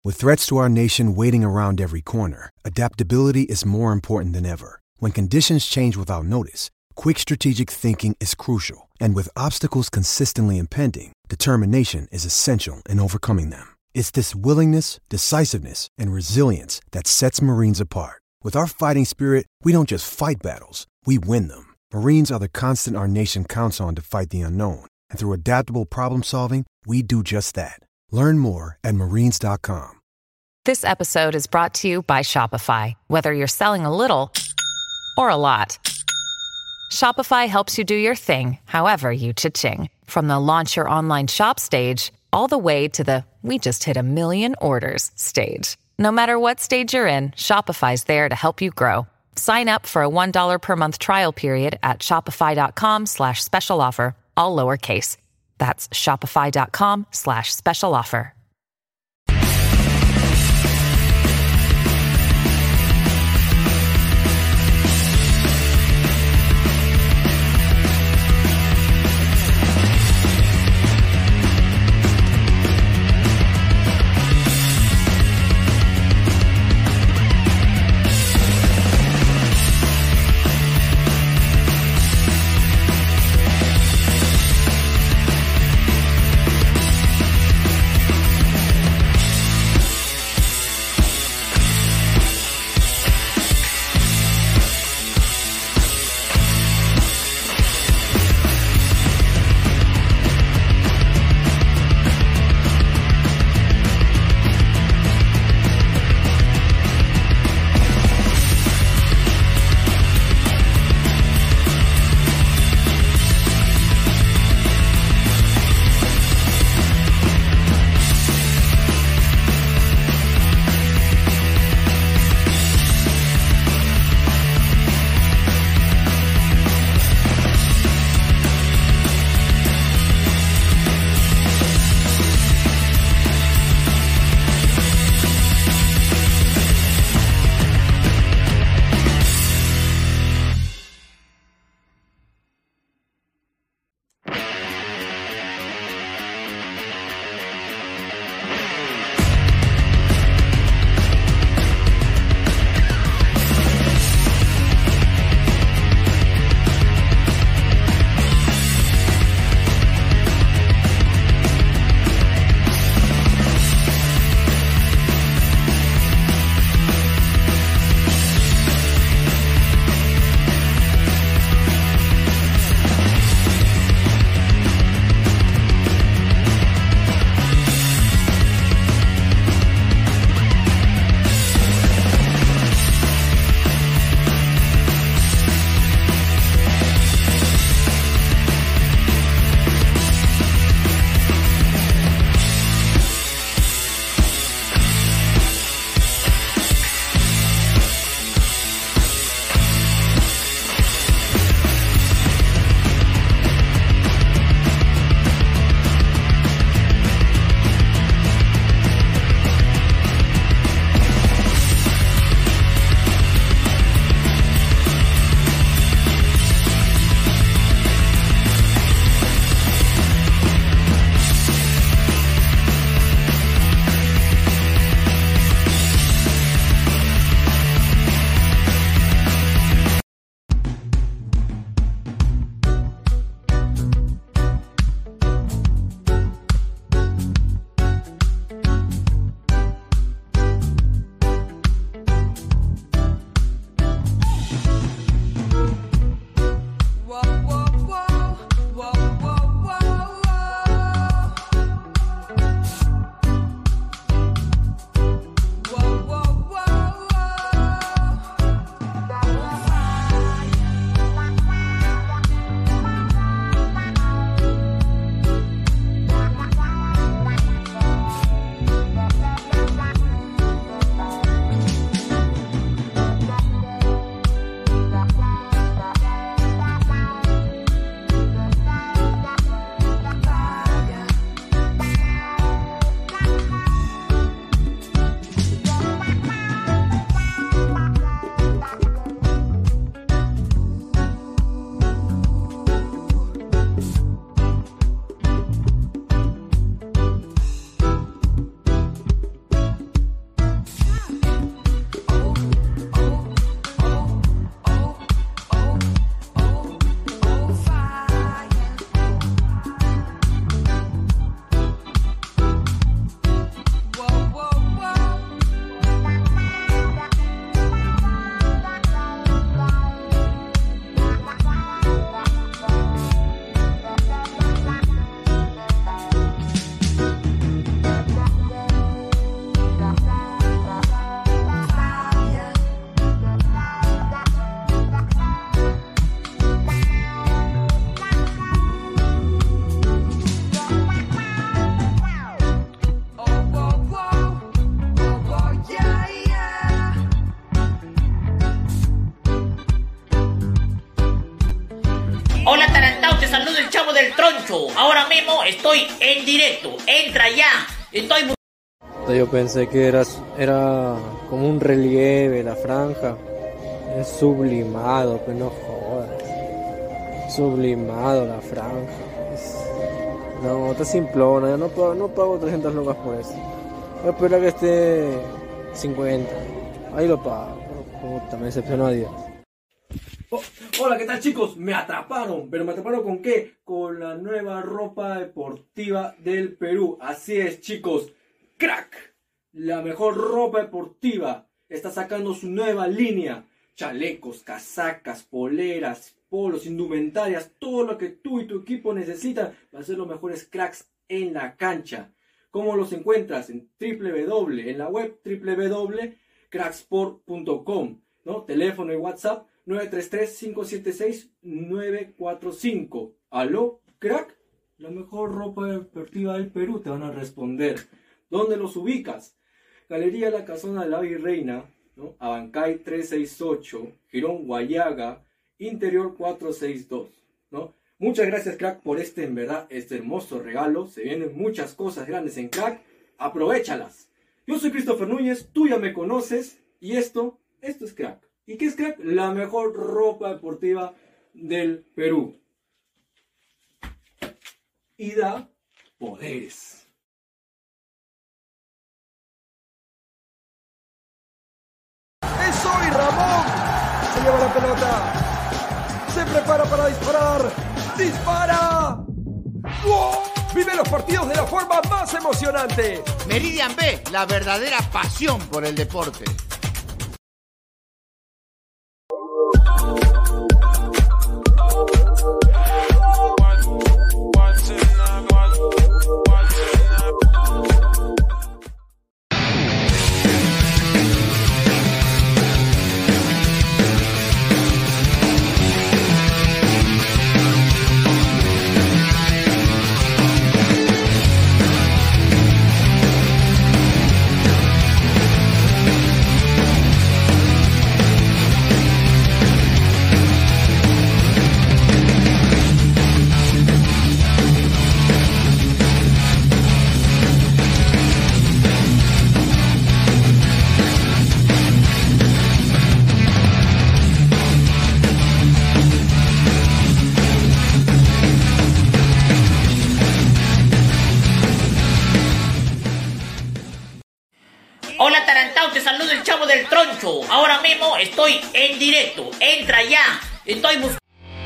With threats to our nation waiting around every corner, adaptability is more important than ever. When conditions change without notice, quick strategic thinking is crucial. And with obstacles consistently impending, determination is essential in overcoming them. It's this willingness, decisiveness, and resilience that sets Marines apart. With our fighting spirit, we don't just fight battles, we win them. Marines are the constant our nation counts on to fight the unknown. And through adaptable problem solving, we do just that. Learn more at marines.com. This episode is brought to you by Shopify. Whether you're selling a little or a lot, Shopify helps you do your thing, however you cha-ching. From the launch your online shop stage, all the way to the we just hit 1 million orders stage. No matter what stage you're in, Shopify's there to help you grow. Sign up for a $1 per month trial period at shopify.com/special offer, all lowercase. That's shopify.com/special offer. mismo estoy en directo. Entra ya. Yo pensé que era como un relieve la franja. Es sublimado, que no jodas. Sublimado la franja. No, está simplona. Yo no pago 300 lucas por eso. Voy a esperar que esté 50. Ahí lo pago. Puta, me decepcionó a Dios. Hola, ¿qué tal, chicos? Me atraparon, pero ¿me atraparon con qué? Con la nueva ropa deportiva del Perú. Así es, chicos. Crack, la mejor ropa deportiva, está sacando su nueva línea. Chalecos, casacas, poleras, polos, indumentarias, todo lo que tú y tu equipo necesitan para ser los mejores cracks en la cancha. ¿Cómo los encuentras? En en la web www.cracksport.com, ¿no? Teléfono y WhatsApp 933-576-945. ¿Aló, crack? La mejor ropa deportiva del Perú, te van a responder. ¿Dónde los ubicas? Galería La Casona de la Virreina, ¿no? Abancay 368, Girón Guayaga, Interior 462, ¿no? Muchas gracias, crack, por en verdad, este hermoso regalo. Se vienen muchas cosas grandes en crack. Aprovéchalas. Yo soy Christopher Núñez, tú ya me conoces, y esto es crack. ¿Y qué es crack? La mejor ropa deportiva del Perú. Y da poderes. ¡Es hoy, Ramón! Se lleva la pelota. Se prepara para disparar. ¡Dispara! ¡Wow! Vive los partidos de la forma más emocionante. Meridian B, la verdadera pasión por el deporte. Hola, Tarantao, te saludo el Chavo del Troncho. Ahora mismo estoy en directo. Entra ya. Estoy buscando.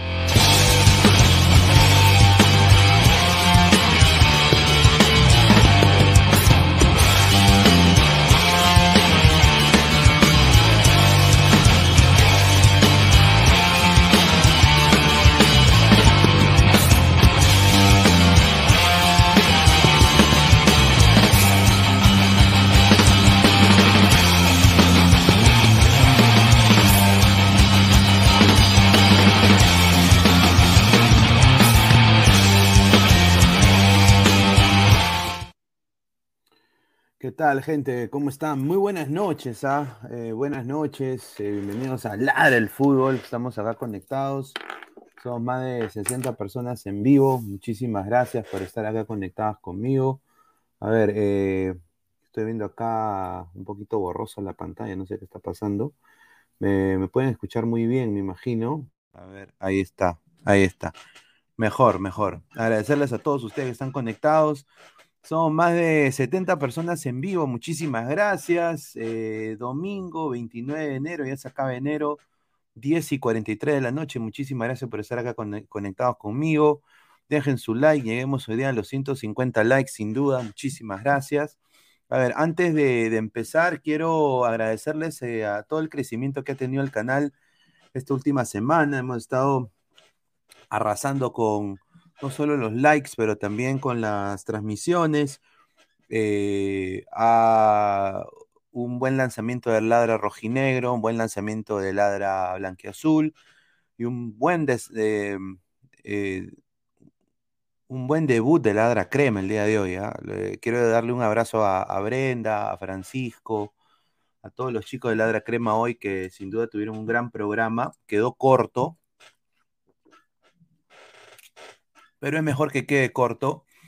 ¿Qué tal, gente? ¿Cómo están? Muy buenas noches, buenas noches, bienvenidos a Ladra el Fútbol. Estamos acá conectados. Somos más de 60 personas en vivo. Muchísimas gracias por estar acá conectadas conmigo. A ver, estoy viendo acá un poquito borrosa la pantalla, no sé qué está pasando. Me pueden escuchar muy bien, me imagino. A ver, ahí está, ahí está. Mejor, mejor. Agradecerles a todos ustedes que están conectados. Somos más de 70 personas en vivo, muchísimas gracias. Domingo 29 de enero, ya se acaba enero, 10:43 de la noche. Muchísimas gracias por estar acá conectados conmigo. Dejen su like, lleguemos hoy día a los 150 likes, sin duda. Muchísimas gracias. A ver, antes de empezar, quiero agradecerles a todo el crecimiento que ha tenido el canal esta última semana. Hemos estado arrasando con no solo los likes, pero también con las transmisiones. A un buen lanzamiento del Ladra Rojinegro, un buen lanzamiento del Ladra Blanquiazul y un buen debut de Ladra Crema el día de hoy. Quiero darle un abrazo a Brenda, a Francisco, a todos los chicos de Ladra Crema hoy que sin duda tuvieron un gran programa. Quedó corto, pero es mejor que quede corto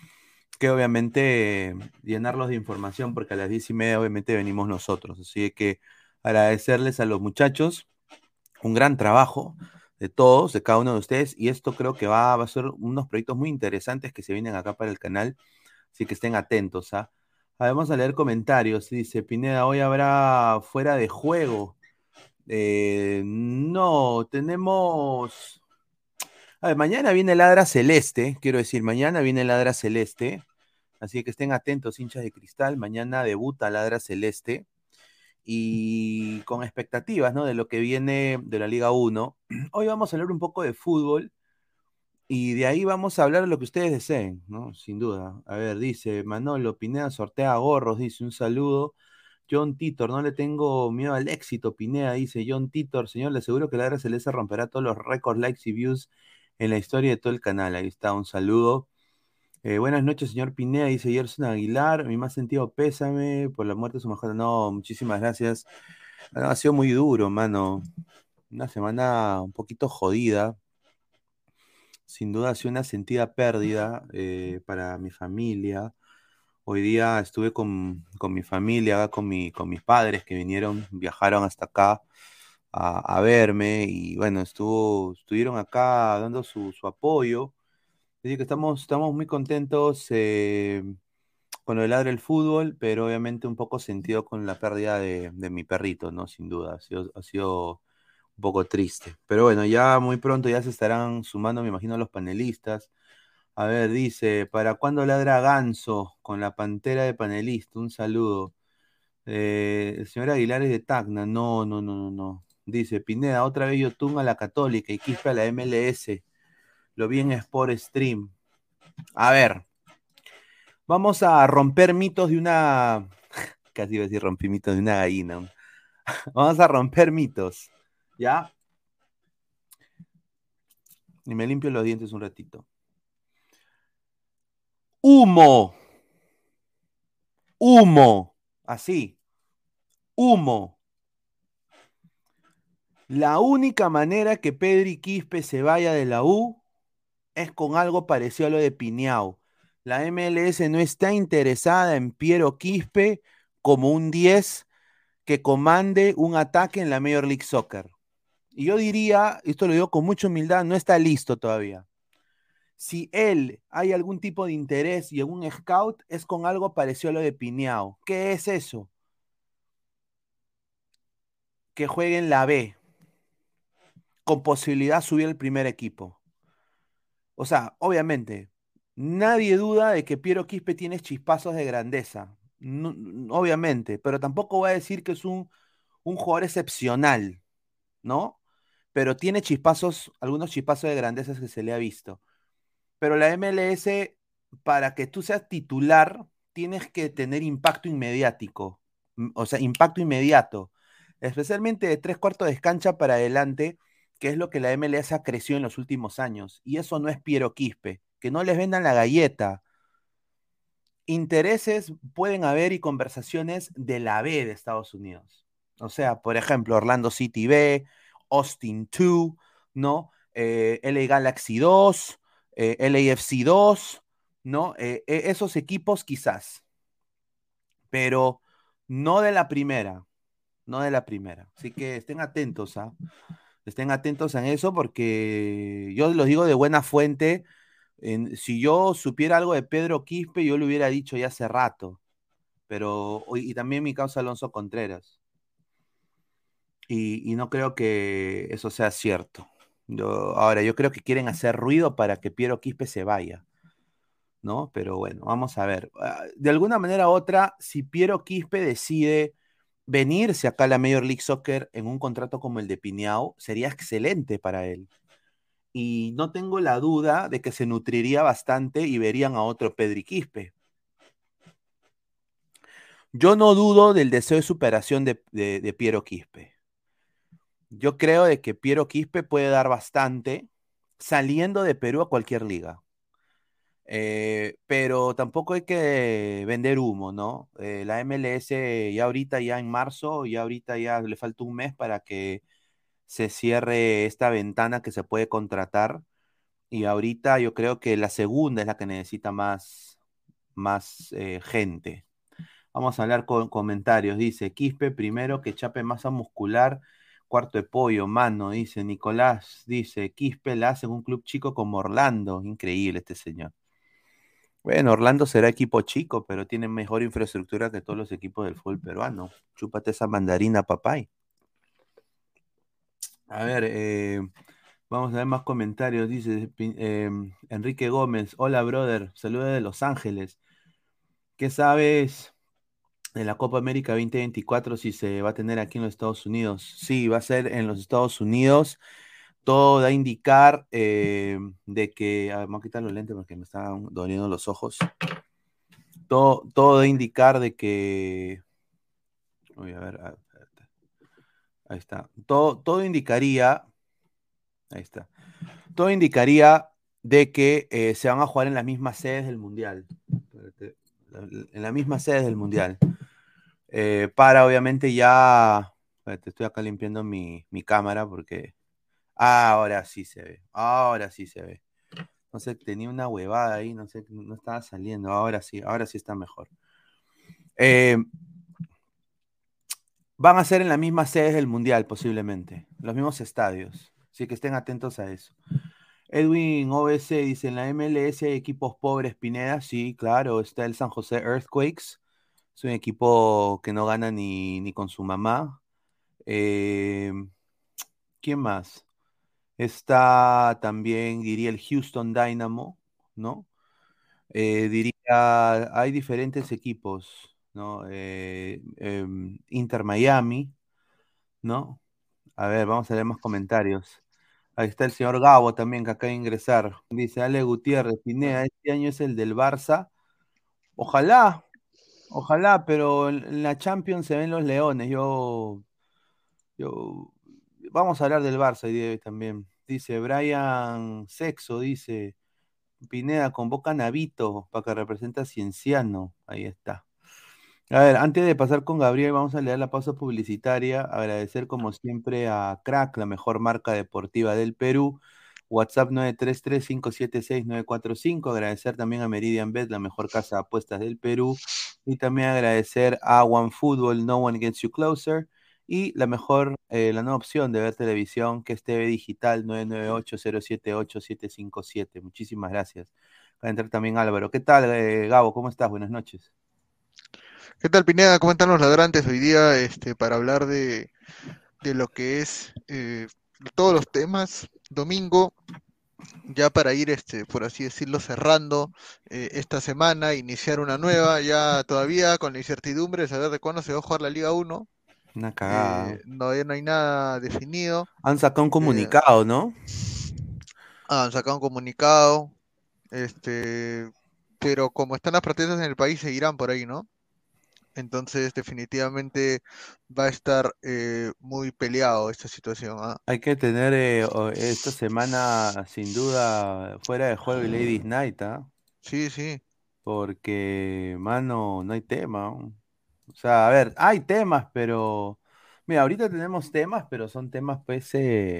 que obviamente llenarlos de información, porque a las 10:30 obviamente venimos nosotros. Así que agradecerles a los muchachos, un gran trabajo de todos, de cada uno de ustedes, y esto creo que va a ser unos proyectos muy interesantes que se vienen acá para el canal, así que estén atentos, ¿ah? Vamos a leer comentarios. Dice Pineda, hoy habrá fuera de juego. No, tenemos. A ver, mañana viene Ladra Celeste, quiero decir, mañana viene Ladra Celeste, así que estén atentos, hinchas de cristal. Mañana debuta Ladra Celeste y con expectativas, ¿no? De lo que viene de la Liga 1. Hoy vamos a hablar un poco de fútbol y de ahí vamos a hablar de lo que ustedes deseen, ¿no? Sin duda. A ver, dice Manolo Pineda, sortea gorros, dice un saludo. John Titor, no le tengo miedo al éxito, Pineda, dice John Titor. Señor, le aseguro que Ladra Celeste romperá todos los récords, likes y views en la historia de todo el canal. Ahí está, un saludo. Buenas noches, señor Pineda, dice Gerson Aguilar. Mi más sentido pésame por la muerte de su mascota. No, muchísimas gracias. Ha sido muy duro, mano. Una semana un poquito jodida. Sin duda ha sido una sentida pérdida para mi familia. Hoy día estuve con mi familia, con mis padres que viajaron hasta acá a verme y bueno, estuvieron acá dando su apoyo. Así que estamos muy contentos con lo del Ladre el Fútbol, pero obviamente un poco sentido con la pérdida de mi perrito, ¿no? Sin duda, ha sido un poco triste. Pero bueno, ya muy pronto ya se estarán sumando, me imagino, los panelistas. A ver, dice, ¿para cuándo ladra Ganso con la pantera de panelista? Un saludo. El señor Aguilar es de Tacna. No, no, no, no, no. Dice, Pineda, otra vez Yotun a la Católica y Quispe a la MLS. Lo vi en Sport Stream. A ver, vamos a romper mitos de una... Casi iba a decir rompí mitos de una gallina. Vamos a romper mitos. ¿Ya? Y me limpio los dientes un ratito. Humo. Humo. Así. Humo. La única manera que Pedri Quispe se vaya de la U es con algo parecido a lo de Piñao. La MLS no está interesada en Piero Quispe como un 10 que comande un ataque en la Major League Soccer. Y yo diría, esto lo digo con mucha humildad, no está listo todavía. Si él hay algún tipo de interés y algún scout, es con algo parecido a lo de Piñao. ¿Qué es eso? Que juegue en la B, con posibilidad de subir al primer equipo. O sea, obviamente, nadie duda de que Piero Quispe tiene chispazos de grandeza. Obviamente, pero tampoco voy a decir que es un jugador excepcional, ¿no? Pero tiene chispazos, algunos chispazos de grandeza que se le ha visto. Pero la MLS, para que tú seas titular, tienes que tener impacto inmediático. O sea, impacto inmediato. Especialmente de 3/4 de cancha para adelante, que es lo que la MLS ha crecido en los últimos años. Y eso no es Piero Quispe. Que no les vendan la galleta. Intereses pueden haber y conversaciones de la B de Estados Unidos. O sea, por ejemplo, Orlando City B, Austin 2, ¿no? LA Galaxy 2, LAFC 2, ¿no? Esos equipos quizás, pero no de la primera, no de la primera. Así que estén atentos, ¿ah? Estén atentos en eso porque yo los digo de buena fuente. Si yo supiera algo de Pedro Quispe, yo lo hubiera dicho ya hace rato. Pero, y también mi causa Alonso Contreras. Y no creo que eso sea cierto. Ahora, yo creo que quieren hacer ruido para que Piero Quispe se vaya, ¿no? Pero bueno, vamos a ver. De alguna manera u otra, si Piero Quispe decide venirse acá a la Major League Soccer en un contrato como el de Piñao, sería excelente para él. Y no tengo la duda de que se nutriría bastante y verían a otro Pedri Quispe. Yo no dudo del deseo de superación de Piero Quispe. Yo creo de que Piero Quispe puede dar bastante saliendo de Perú a cualquier liga. Pero tampoco hay que vender humo, ¿no? La MLS ya ahorita, ya en marzo, ya ahorita ya le falta un mes para que se cierre esta ventana que se puede contratar. Y ahorita yo creo que la segunda es la que necesita más gente. Vamos a hablar con comentarios. Dice, Quispe primero que chape masa muscular, cuarto de pollo, mano, dice Nicolás, dice, Quispe la hace en un club chico como Orlando. Increíble este señor. Bueno, Orlando será equipo chico, pero tiene mejor infraestructura que todos los equipos del fútbol peruano. Chúpate esa mandarina, papay. A ver, vamos a ver más comentarios. Dice Enrique Gómez, hola brother, saludos de Los Ángeles. ¿Qué sabes de la Copa América 2024 si se va a tener aquí en los Estados Unidos? Sí, va a ser en los Estados Unidos. Todo da a indicar de que... A ver, me voy a quitar los lentes porque me están doliendo los ojos. Todo da a indicar de que... Voy a ver, ahí está. Todo indicaría... Ahí está. Todo indicaría de que se van a jugar en las mismas sedes del Mundial. Espérate, en las mismas sedes del Mundial. Para obviamente ya... Espérate, estoy acá limpiando mi cámara porque... ahora sí se ve. Ahora sí se ve. No sé, tenía una huevada ahí, no sé, no estaba saliendo. Ahora sí está mejor. Van a ser en las mismas sedes del Mundial, posiblemente. Los mismos estadios. Así que estén atentos a eso. Edwin OBC dice, en la MLS hay equipos pobres, Pineda. Sí, claro, está el San José Earthquakes. Es un equipo que no gana ni con su mamá. ¿Quién más? Está también, diría, el Houston Dynamo, ¿no? Diría, hay diferentes equipos, ¿no? Inter Miami, ¿no? A ver, vamos a leer más comentarios. Ahí está el señor Gabo también, que acaba de ingresar. Dice, Ale Gutiérrez, Pineda, este año es el del Barça. Ojalá, ojalá, pero en la Champions se ven los leones. Yo, vamos a hablar del Barça hoy día de hoy también. Dice Brian Sexo, dice, Pineda, convoca a Navito para que represente a Cienciano. Ahí está. A ver, antes de pasar con Gabriel, vamos a leer la pausa publicitaria. Agradecer como siempre a Crack, la mejor marca deportiva del Perú. WhatsApp 933-576-945. Agradecer también a Meridian Bet, la mejor casa de apuestas del Perú. Y también agradecer a OneFootball, No One Gets You Closer. Y la mejor, la nueva opción de ver televisión, que es TV Digital 998-078-757. Muchísimas gracias. Va a entrar también Álvaro. ¿Qué tal, Gabo? ¿Cómo estás? Buenas noches. ¿Qué tal, Pineda? ¿Cómo están los ladrantes hoy día para hablar de lo que es todos los temas? Domingo, ya para ir, por así decirlo, cerrando esta semana, iniciar una nueva, ya todavía con la incertidumbre de saber de cuándo se va a jugar la Liga 1. Una cagada. No, no hay nada definido. Han sacado un comunicado, ¿no? Han sacado un comunicado, pero como están las protestas en el país, seguirán por ahí, ¿no? Entonces, definitivamente va a estar muy peleado esta situación, ¿ah? Hay que tener esta semana, sin duda, fuera de juego y Ladies Night, ¿ah? Sí, sí. Porque, mano, no hay tema, ¿no? O sea, a ver, hay temas, pero... Mira, ahorita tenemos temas, pero son temas, pues,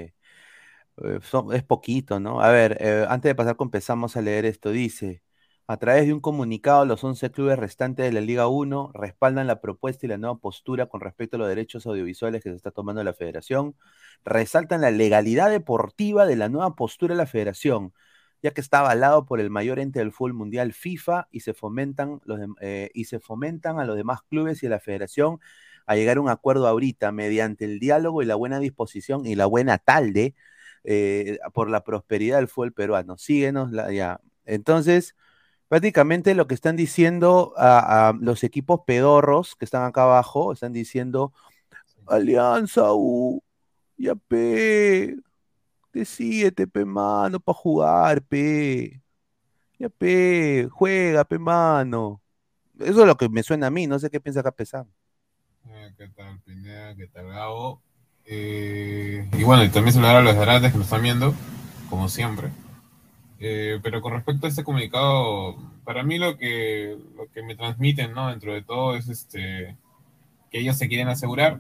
es poquito, ¿no? A ver, antes de pasar, empezamos a leer esto. Dice, a través de un comunicado, los 11 clubes restantes de la Liga 1 respaldan la propuesta y la nueva postura con respecto a los derechos audiovisuales que se está tomando la federación. Resaltan la legalidad deportiva de la nueva postura de la federación, ya que está avalado por el mayor ente del fútbol mundial, FIFA, y se fomentan a los demás clubes y a la federación a llegar a un acuerdo ahorita mediante el diálogo y la buena disposición y la buena talde por la prosperidad del fútbol peruano. Síguenos ya. Entonces, prácticamente lo que están diciendo a los equipos pedorros que están acá abajo, están diciendo, Alianza U, ya pe, decídete pe mano para jugar pe, ya pe, juega pe mano. Eso es lo que me suena a mí, no sé qué piensa acá Pesán. ¿Qué tal, Pineda? ¿Qué tal, Gabo? Y bueno, y también saludar a los grandes que nos están viendo, como siempre. Pero con respecto a este comunicado, para mí lo que me transmiten, ¿no? Dentro de todo es que ellos se quieren asegurar.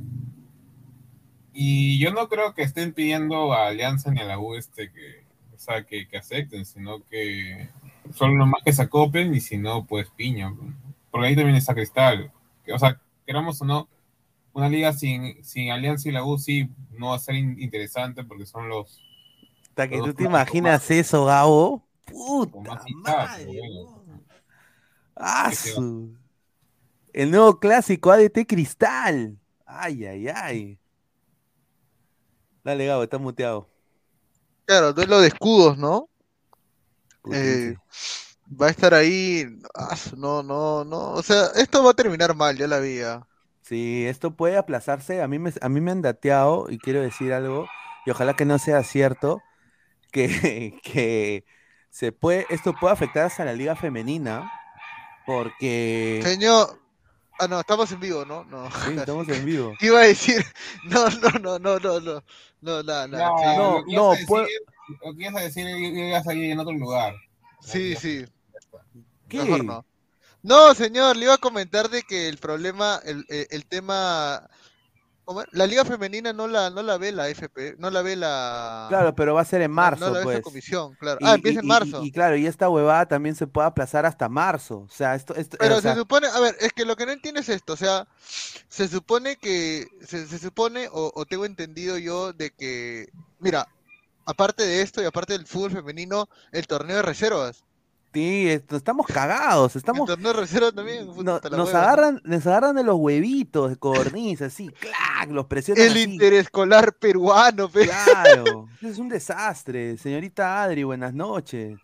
Y yo no creo que estén pidiendo a Alianza ni a la U o sea, que acepten, sino que Solo nomás que se acoplen y si no, pues piña. Porque ahí también está Cristal. O sea, queramos o no, una liga sin Alianza y la U sí no va a ser interesante porque son los Hasta que dos tú te clásicos imaginas eso, Gabo. con más Puta hinchada, madre. pero bueno, que se va. ¡Asu! El nuevo clásico ADT Cristal. Ay, ay, ay. Dale, Gabo, está muteado. Claro, duelo de escudos, ¿no? Putince. Va a estar ahí. No, no, no. O sea, esto va a terminar mal, ya la vi. Ya. Sí, esto puede aplazarse. A mí me han dateado y quiero decir algo, y ojalá que no sea cierto, que esto puede afectar hasta la liga femenina, porque Señor. Ah, no, estamos en vivo, ¿no? No, sí, estamos en vivo. iba a decir. No, no, no, no, no, no. No, nada, nada. No, Sí, lo que ibas a decir, lo que ibas a decir, ibas a ir en otro lugar. sí, sí. ¿Qué? Mejor no. No, señor, le iba a comentar de que el problema, el tema. ¿Cómo es? La liga femenina no la ve la FP, no la ve la. Claro, pero va a ser en No marzo, la ve esta pues. comisión, claro. Y, Empieza en marzo. claro, y esta huevada también se puede aplazar hasta marzo. O sea, Pero o se sea, supone, a ver, es que lo que no entiendo es esto, o sea, se supone que, se supone, o tengo entendido yo, de que, mira, aparte de esto y aparte del fútbol femenino, el torneo de reservas. sí, estamos cagados, El torneo de reservas también, puta la nos hueva. agarran de los huevitos, de codorniz, así, clac, los presionan El así. interescolar peruano, pe. Claro, es un desastre. Señorita Adri, buenas noches.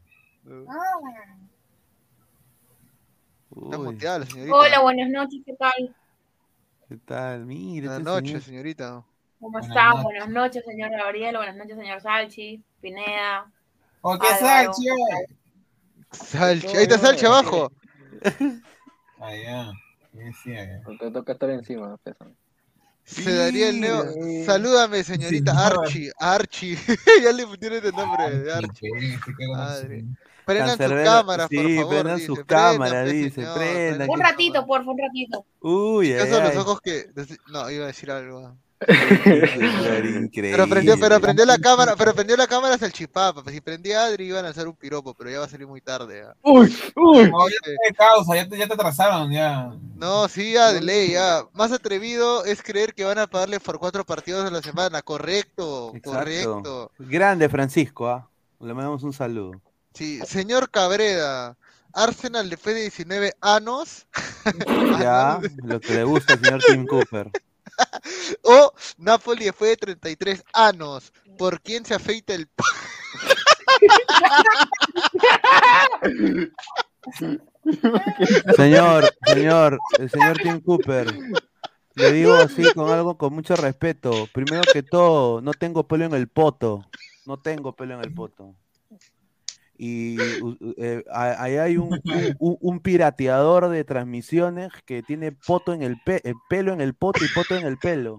Está Uy, muteada la señorita. Hola, buenas noches, ¿qué tal? ¿qué tal? Mire, Buenas este noches, señor. señorita. ¿Cómo están? Buenas noches, señor Gabriel. Buenas noches, señor Salchi, Pineda. ¿O qué Álvaro. Salchi? Salchi, ahí está Salchi abajo. Ah, ya. Sí, sí, ya. Te toca estar encima, pesa. Se daría el neo. Salúdame, señorita Señor. Archie. Ya le pusieron el nombre de Archie. Madre. Prendan sus Cancerbero, cámaras, por sí, favor. prendan Dice. sus cámaras, pe, dice, señor, prendan. Un ratito, porfa, un ratito. Uy, ay, ¿Acaso los ay. ojos que.? No, iba a decir algo. Increíble. Pero prendió la cámara, hasta el chipapa. Si prendía Adri iban a hacer un piropo, pero ya va a salir muy tarde. Ya. Uy. No, ya te causa, ya te atrasaron, ya. No, sí, ya, de ley, ya. Más atrevido es creer que van a pagarle por 4 partidos a la semana. Correcto, Exacto. correcto. Grande Francisco, ¿ah? Le mandamos un saludo. Sí, señor Cabreda, Arsenal le fue de 19 años. Ya, lo que le gusta al señor Tim Cooper. O Napoli le fue de 33 años. ¿Por quién se afeita el el señor Tim Cooper, le digo así con mucho respeto. Primero que todo, no tengo pelo en el poto. No tengo pelo en el poto. Y ahí hay un pirateador de transmisiones que tiene poto en el pelo en el poto y poto en el pelo.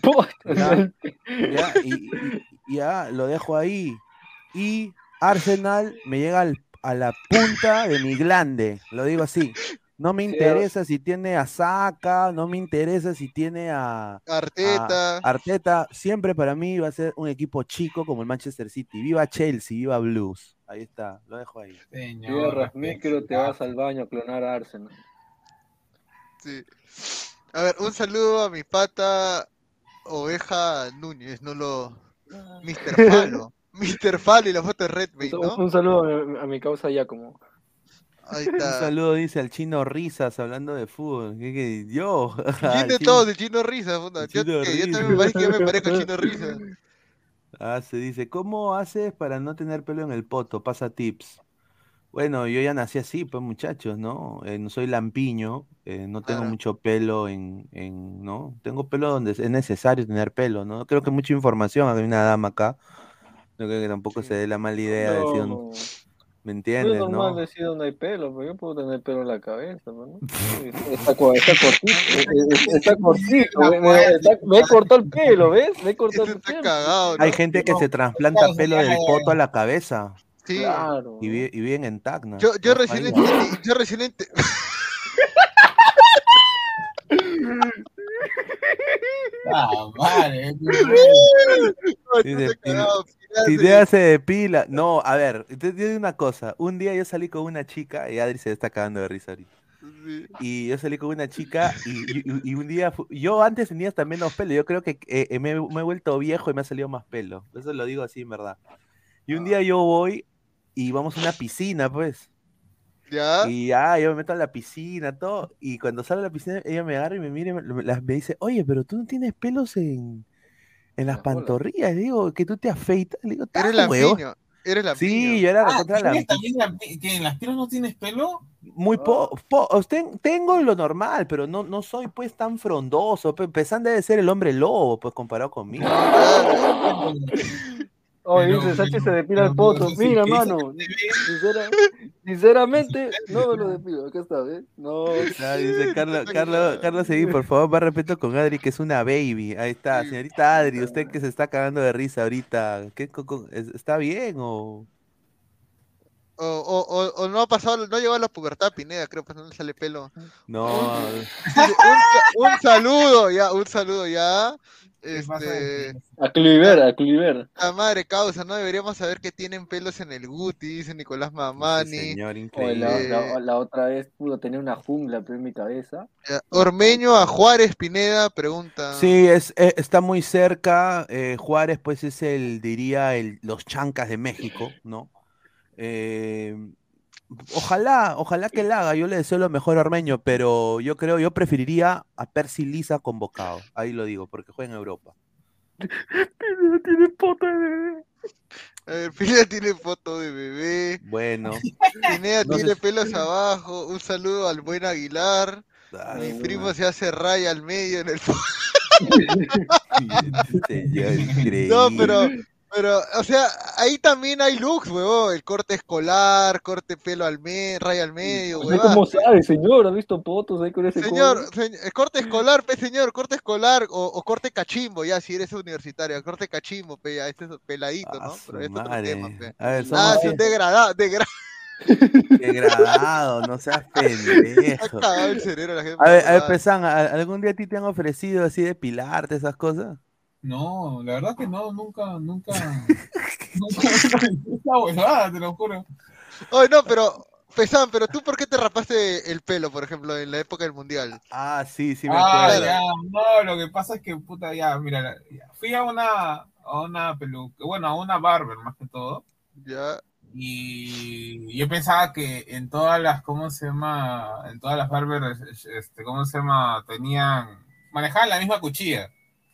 Ya, ya, lo dejo ahí. Y Arsenal me llega a la punta de mi glande, lo digo así. No me interesa si tiene a Saka, no me interesa si tiene a Arteta. Arteta. Siempre para mí va a ser un equipo chico como el Manchester City. Viva Chelsea, viva Blues. Ahí está, lo dejo ahí. Cierras micro, te vas al baño a clonar a Arsenal. Sí. A ver, un saludo a mi pata Oveja Núñez, no lo. Mr. Falo. Mr. Falo y la foto de Redbait, ¿no? Un saludo a mi causa Giacomo. Ahí Un está. saludo, dice al Chino Risas, hablando de fútbol. ¿Qué yo? ¿Quién de todos? El Chino Risa, puta. Yo también me parece que yo me parezco al Chino Risa. Se dice, ¿cómo haces para no tener pelo en el poto? Pasa tips. Bueno, yo ya nací así, pues muchachos, ¿no? No soy lampiño, no tengo mucho pelo ¿no? Tengo pelo donde es necesario tener pelo, ¿no? Creo que mucha información, hay una dama acá. No creo que tampoco se dé la mala idea de decir, ¿me No entiendes, es normal no? decir donde hay pelo, pero yo puedo tener pelo en la cabeza, ¿no? Está cortito, está cortito. Me he cortado el pelo, ¿ves? Me he cortado el pelo. Cagado, ¿no? Hay gente que se trasplanta pelo del poto a la cabeza. Sí. Claro. Y viven en Tacna. Yo recién entendí. Ah, vale. Dice, Pineda se depila. No, a ver, te digo una cosa. Un día yo salí con una chica, y Adri se está cagando de risa ahorita. Sí. Y yo salí con una chica y un día, yo antes tenía también menos pelo, yo creo que me he vuelto viejo y me ha salido más pelo, eso lo digo así en verdad. Y un día yo voy y vamos a una piscina, pues, ¿Ya? y yo me meto a la piscina, todo, y cuando salgo a la piscina ella me agarra y me mira y me dice, oye, pero tú no tienes pelos en las pantorrillas, le digo, que tú te afeitas, le digo, Eres huevo. lampiño. Eres lampiño. Sí, yo era recontra ¿Tienes lampiño. también que en las piernas no tienes pelo? Muy tengo lo normal, pero no soy pues tan frondoso. Pesan debe ser el hombre lobo, pues comparado conmigo. Oye, dice, Sachi se depila el poto. Mira, mano. Sinceramente, no me lo depilo. Acá está, ¿ves? No. Dice Carlos Seguí, por favor, más respeto con Adri, que es una baby. Ahí está, señorita Adri, usted que se está cagando de risa ahorita. ¿Está bien o...? O no ha pasado, no llegó a la pubertad, Pineda, creo, pues no le sale pelo. No. Un saludo, ya. A Cliver. La madre causa, ¿no? Deberíamos saber que tienen pelos en el Guti, dice Nicolás Mamani. Señor, Oye, increíble. la otra vez pudo tener una jungla pero en mi cabeza. Ormeño a Juárez, Pineda, pregunta. Sí, está muy cerca. Juárez, pues es los chancas de México, ¿no? Ojalá que la haga. Yo le deseo lo mejor a Ormeño, pero yo preferiría a Percy Liza convocado. Ahí lo digo, porque juega en Europa. Tiene foto de bebé. A ver, Pineda tiene foto de bebé. Bueno. Pineda tiene pelos abajo. Un saludo al buen Aguilar. Mi primo se hace raya al medio en el. No, pero, o sea, ahí también hay looks, huevón. El corte escolar, corte pelo raya al medio, huevón. ¿Cómo sabe, señor? ¿Ha visto fotos ahí con ese corte escolar, señor, corte escolar o corte cachimbo, ya, si eres universitario, corte cachimbo, ya, este es peladito, ¿no? Pero es otro tema, A ver, es un degradado. Degradado, no seas pendejo. El cerebro, la gente a ver, Pesan, ¿algún día a ti te han ofrecido así de pilarte esas cosas? No, la verdad que no, nunca esa huevada, te lo juro. Oye, no, pero tú ¿por qué te rapaste el pelo, por ejemplo, en la época del Mundial? Sí, me acuerdo. Ya, no, lo que pasa es que, puta, ya, mira, fui a una peluca, bueno, a una barber más que todo. Ya. Y yo pensaba que en todas las, ¿cómo se llama? En todas las barbers, ¿cómo se llama? Manejaban la misma cuchilla.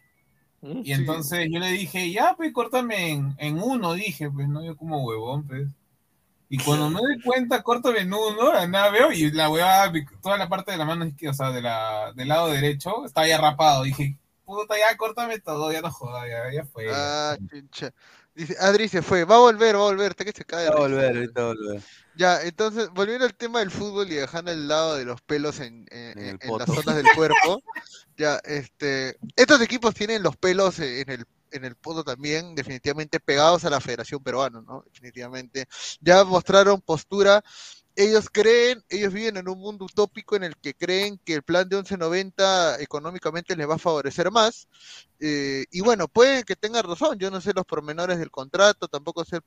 Y entonces yo le dije, ya, pues, córtame en uno, dije, pues, no, yo como huevón, pues. Y cuando me doy cuenta, córtame en uno, nada, veo, y la huevada, toda la parte de la mano izquierda, o sea, del lado derecho, estaba ya rapado. Dije, puta, ya, córtame todo, ya no joda, ya fue. Chincha. Dice, Adri se fue, va a volver, hasta que se cae. Va a volver. Ya, entonces, volviendo al tema del fútbol y dejando el lado de los pelos en las zonas del cuerpo, ya, estos equipos tienen los pelos en el poto también, definitivamente pegados a la Federación Peruana, ¿no? Definitivamente. Ya mostraron postura. Ellos viven en un mundo utópico en el que creen que el plan de 1190 económicamente les va a favorecer más. Y bueno, pueden que tengan razón. Yo no sé los pormenores del contrato, tampoco sé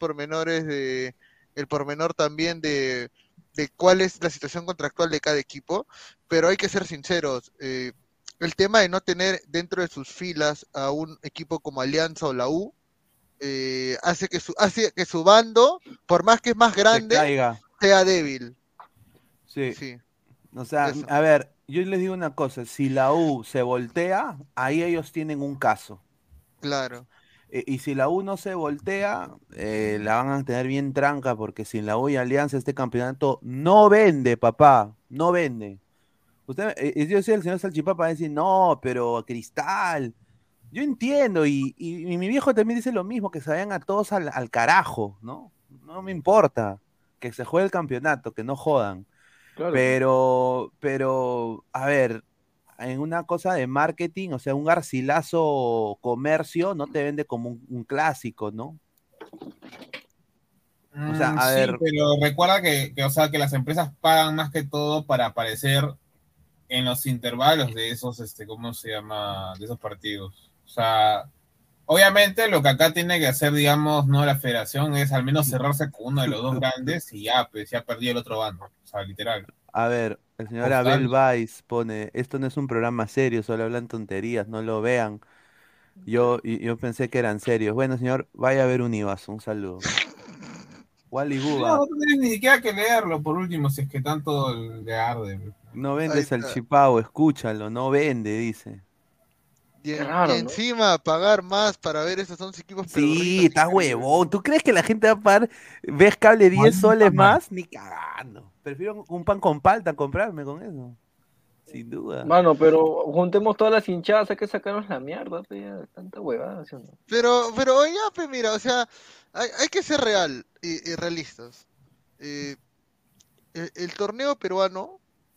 el pormenor también de cuál es la situación contractual de cada equipo, pero hay que ser sinceros. El tema de no tener dentro de sus filas a un equipo como Alianza o la U hace que su bando, por más que es más grande, sea débil. Sí. O sea, eso. A ver, yo les digo una cosa, si la U se voltea, ahí ellos tienen un caso. Claro. Y si la U no se voltea, la van a tener bien tranca, porque sin la U y Alianza este campeonato no vende, papá, no vende. Yo sé, el señor Salchipapa va a decir, no, pero Cristal. Yo entiendo, y mi viejo también dice lo mismo, que se vayan a todos al carajo, ¿no? No me importa, que se juegue el campeonato, que no jodan. Claro. Pero, a ver, en una cosa de marketing, o sea, un Garcilaso comercio no te vende como un clásico, ¿no? O sea, a ver. Pero recuerda o sea, que las empresas pagan más que todo para aparecer en los intervalos de esos, ¿cómo se llama? De esos partidos. O sea, Obviamente lo que acá tiene que hacer, digamos, no la federación es al menos cerrarse con uno de los dos grandes y ya, pues ya perdió el otro bando. O sea, literal. A ver, el señor Abel Postales. Weiss pone, esto no es un programa serio, solo hablan tonterías, no lo vean. Yo pensé que eran serios. Bueno, señor, vaya a ver Univas, un saludo. Wally No, Buba, no tienes ni siquiera que leerlo por último, si es que tanto le arde. no Ahí vendes al está. chipao, escúchalo, no vende, dice. Y, Qué en- raro, y ¿no? encima pagar más para ver esos 11 equipos Sí, pedorritos. está huevón. ¿Tú crees que la gente va a pagar, ves cable 10 soles más? Ni cagando. Prefiero un pan con palta comprarme con eso. Sin duda. Mano, pero juntemos todas las hinchadas, hay que sacarnos la mierda, pe, ya, tanta huevada, ¿sí o no? Pero ya, pues mira, o sea, hay que ser real y realistas. Eh, el torneo peruano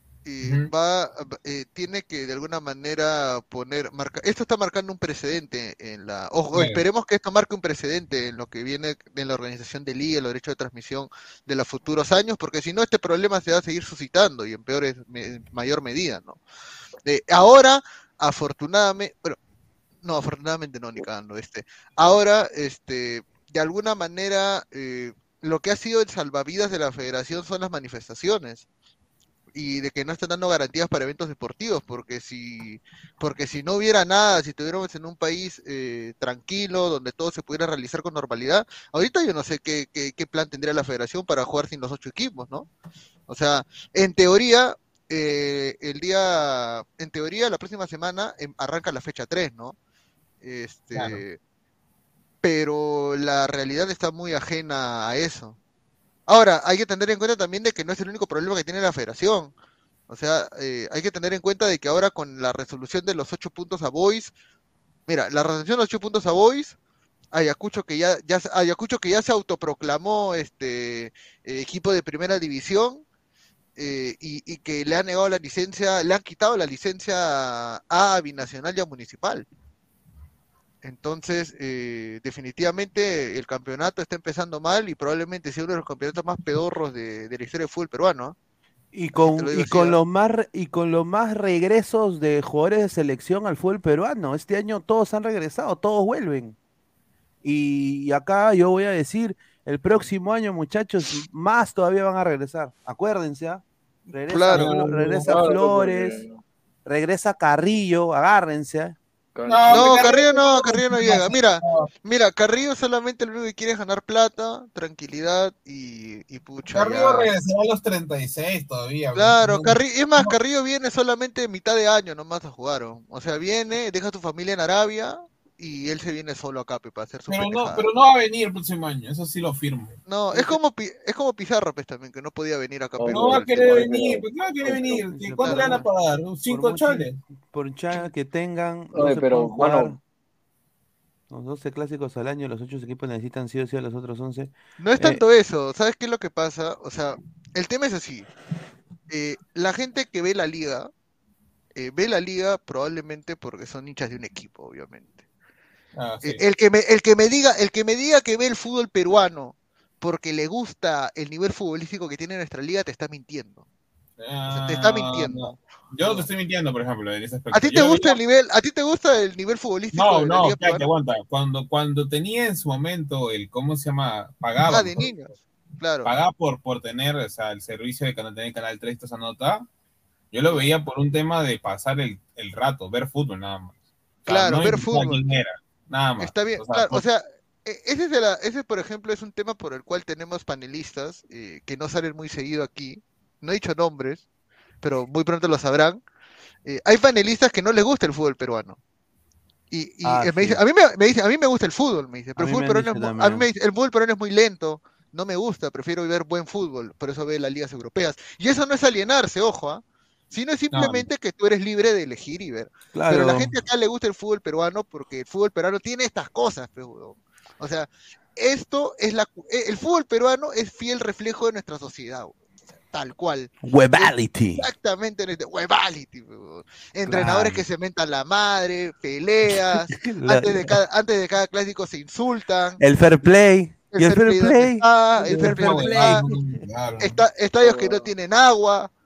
tiene que de alguna manera esto está marcando un precedente ojo, Claro. esperemos que esto marque un precedente en lo que viene en la organización de liga, los derechos de transmisión de los futuros años, porque si no este problema se va a seguir suscitando y en mayor medida, ¿no? Ahora, afortunadamente, bueno, no, afortunadamente no, ni cagando, ahora, de alguna manera, lo que ha sido el salvavidas de la federación son las manifestaciones y de que no están dando garantías para eventos deportivos, porque si no hubiera nada, si estuviéramos en un país tranquilo, donde todo se pudiera realizar con normalidad, ahorita yo no sé qué plan tendría la federación para jugar sin los 8 equipos, ¿no? O sea, en teoría, en teoría la próxima semana arranca la fecha 3, ¿no? Claro. Pero la realidad está muy ajena a eso. Ahora, hay que tener en cuenta también de que no es el único problema que tiene la federación. O sea, hay que tener en cuenta de que ahora con la resolución de los 8 puntos a Boys, mira, la resolución de los 8 puntos a Boys, Ayacucho que ya se autoproclamó equipo de primera división y que le han negado la licencia, le han quitado la licencia a binacional y a municipal. Entonces, definitivamente el campeonato está empezando mal y probablemente sea uno de los campeonatos más pedorros de la historia del fútbol peruano. Y Así te lo con, digo y así, con ¿ah? los más regresos de jugadores de selección al fútbol peruano. Este año todos han regresado, todos vuelven. Y acá yo voy a decir, el próximo año, muchachos, más todavía van a regresar. Acuérdense, ¿ah? Claro. Regresa Claro, Flores, regresa Carrillo, agárrense. ¿ah? No, Carrillo no llega. Mira, Carrillo solamente lo único que quiere es ganar plata, tranquilidad y pucha, Carrillo ya. regresará a los 36 todavía. Claro, No, es más, Carrillo viene solamente mitad de año nomás a jugar. O sea, viene, deja a tu familia en Arabia y él se viene solo acá para hacer su pendejada. pero no va a venir el próximo año, eso sí lo firmo. No, es como Pizarro pues también, que no podía venir acá a Perú. No va a por el querer tema. venir, pues no va a querer venir. ¿Cuánto le van a pagar? Por ¿5 mucho- choles? Por ya que tengan, no Oye, se pero, pueden jugar mano, los 12 clásicos al año, los 8 equipos necesitan sí o sí a los otros 11. No es tanto eso, ¿sabes qué es lo que pasa? O sea, el tema es así. La gente que ve la liga probablemente porque son hinchas de un equipo, obviamente. Sí. El que me diga que ve el fútbol peruano porque le gusta el nivel futbolístico que tiene nuestra liga, te está mintiendo. O sea, te está mintiendo. No. Yo no te estoy mintiendo, por ejemplo, en ese aspecto. ¿A ti te gusta el nivel futbolístico de la liga espérate, peruana? aguanta. Cuando tenía en su momento ¿cómo se llama? Pagaba. De niños, claro. Pagaba por tener, o sea, el servicio de tener Canal 3, esa nota. Yo lo veía por un tema de pasar el rato, ver fútbol nada más. O sea, Claro, no ver importaba fútbol. quién era, nada más. Está bien, O sea, claro, o sea, ese por ejemplo es un tema por el cual tenemos panelistas que no salen muy seguido aquí. No he dicho nombres, pero muy pronto lo sabrán. Hay panelistas que no les gusta el fútbol peruano. Y me dice, a mí me gusta el fútbol, me dice, pero A el mí fútbol me han peruano dicho a mí me también. dice, el fútbol peruano es muy lento, no me gusta, prefiero ver buen fútbol, por eso ve las ligas europeas. Y eso no es alienarse, ojo, ¿ah? Sino es simplemente que tú eres libre de elegir y ver. Pero a la Claro. gente acá le gusta el fútbol peruano porque el fútbol peruano tiene estas cosas, pues, huevón. O sea, el fútbol peruano es fiel reflejo de nuestra sociedad, huevón. O sea, tal cual. Webality. Exactamente, Webality, huevón. Entrenadores que se mentan la madre, peleas, antes de cada clásico se insultan. El fair play. El fair play, ¿dónde está? El fair play, ¿dónde está? Claro. Estadios que no tienen agua.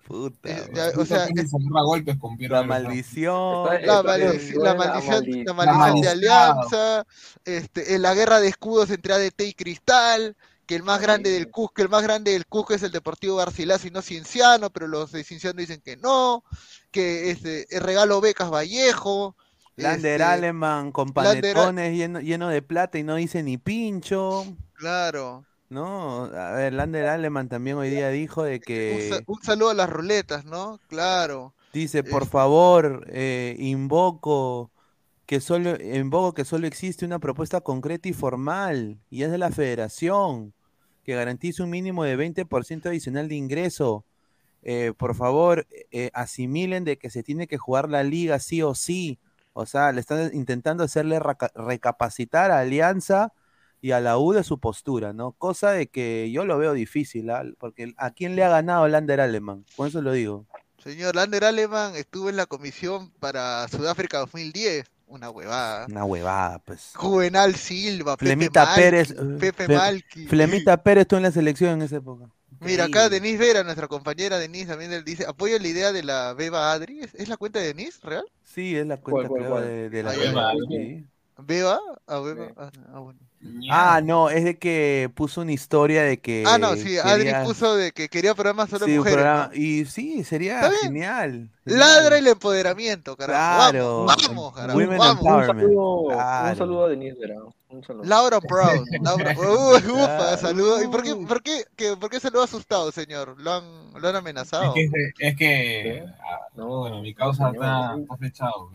Puta. O sea, golpes con la maldición. la maldición de Alianza, en la guerra de escudos entre ADT y Cristal, que el más grande del Cusco es el Deportivo Garcilaso y no Cienciano, pero los de Cienciano dicen que no, que el regalo becas Vallejo. Lander Aleman con panetones lleno de plata y no dice ni pincho. Claro. No, a ver, Lander Aleman también hoy día dijo de que... Un saludo a las ruletas, ¿no? Claro. Dice, por favor, invoco que solo existe una propuesta concreta y formal, y es de la federación, que garantice un mínimo de 20% adicional de ingreso. Por favor, asimilen de que se tiene que jugar la liga sí o sí. O sea, le están intentando hacerle recapacitar a Alianza y a la U de su postura, ¿no? Cosa de que yo lo veo difícil, ¿ah? Porque ¿a quién le ha ganado Lander Aleman? Con eso lo digo. Señor, Lander Aleman estuvo en la comisión para Sudáfrica 2010. Una huevada. Una huevada, pues. Juvenal Silva, Flemita Pérez. Pepe Malqui. Flemita Pérez estuvo en la selección en esa época. Mira, acá Denise Vera, nuestra compañera Denise, también él dice, apoyo la idea de la Beba Adri. ¿Es la cuenta de Denise, real? Sí, es la cuenta, creo, de la Beba. Sí. ¿Beba? Beba. Bueno. No, es de que puso una historia de que... no, sí, Adri puso de que quería programas solo de mujeres, ¿no? Y sí, sería genial. Ladra el empoderamiento, carajo. Claro. Vamos, carajo. Vamos. Un saludo a Denise Vera. Laura Brown. Ufa, saludo. ¿Y por qué se lo ha asustado, señor? ¿Lo han amenazado? Es que bueno, mi causa está flechado.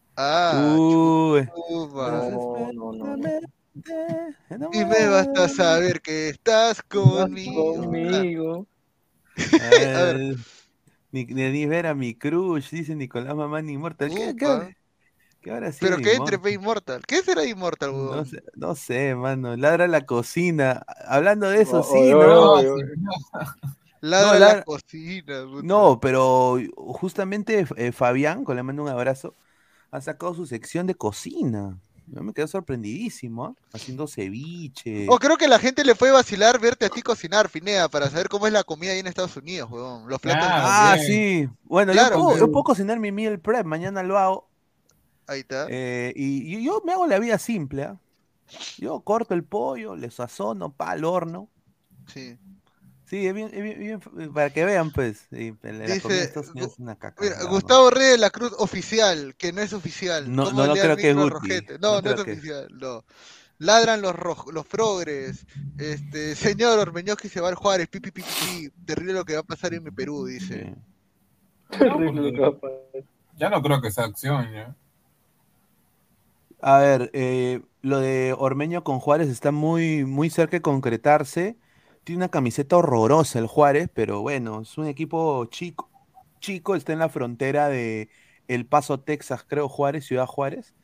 Y me basta saber que estás conmigo. A ver. Denise Vera, mi crush, dice Nicolás Mamán Inmortal. ¿Qué ahora sí? Pero que entre Immortal. ¿Qué será Immortal, weón? No sé, mano. Ladra la cocina. Hablando de eso, sí, ¿no? Ladra la cocina. Puta. No, pero justamente Fabián, le mando un abrazo, ha sacado su sección de cocina. Yo me quedé sorprendidísimo, ¿eh? Haciendo ceviche. Creo que la gente le fue a vacilar verte a ti cocinar, Pinea, para saber cómo es la comida ahí en Estados Unidos, weón. Los platos. Sí. Bueno, claro, yo puedo cocinar mi meal prep, mañana lo hago. Ahí está. Y yo me hago la vida simple, ¿eh? Yo corto el pollo, le sazono, al horno. Sí. Sí, es bien, para que vean, pues. Dice, es una caca. Mira, Gustavo Reyes de la Cruz oficial, que no es oficial. No creo que es Guti. No es oficial, no. Ladran los progres. Señor Ormeñoz que se va al Juárez, pi. Terrible lo que va a pasar en mi Perú, dice. Ya no creo que sea acción, ¿ya? A ver, lo de Ormeño con Juárez está muy, muy cerca de concretarse. Tiene una camiseta horrorosa el Juárez, pero bueno, es un equipo chico, está en la frontera de El Paso, Texas, creo, Ciudad Juárez.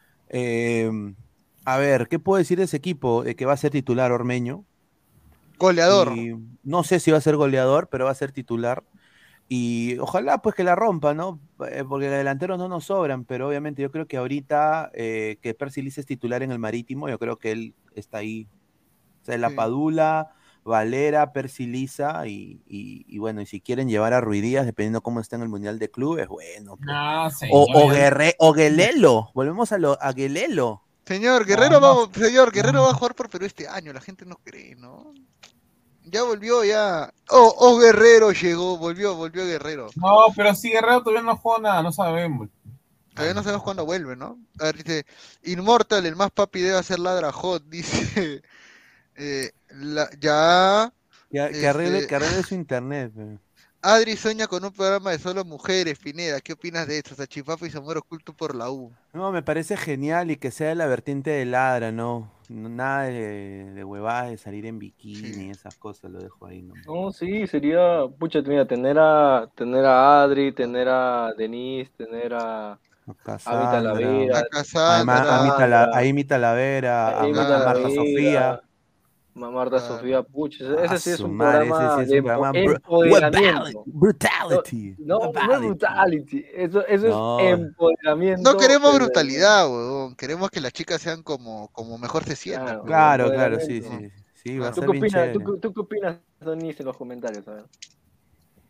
A ver, ¿qué puedo decir de ese equipo? Que va a ser titular Ormeño. Goleador. No sé si va a ser goleador, pero va a ser titular. Y ojalá pues que la rompa, ¿no? Porque delanteros no nos sobran, pero obviamente yo creo que ahorita que Percy Liz es titular en el Marítimo, yo creo que él está ahí. O sea, la Padula, Valera, Percy Liza y bueno, y si quieren llevar a Ruidías, dependiendo cómo está en el Mundial de Clubes, bueno. Pues. O Guelelo, volvemos a Guelelo. Señor Guerrero va a jugar por Perú este año, la gente no cree, ¿no? Ya volvió, ya. Guerrero llegó, volvió Guerrero. No, pero si Guerrero todavía no juega nada, no sabemos. Todavía no sabemos cuándo vuelve, ¿no? A ver, dice, Immortal, el más papi debe hacer ladra hot, dice. Que arregle su internet. Adri sueña con un programa de solo mujeres, Pineda. ¿Qué opinas de esto? Sachifafa y su amor oculto por la U. No, me parece genial y que sea de la vertiente de ladra, ¿no? Nada de huevadas de salir en bikini, esas cosas, lo dejo ahí, ¿no? No, sí, sería, pucha, mira, tener a Adri, tener a Denise, tener a Ami Talavera, a Amy Talavera, a Marta Sofía. Marta Sofía, pucha, ese sí es un programa de empoderamiento. Brutality. No es brutality, eso es empoderamiento. No queremos brutalidad, weón. Queremos que las chicas sean como mejor se sientan. Claro, sí, va a ¿Tú ser bien chévere. ¿Tú qué opinas, Denise, en los comentarios? A ver.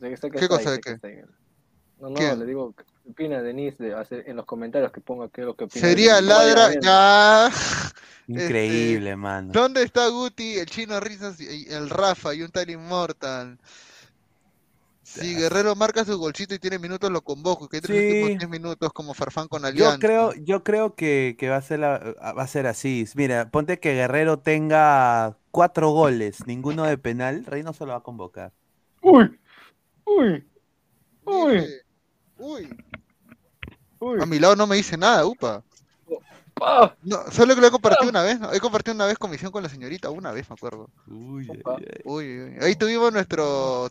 ¿Qué cosa de qué? No, ¿Quién? le digo, ¿qué opina Denise de hacer en los comentarios que ponga qué es lo que opina? Sería ladra, ya. Increíble, mano. ¿Dónde está Guti, el Chino Risas, y el Rafa y un tal Inmortal? Si Guerrero marca su golcito y tiene minutos, lo convoco. Que entre los últimos 10 minutos como Farfán con Alianza. Yo creo que va a ser así. Mira, ponte que Guerrero tenga 4 goles, ninguno de penal, Reynoso lo va a convocar. Uy. A mi lado no me dice nada, upa. No, solo que lo he compartido una vez, ¿no? He compartido una vez comisión con la señorita, una vez me acuerdo. Uy. Ahí tuvimos nuestras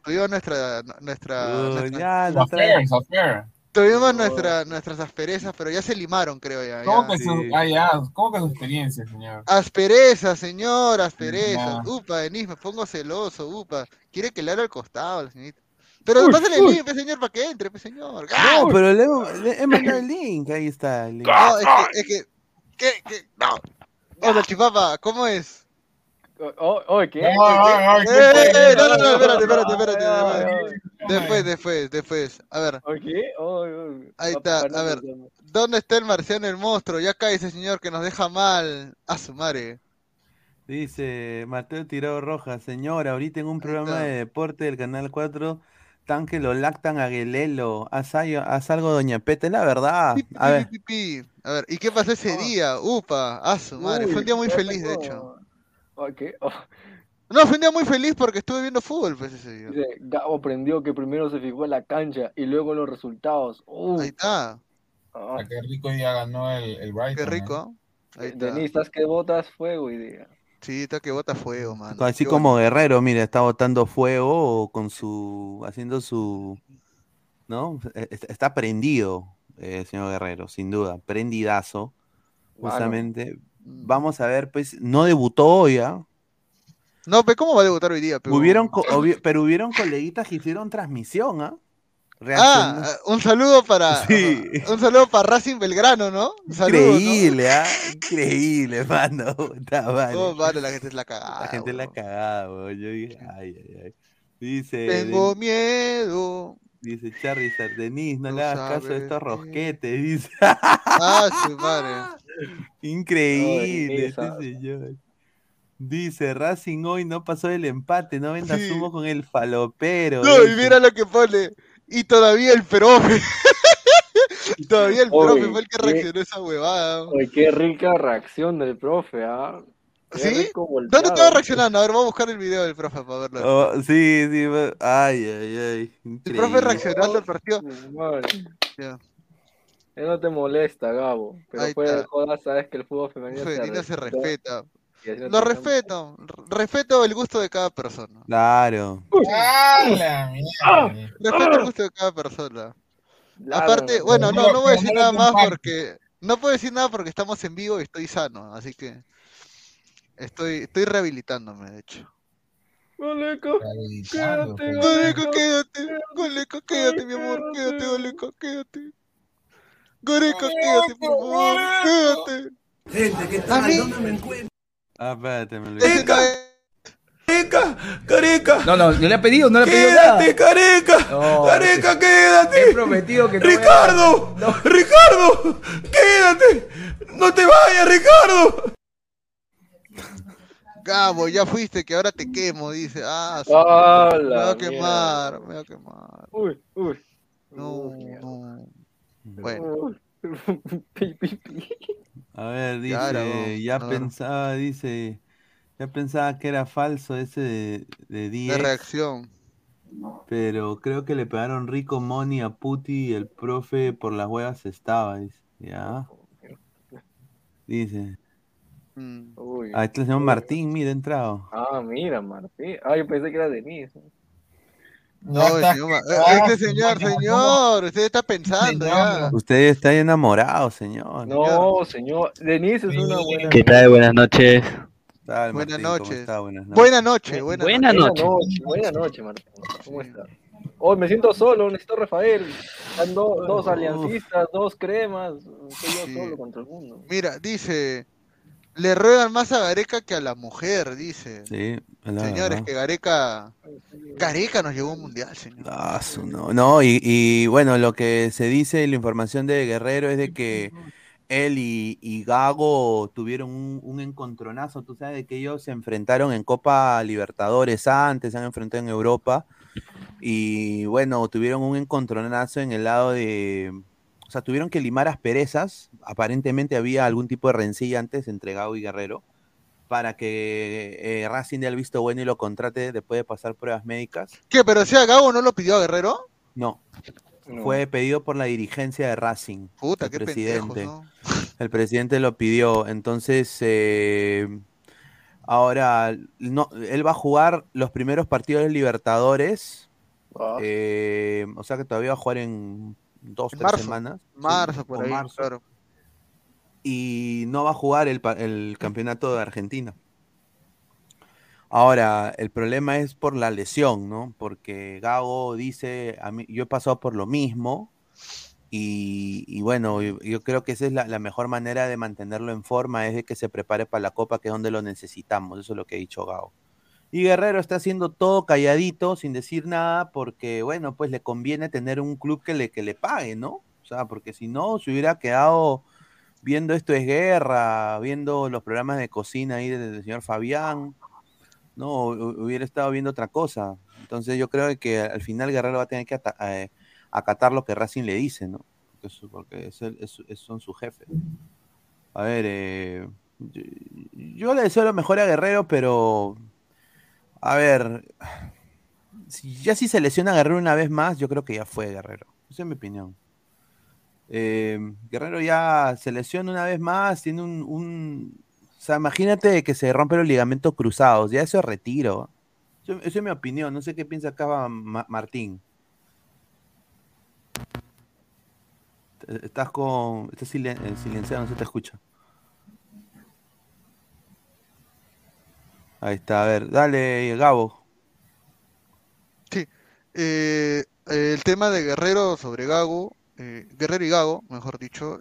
asperezas, pero ya se limaron, creo ya. ¿Cómo que su experiencia, señor? Asperezas, señor, asperezas. Upa, Denis, me pongo celoso, upa. Quiere que le haga al costado, la señorita. Pero pásale el link, señor, para que entre, señor. No, pero le he mandado el link, ahí está el link. No, es que no. Hola, Chipapa, ¿cómo es? ¿Qué? Espérate. Después. A ver. Ahí está, a ver. ¿Dónde está el marciano, el monstruo? Ya cae ese señor que nos deja mal. A su madre. Dice Mateo Tirado Rojas, señora, ahorita en un programa de deporte del Canal 4, tan que lo lactan a Guelelo. Haz algo, doña Peta, es la verdad. A ver. A ver, ¿y qué pasó ese día? Upa, a su madre. Fue un día muy feliz, de hecho. No, fue un día muy feliz porque estuve viendo fútbol, pues, ese día. Dice, Gabo aprendió que primero se fijó en la cancha y luego en los resultados. Ahí está. Qué rico día ganó el Brighton. Qué rico. Ahí está. Denis, estás que botas fuego hoy día. Sí, está que bota fuego, mano. Así como Guerrero, mira, está botando fuego haciendo su, ¿no? Está prendido, señor Guerrero, sin duda, prendidazo, justamente. Vamos a ver, pues, no debutó hoy, ¿ah? No, pero ¿cómo va a debutar hoy día? Pero hubieron coleguitas que hicieron transmisión, ¿ah? Un saludo para Racing Belgrano, ¿no? Increíble, ¿ah? Increíble, mano. Vale, la gente es la cagada. La gente es la cagada, weón. Yo dije, ay. Dice. Tengo miedo. Dice Charizard, Denise, no le hagas caso a estos rosquetes, dice. Su madre. Increíble, este señor. Dice, Racing hoy no pasó el empate, no vendas humo con el falopero. No, y mira lo que pone. Y todavía el profe. Todavía el profe fue el que reaccionó a esa huevada. Oye, qué rica reacción del profe, ¿ah? ¿Sí? ¿Dónde estaba reaccionando? A ver, voy a buscar el video del profe para verlo. Sí. Ay. Increíble. El profe reaccionando al partido. Ya. No te molesta, Gabo. Pero fuera de jodas, sabes que el fútbol femenino se respeta. Lo respeto. Respeto el gusto de cada persona. Claro. Respeto el gusto de cada persona. Aparte, bueno, no voy a decir nada más porque no puedo decir nada porque estamos en vivo y estoy sano, así que estoy rehabilitándome, de hecho. Goleco, quédate. Goleco, quédate, mi amor. Quédate, Goleco, quédate. Goleco, quédate, por favor. Quédate. Gente, ¿qué tal? ¿Dónde me encuentro? Espérate, me olvidé. Careca. No, yo le he pedido, nada. Quédate, Careca, quédate. He prometido que no. Ricardo, quédate. No te vayas, Ricardo. Gabo, ya fuiste, que ahora te quemo, dice. Me voy a quemar. Uy. No. Bueno. A ver, dice, ya pensaba que era falso ese de 10. De reacción. Pero creo que le pegaron rico money a Puti y el profe por las huevas estaba, dice. Ya. Dice. Ahí está el señor Martín, mira, entrado. Mira, Martín. Yo pensé que era Denise. No, señor, usted está pensando ya. Usted está enamorado, señor. No, señor. Denise es una buena. ¿Qué tal? Buenas noches. Buenas noches. Buenas noches, Martín. ¿Cómo está? Hoy me siento solo, necesito Rafael. Están dos aliancistas, 2 cremas. Estoy yo solo contra el mundo. Mira, dice Le ruegan más a Gareca que a la mujer, dice. Sí, es la Señores, verdad. que Gareca nos llevó a un mundial, señor. No, y bueno, lo que se dice, la información de Guerrero es de que él y Gago tuvieron un encontronazo. Tú sabes de que ellos se enfrentaron en Copa Libertadores antes, se han enfrentado en Europa. Y bueno, tuvieron un encontronazo en el lado de. O sea, tuvieron que limar asperezas. Aparentemente había algún tipo de rencilla antes entre Gago y Guerrero. Para que Racing dé el visto bueno y lo contrate después de pasar pruebas médicas. ¿Qué? ¿Pero si a Gago no lo pidió a Guerrero? No. No. Fue pedido por la dirigencia de Racing. Puta, el qué presidente. pendejos, ¿no? El presidente lo pidió. Entonces, ahora, no, él va a jugar los primeros partidos de Libertadores. O sea que todavía va a jugar en 2, 3 semanas. Marzo, Sí, por o ahí, marzo. claro. Y no va a jugar el campeonato de Argentina. Ahora, el problema es por la lesión, ¿no? Porque Gago dice, a mí, yo he pasado por lo mismo y bueno, yo creo que esa es la mejor manera de mantenerlo en forma, es de que se prepare para la Copa, que es donde lo necesitamos, eso es lo que ha dicho Gago. Y Guerrero está haciendo todo calladito, sin decir nada, porque bueno, pues le conviene tener un club que le pague, ¿no? O sea, porque si no, se hubiera quedado viendo Esto es Guerra, viendo los programas de cocina ahí del señor Fabián. No, hubiera estado viendo otra cosa. Entonces yo creo que al final Guerrero va a tener que acatar lo que Racing le dice, ¿no? Porque son su jefe. A ver, yo le deseo lo mejor a Guerrero, pero a ver, si se lesiona a Guerrero una vez más, yo creo que ya fue Guerrero. Esa es mi opinión. Guerrero ya se lesiona una vez más, tiene o sea, imagínate que se rompen los ligamentos cruzados, ya eso es retiro. Esa es mi opinión, no sé qué piensa acá Martín. Estás silenciado, no se te escucha. Ahí está, a ver, dale, Gabo. Sí. El tema de Guerrero sobre Gago, Guerrero y Gago, mejor dicho,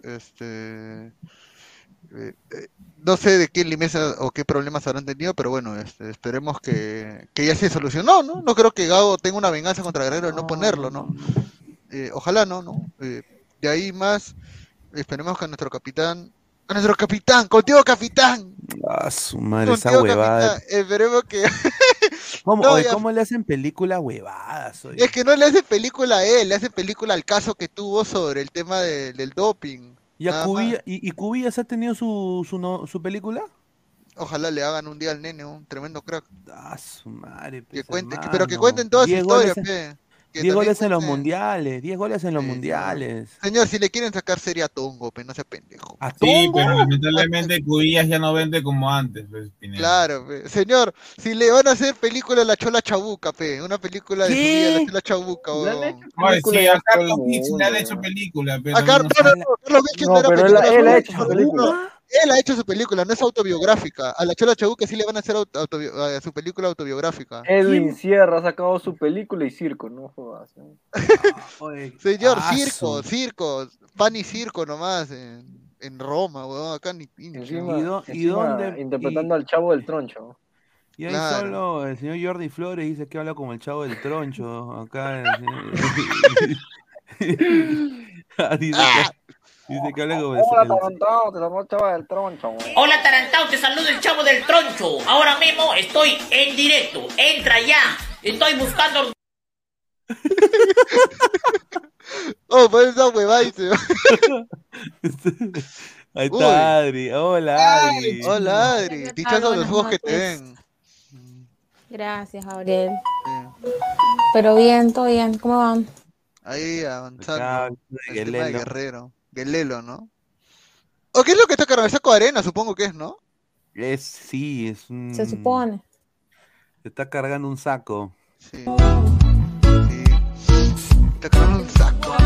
no sé de qué limesa o qué problemas habrán tenido, pero bueno, esperemos que ya se solucionó, ¿no? No creo que Gago tenga una venganza contra Guerrero de no ponerlo, ¿no? Ojalá no. De ahí más, esperemos que nuestro capitán, contigo capitán, Ah, su madre, esa contigo huevada. capitán, esperemos que... ¿Cómo, No, oye, ya- ¿cómo le hacen película huevadas? Oye? Es que no le hace película a él, le hace película al caso que tuvo sobre el tema del doping. ¿Y, a Nada más. y Cubillas ha tenido su película? Ojalá le hagan un día al nene, un tremendo crack. Ah, su madre, Que pues, cuente, pero que hermano. cuenten toda su 10 historia, goles, pe. Que 10 también goles en los cuente. mundiales, 10 goles en los Sí, mundiales. Señor, si le quieren sacar serie a Tongo, pe, no sea pendejo. ¿A Sí, Tongo? pero lamentablemente Cubillas ya no vende como antes, pues, Pineda. Claro, pe. Señor, si le van a hacer película a la Chola Chabuca, pe, una película de su vida, la ¿Qué? Chola Chabuca, weón. Oye, sí, a Carlos Vich le han hecho película, pero A Carlos, no sé. Carlos Víquez no No, era pero película él ha suya, hecho su no, película. él ha hecho su película, no es autobiográfica. A la Chola Chabuca sí le van a hacer su película autobiográfica. Edwin Sierra ha sacado su película y circo, no jodas. ¿no? Oye, Señor, ah, circo, pan y circo nomás en Roma, weón, acá ni pinche. Encima, ¿Y dónde? interpretando al Chavo del Troncho. Y ahí Claro. solo el señor Jordi Flores dice que habla como el Chavo del Troncho. Acá dice que habla como Hola, Tarantado, te llamó el Chavo del Troncho. güey. Hola Tarantao, te saluda el chavo del troncho. Ahora mismo estoy en directo. Entra ya. Estoy buscando... Oh, pues esa huevada dice. Ahí Uy. está Adri. Hola Adri. Hola Adri, ¿Qué tal? dichosos los Buenas ojos que te noches. ven. Gracias, Gabriel. Pero bien, todo bien. ¿Cómo van? Ahí avanzando. Acá, El tema de Guelelo. Guerrero. Guelelo, ¿no? ¿O qué es lo que está cargando? Saco de arena, supongo que es, ¿no? Sí, es un... Se supone. Está cargando un saco. Sí. Está cargando un saco.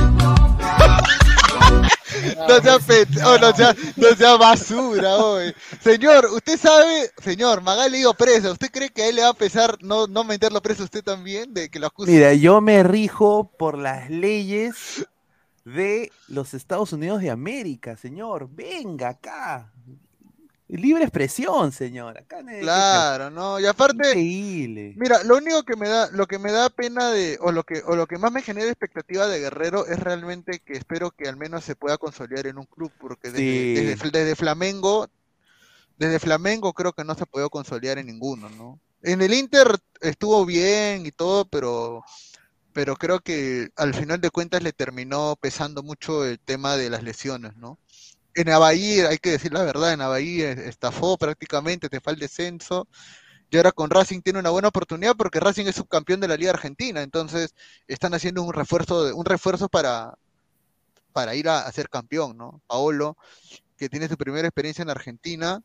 No sea basura, hoy. Señor, usted sabe, señor, Magali ido preso. ¿Usted cree que a él le va a pesar no meterlo preso usted también? De que lo acuse. Mira, yo me rijo por las leyes de los Estados Unidos de América, señor. Venga acá. Libre expresión, señor. Acá Claro, no, y aparte, increíble. mira, lo que me da pena o lo que más me genera expectativa de Guerrero es realmente que espero que al menos se pueda consolidar en un club, porque desde Flamengo creo que no se puede consolidar en ninguno, ¿no? En el Inter estuvo bien y todo, pero creo que al final de cuentas le terminó pesando mucho el tema de las lesiones, ¿no? En Avaí, hay que decir la verdad, en Avaí estafó prácticamente, te fue el descenso, y ahora con Racing tiene una buena oportunidad porque Racing es subcampeón de la Liga Argentina, entonces están haciendo un refuerzo para ir a ser campeón, ¿no? Paolo, que tiene su primera experiencia en Argentina,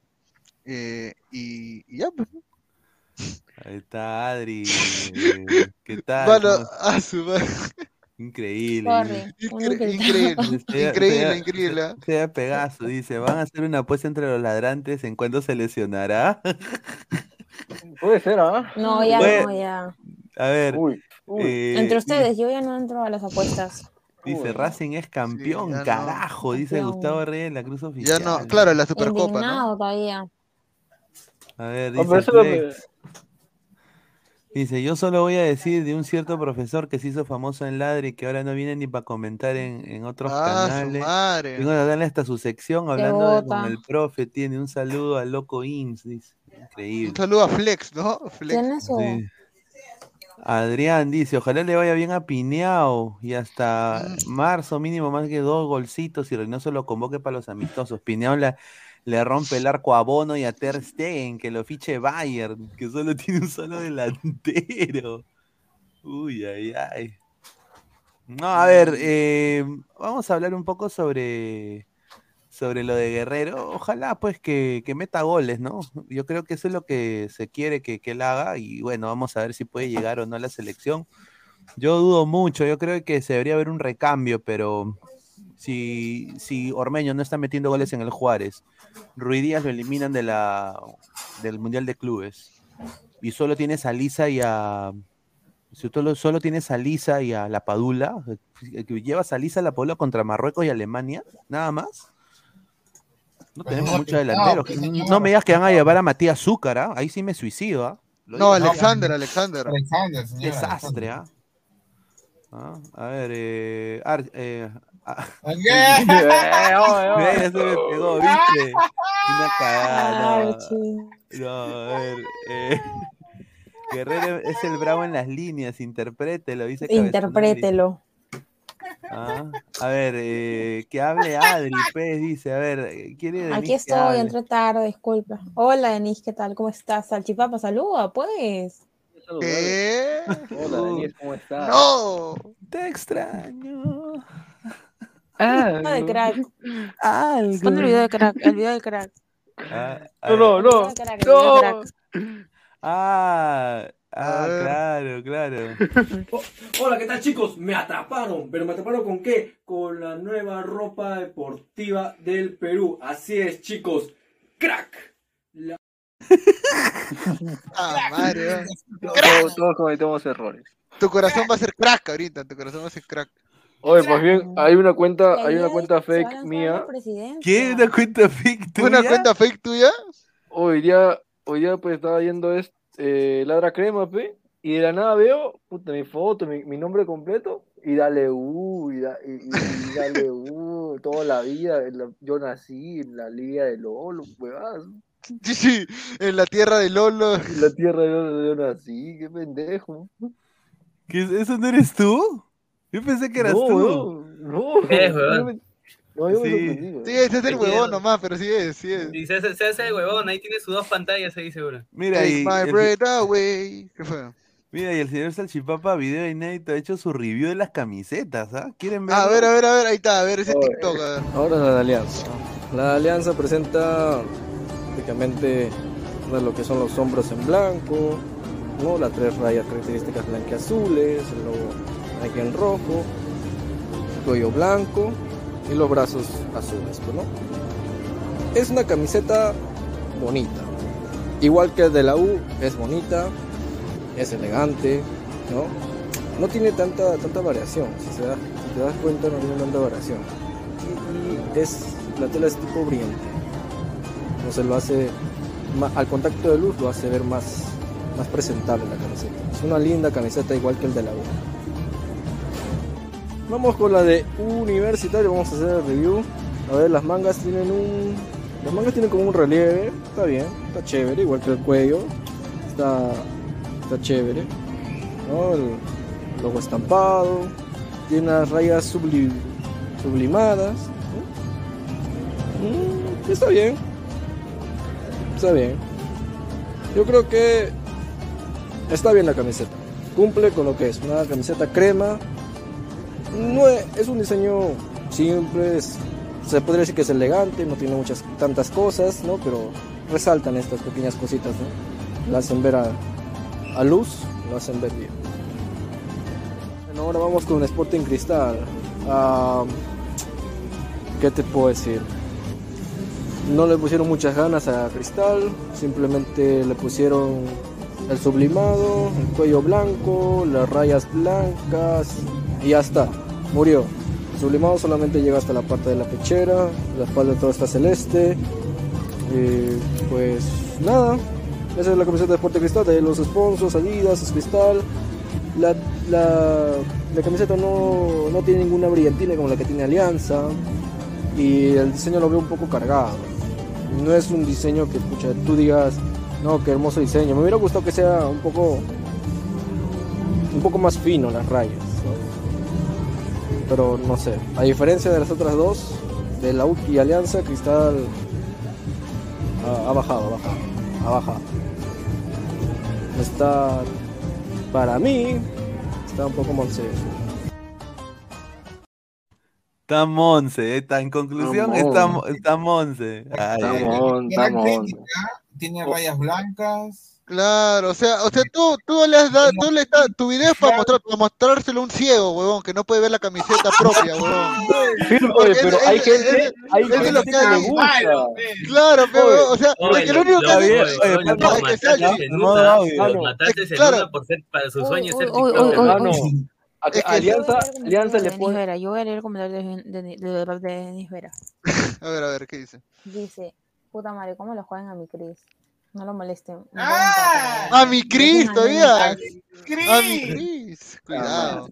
y ya, pues. Ahí está Adri. ¿Qué tal? Bueno, ¿Cómo estás? a su madre. Increíble. Increíble. Sea Pegaso, dice, van a hacer una apuesta entre los ladrantes en cuándo se lesionará. Puede ser, ¿ah? No, ya Bueno, no, ya. A ver. Entre ustedes, yo ya no entro a las apuestas. Dice, Racing es campeón, ya no. carajo, dice Campeón. Gustavo Reyes en la Cruz Ya Oficial. no, claro, la Supercopa, ¿no? Indignado todavía. A ver, pero dice eso lo Flex. Dice, yo solo voy a decir de un cierto profesor que se hizo famoso en Ladre y que ahora no viene ni para comentar en otros Su canales. madre. Tengo que darle hasta su sección hablando con bota. el profe. Tiene un saludo al loco Ins, dice. Increíble. Un saludo a Flex, ¿no? Flex. ¿Quién es eso? Sí. Adrián dice, ojalá le vaya bien a Pineao y hasta marzo mínimo más que 2 golcitos y Reynoso lo convoque para los amistosos. Pineao le rompe el arco a Bono y a Ter Stegen, que lo fiche Bayern, que solo tiene un solo delantero. Uy, ay, ay. No, a ver, vamos a hablar un poco sobre lo de Guerrero. Ojalá pues que meta goles, ¿no? Yo creo que eso es lo que se quiere que él haga y bueno, vamos a ver si puede llegar o no a la selección. Yo dudo mucho, yo creo que se debería haber un recambio, pero si Ormeño no está metiendo goles en el Juárez, Ruiz Díaz lo eliminan del Mundial de Clubes y solo tienes a Lisa y a... Si solo tienes a Lisa y a la Padula, que llevas a Lisa y a la Padula contra Marruecos y Alemania, nada más. No tenemos muchos delanteros. No me digas que van a llevar a Matías Zúcar, ¿ah? Ahí sí me suicido, ¿ah? No, Alexander. Desastre, ¿ah? A ver, ya se me pegó, ¿viste? Una cagada. No, a ver, Guerrero es el bravo en las líneas, interprételo, dice Cabezón. Interprételo. A ver, que hable Adri, Pez, dice, a ver, ¿quiere Denise? Aquí estoy, entré tarde, disculpa. Hola, Denise, ¿qué tal? ¿Cómo estás? Salchipapa, saluda, pues. ¿Qué? Hola, Denise, ¿cómo estás? ¡No! Te extraño. De crack. Algo. Pon el video de crack, el video del crack. No. Claro. Hola, ¿qué tal, chicos? Me atraparon, pero ¿me atraparon con qué? Con la nueva ropa deportiva del Perú. Así es, chicos. ¡Crack! Madre. Todos cometemos errores. Tu corazón va a ser crack ahorita, tu corazón va a ser crack. Oye, pues bien, hay una cuenta fake mía. ¿Qué? ¿Una cuenta fake tuya? ¿Una cuenta fake tuya? Hoy día pues estaba viendo Ladra Crema, pe, y de la nada veo, puta, mi foto, mi nombre completo, y dale y dale toda la vida, yo nací en la Liga de Lolo, huevadas. Sí, en la tierra de Lolo. En la tierra de Lolo yo nací, qué pendejo. ¿Qué, ¿eso no eres tú? Yo pensé que eras tú. No. No, yo me sorprendí, sí, ese es el huevón nomás, pero sí es. Y se hace el huevón, ahí tiene sus 2 pantallas ahí seguro. Mira, Take my breath away. ¿Qué fue? Mira, y el señor Salchipapa, video inédito, ha hecho su review de las camisetas, ¿ah? ¿Quieren ver? A ver, ahí está, a ver ese TikTok, a ver. Ahora la de Alianza. La de Alianza presenta prácticamente lo que son los hombros en blanco, ¿no? Las 3 rayas características blanqueazules, el logo aquí en rojo, el cuello blanco y los brazos azules, ¿no? Es una camiseta bonita, igual que el de la U, es bonita, es elegante, ¿no? No tiene tanta variación, si te das cuenta no tiene tanta variación, y la tela es tipo brillante, no Entonces lo hace, al contacto de luz lo hace ver más presentable la camiseta. Es una linda camiseta igual que el de la U. Vamos con la de Universitario, vamos a hacer el review. A ver, las mangas tienen como un relieve, está bien, está chévere, igual que el cuello, está chévere, ¿no? El logo estampado, tiene unas rayas sublimadas, ¿no? Está bien. Yo creo que está bien la camiseta, cumple con lo que es, una camiseta crema. No es un diseño simple, se podría decir que es elegante, no tiene tantas cosas, ¿no? Pero resaltan estas pequeñas cositas, ¿no? La hacen ver a luz, lo hacen ver bien. Bueno, ahora vamos con Sporting Cristal. ¿Qué te puedo decir? No le pusieron muchas ganas a Cristal, simplemente le pusieron el sublimado, el cuello blanco, las rayas blancas y ya está, murió. El sublimado solamente llega hasta la parte de la pechera, la espalda todo está celeste. Pues nada, esa es la camiseta de Sporting Cristal, de los sponsors, Adidas, es Cristal. La camiseta no tiene ninguna brillantina como la que tiene Alianza, y el diseño lo veo un poco cargado. No es un diseño que tú digas, no, qué hermoso diseño. Me hubiera gustado que sea un poco más fino las rayas, ¿no? Pero no sé, a diferencia de las otras dos, de la UC y Alianza, Cristal ha bajado. Para mí, está un poco monce. Está Monse, en conclusión está Monse. Está Monse. Tiene rayas blancas. Claro, o sea, tú le has dado, tu video es para mostrárselo a un ciego, huevón, que no puede ver la camiseta propia, huevón. Oye, pero hay gente que le gusta. Claro, pero, o sea, es que lo único que hace es mataste Luna por ser, para su sueño ser Alianza le pone. Yo voy a leer el comentario de Denis Vera. A ver, ¿qué dice? Dice, puta madre, ¿cómo lo juegan a mi Cris? No lo molesten. ¡A mi Cris todavía! ¡A mi Cris! Cuidado.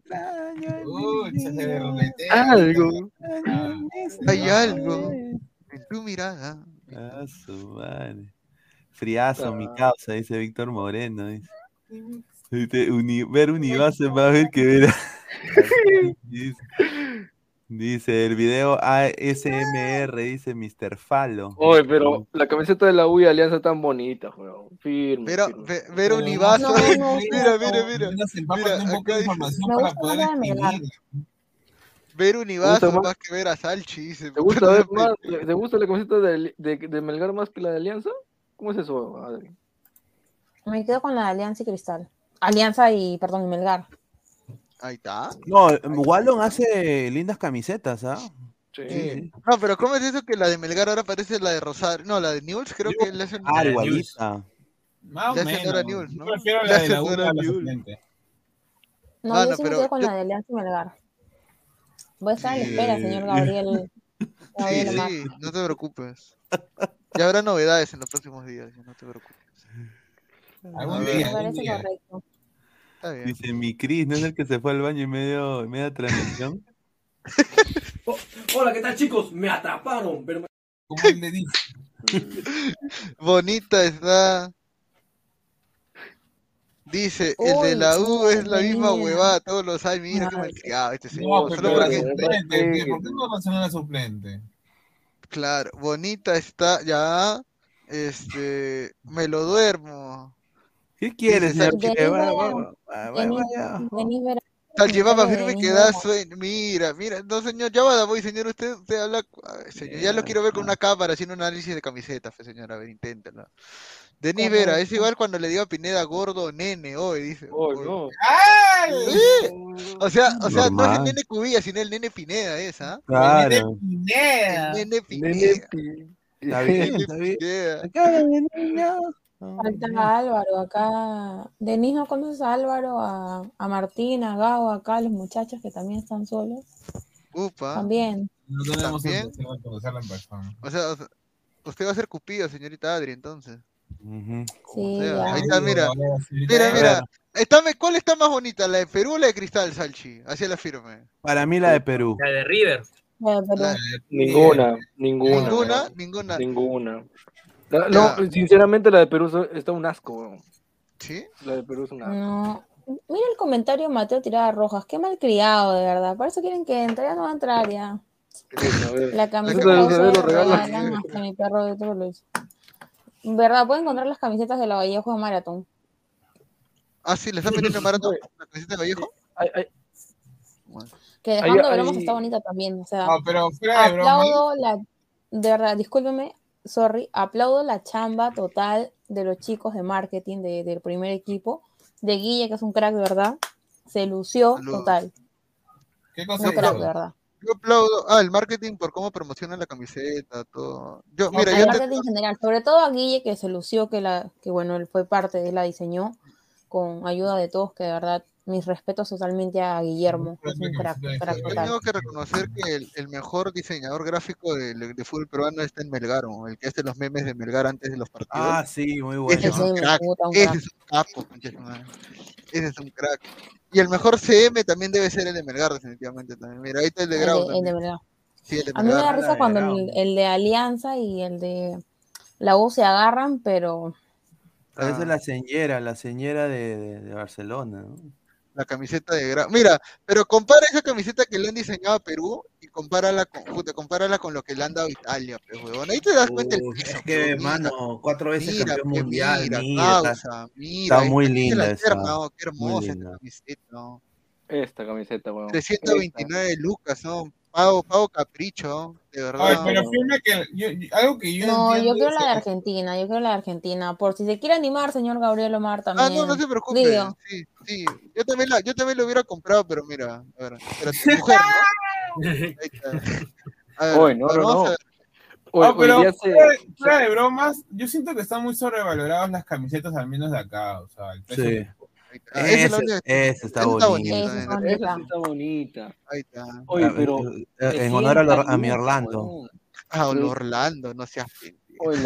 Hay algo en tu mirada. Ah, su madre. Friazo, mi causa, dice Víctor Moreno. Dice, ver Univase va a ver que verá. Dice el video ASMR, dice Mr. Falo. Oye, pero la camiseta de la U y Alianza tan bonita, weón. Firme. Ver Univaso. Mira. Ver Univaso más que ver a Salchi, dice. ¿Te gusta la camiseta de Melgar más que la de Alianza? ¿Cómo es eso, Adri? Me quedo con la de Alianza y Cristal. Alianza y Melgar. Ahí está. No, Wallon hace lindas camisetas, ¿ah? Sí. No, pero ¿cómo es eso que la de Melgar ahora parece la de Rosario? No, la de Newell's creo que le hacen... igualita. Más o menos. Newell's, ¿no? Yo prefiero la de la U a la suplente. No, yo sí me quedo con la de Alianza y Melgar. Voy a estar a la espera, señor Gabriel. Sí, no te preocupes. Ya habrá novedades en los próximos días, no te preocupes. Me parece correcto. Dice, mi Cris, ¿no es el que se fue al baño en media transmisión? Hola, ¿qué tal, chicos? Me atraparon, pero... ¿Cómo él le dice? Bonita está. Dice, el de la U es la misma huevada todos los años. Mira qué malcriado este señor. No, pero ¿por qué no mencionó la suplente? Claro, bonita está, ya. Me lo duermo. ¿Qué quieres, señor? Salchi va firme que da sueño. Mira, no señor, ya va, voy, señor, usted habla. Ver, señor, ya lo quiero ver con una cámara haciendo un análisis de camiseta, señor, a ver, inténtalo. Denis Vera, es igual cuando le digo a Pineda gordo o nene, hoy dice. No. ¡Ay! O sea, no es el nene Cubilla, sino el nene Pineda, ¿ah? Claro. El nene Pineda. Está bien. Falta a Álvaro acá. Denis, ¿no conoces a Álvaro, a Martín, a Gao, acá, los muchachos que también están solos? Upa. También. No tenemos que conocerla en persona. O sea, Usted va a ser Cupido, señorita Adri, entonces. Sí, O sea, ya. ahí está, mira. Mira. ¿Cuál está más bonita, la de Perú o la de Cristal, Salchi? Así la firme. Para mí la de Perú. La de River. Ninguna. Ninguna. No, sinceramente la de Perú está un asco, weón. ¿Sí? La de Perú es un asco. No. Mira el comentario de Mateo Tirada Rojas. Qué malcriado, de verdad. Por eso quieren que entre. Ya no va a entrar ya. La camiseta la usa de regalan hasta mi perro de todo lo hizo. ¿Verdad? Pueden encontrar las camisetas de la Vallejo de Maratón. Ah, sí, ¿le están metiendo en Maratón la camiseta de Vallejo? Que dejando veremos está bonita también. O sea, No, pero fuera de broma. aplaudo de verdad, discúlpeme, aplaudo la chamba total de los chicos de marketing del primer equipo, de Guille, que es un crack de verdad, se lució total. ¿Qué cosa un crack de verdad. Yo aplaudo el marketing por cómo promociona la camiseta, todo. El marketing en general, sobre todo a Guille, que se lució, que bueno, él fue parte, él la diseñó con ayuda de todos, que de verdad mis respetos totalmente a Guillermo, es un crack Yo total. tengo que reconocer que el mejor diseñador gráfico de fútbol peruano está en Melgaro, el que hace los memes de Melgar antes de los partidos. Ah, sí, muy bueno. Ese es un crack. Ese es un capo, ese es un crack. Y el mejor CM también debe ser el de Melgar, definitivamente también. Mira, ahí está el de Grau. El de Melgar. Sí, el de a mí me da Melgar. risa cuando el de Alianza y el de la U se agarran, pero... Esa es la señora de Barcelona, ¿no? La camiseta de Grau. Mira, pero compara esa camiseta que le han diseñado a Perú y compárala con lo que le han dado a Italia, pues, huevón. Ahí te das cuenta el piso. Es que, hermano, 4 veces campeón mundial. Mira, está muy linda esa. Qué hermosa esta camiseta, ¿no? Esta camiseta, weón. 329 lucas, ¿no? Pago capricho, de verdad. Ay, pero firme que algo que yo no, entiendo yo quiero la de Argentina, por si se quiere animar, señor Gabriel Omar también. No se preocupe. Digo. Sí. Yo también lo hubiera comprado, pero mira, a ver, espérate, mujer, ¿no? Ahí está. A ver, Oye, no. Pero fuera de bromas, yo siento que están muy sobrevaloradas las camisetas, al menos de acá, o sea, el precio. Sí. Esa está bonita. Esa está bonita. Ahí está. Oye, pero en honor a mi Orlando. Orlando, no seas pendejo. Oye,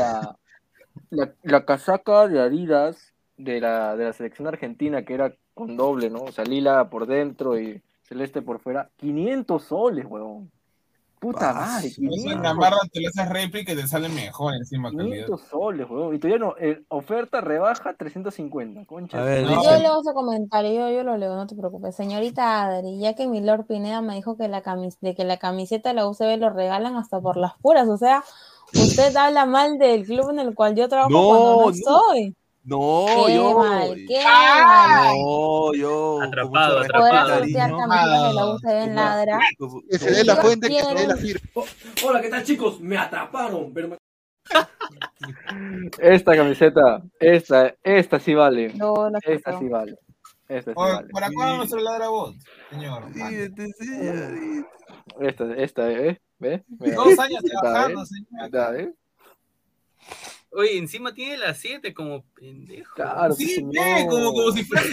la casaca de Adidas de la selección argentina, que era con doble, ¿no? O sea, lila por dentro y celeste por fuera. 500 soles, weón. Puta madre, 500. En Gamarra te lo haces réplica y te sale mejor encima. 500 soles, weón. Y todavía no, oferta rebaja 350, concha. A ver, yo leo ese comentario, yo lo leo, no te preocupes. Señorita Adri, ya que mi Lord Pineda me dijo que la camiseta de la UCB lo regalan hasta por las puras, o sea, usted habla mal del club en el cual yo trabajo cuando no estoy. No, qué mal. No, yo. Atrapado. Podrás sortear camisetas de la UCB en Ladra. Que se dé la fuente, que se dé la firma. Hola, ¿qué tal, chicos? Me atraparon, pero Esta camiseta, esta sí vale. No, esta sí vale. Esta sí vale. ¿Para cuándo nuestro ladrabot, señor? Esta, ¿ve? 2 años trabajando, señor. Oye, encima tiene las 7 como pendejo. Claro, sí, no. como si fuera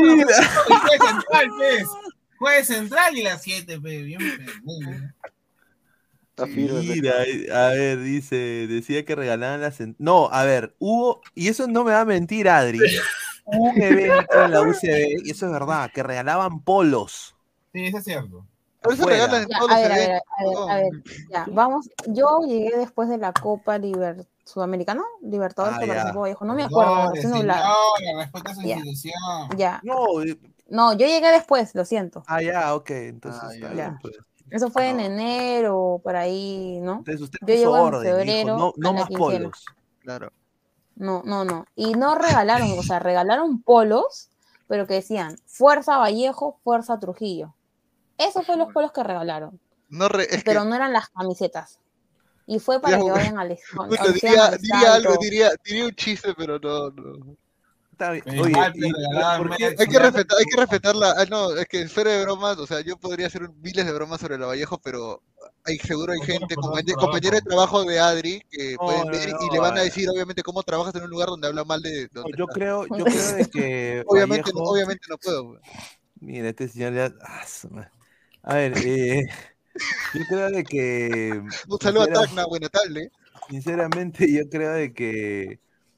Jueves central y las 7, bien pendejo. Mira, a ver, decía que regalaban las... No, a ver, hubo, y eso no me va a mentir, Adri, hubo un evento en la UCB, y eso es verdad, que regalaban polos. Sí, eso es cierto. Por eso regalan todos los eventos. A ver, ya, vamos. Yo llegué después de la Copa Sudamericana, Libertadores, que participó Vallejo, no me acuerdo. Respeto a su institución. Ya. No, yo llegué después, lo siento. Ya, ok, entonces está bien, pues. Eso fue en enero, por ahí, ¿no? Entonces usted yo llegué en febrero. dijo, no más polos. Claro. No. Y no regalaron, o sea, regalaron polos, pero que decían Fuerza Vallejo, Fuerza Trujillo. Esos fueron los polos que regalaron. Pero no eran las camisetas. Y fue para que vayan al diría un chiste, pero no. Está bien. Oye, hay que respetarla. Es que fuera de bromas, o sea, yo podría hacer miles de bromas sobre la Vallejo, pero seguro hay gente, compañero de trabajo de Adri, que pueden ver y le van a decir, obviamente, cómo trabajas en un lugar donde habla mal de... Yo creo de que... obviamente no puedo. Güey. Mira, este señor ya... A ver, yo creo de que... Un saludo a Tacna, buena tarde. Sinceramente, yo creo de que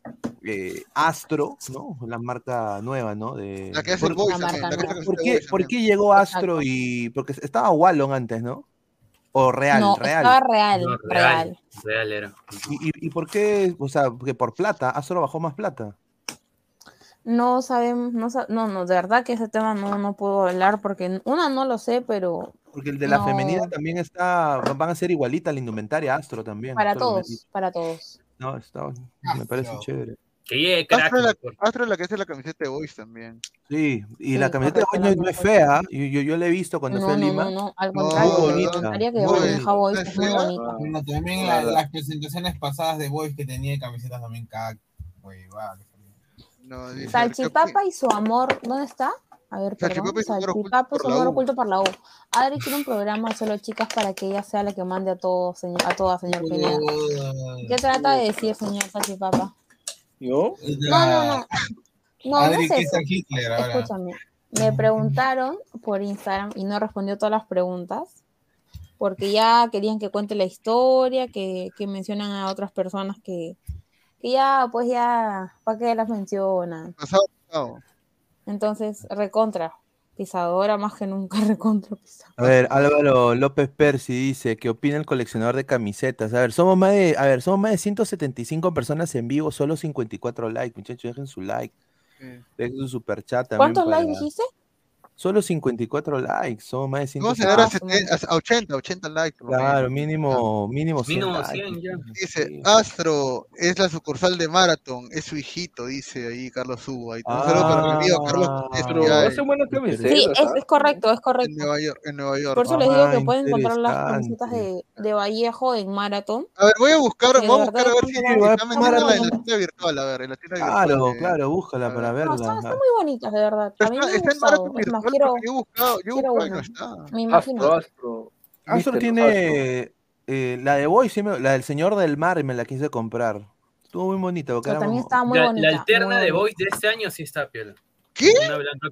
Astro, ¿no? La marca nueva, ¿no? La que hace el Boys también. La que hace ¿Por el qué, Boys por también. qué llegó Astro y...? Porque estaba Wallon antes, ¿no? O Real, No, Real. estaba Real, No, Real. Real era. ¿Y por qué? O sea, porque por plata, Astro bajó más plata. No sabemos, no, de verdad que ese tema no puedo hablar porque una no lo sé, pero Porque el de la no, femenina también van a ser igualita la indumentaria Astro también. para solo me han todos, dicho. para todos. No, me parece chévere. Que llegue crack. Astro es la que hace la camiseta de Boys también. Sí, y Sí, la camiseta de correcto, hoy no es fea. Yo la he visto cuando fui a Lima. No, al No, contrario, Muy la bonita. indumentaria que Muy maneja bonita. Boys es muy bonita. Bueno, también las presentaciones pasadas de Boys que tenía camisetas también cac, güey, va. No, dice, Salchipapa y su amor, ¿dónde está? A ver, perdón. Salchipapa y su amor oculto Salchipapa y por su la amor U. oculto por la U. Adri quiere un programa solo chicas para que ella sea la que mande a todos, a todas, señor Pineda. ¿Qué trata de decir, señor Salchipapa? ¿Yo? No. No Adri, es ¿qué eso. es Hitler ahora? Escúchame. Me preguntaron por Instagram y no respondió todas las preguntas porque ya querían que cuente la historia, que mencionan a otras personas que ya, pues ya, ¿para qué las mencionan? Pasado. Entonces, recontra, pisadora más que nunca, recontra pisadora. A ver, Álvaro López Percy dice, ¿qué opina el coleccionador de camisetas? A ver, somos más de 175 personas en vivo, solo 54 likes, muchachos, dejen su like. Dejen su superchat también. ¿Cuántos likes dijiste? Solo 54 likes, somos más de Vamos 150. a llegar a 80 likes. por lo Claro, menos. mínimo 100 Mínimo likes. 100 ya. Dice, Astro es la sucursal de Marathon, es su hijito, dice ahí Carlos Hugo. Ahí un saludo para mi amigo Carlos. Pero hace buena camiseta. Sí, es correcto, es correcto. En Nueva York. Por eso les digo que pueden encontrar las camisetas de Vallejo en Maratón. A ver, voy a buscar a ver si Sí, está vendiéndola en la tienda virtual. A ver, en la tienda virtual. Claro, búscala para verla. Están muy bonitas, de verdad. A mí me Está ha en Marathon gustado. Es más, virtual quiero porque yo he buscado y no una. está. Me imagino. Astro tiene la de Boy, la del Señor del Mar, me la quise comprar. Estuvo muy bonita. Porque Pero también estaba muy bonita. La alterna muy de bonita. Boys de este año sí está piola. ¿Qué? Una blanca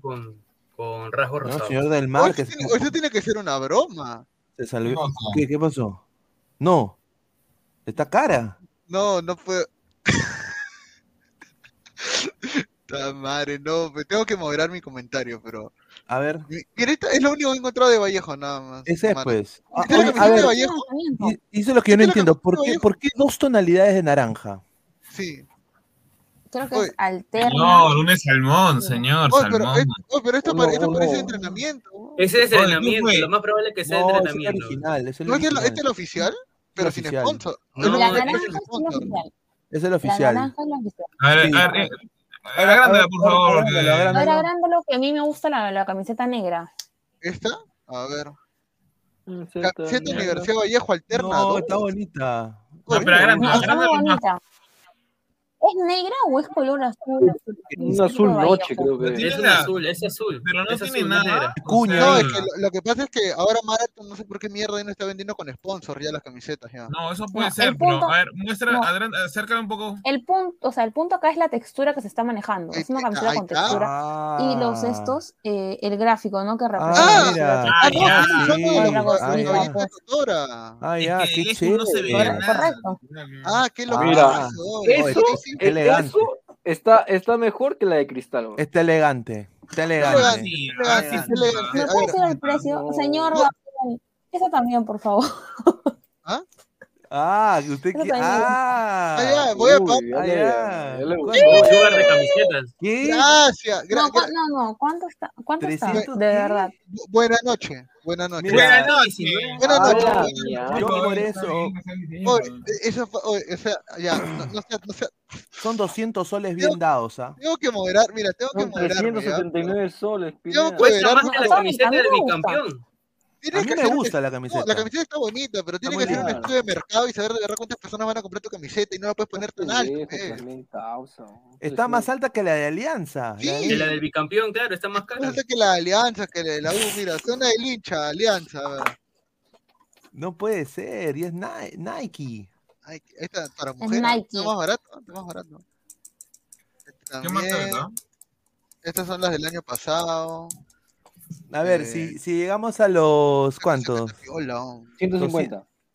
con rasgos No, rosados. Señor del Mar. Eso tiene que ser una broma. Se salió. ¿Qué pasó? No. Está cara. No puedo. Madre, no, me tengo que moderar mi comentario, pero. A ver. Mira, esta es lo único que he encontrado de Vallejo, nada más. Ese es, pues. ¿Esta es la camiseta de Vallejo? Y eso es lo que yo no entiendo. ¿Por qué dos tonalidades de naranja? Sí. Creo que es alterna. No, un salmón, señor, salmón. Pero esto parece entrenamiento. Ese es entrenamiento, lo más probable es que sea entrenamiento. Es original, es el ¿No original. este es el oficial? Pero sin oficial. sponsor. No, La naranja es el oficial. Es el La oficial. naranja es la oficial. A ver, agrándala, por favor. Ahora agrándalo, que a mí me gusta la camiseta negra. ¿Esta? A ver. Camiseta Universidad Vallejo alterna. No, está bonita. No, pero agrándala, Está muy bonita. ¿Es negra o es color azul? Un azul noche, creo que Es un azul, es azul. Pero no es tiene azul, nada. negra. No, es que lo que pasa es que ahora Marathon no sé por qué mierda ya no está vendiendo con sponsor ya las camisetas ya. No, eso puede No, ser, el punto- pero a ver, muestra, no. acércame un poco. El punto acá es la textura que se está manejando. Es una camiseta ahí con está. textura. Y los estos, el gráfico, ¿no? Que Ah, representa. mira. Ya, qué chévere. No se veía nada. Correcto. Qué lo Mira, eso elegante. está mejor que la de cristal. ¿No? Está elegante. Está elegante. Sí, ¿Me puede decir el precio? Señor Gabriel, eso también, por favor. Que usted Eso quiere. también. Voy a Sugar de camisetas. ¿Qué? Gracias. No, ¿cuánto está? ¿Cuánto está? 300, De verdad. Buenas noches. Buenas noches. Mira, Buenas noches. Yo por eso. Eso fue, o sea, ya, no sea. Son 200 soles bien dados, ¿ah? Tengo que moderar, mira, tengo que Son moderarme. 379 soles. Tengo que Cuesta más moderarme. que la camiseta del bicampeón. A mí me gusta la camiseta. No, la camiseta está bonita, pero tiene que hacer un estudio de mercado y saber de verdad cuántas personas van a comprar tu camiseta y no la puedes poner tan alto. Está más alta que la de Alianza. Que la del bicampeón, claro, está más cara. No sé que la Alianza, que la de la U, mira, zona del hincha, Alianza. A ver. No puede ser, y es Nike. Esta para mujeres. Nike. Está más barato, está más barato. ¿Qué marca es, También, estas son las del año pasado. A ver, si llegamos a los ¿cuántos? Hola. 150.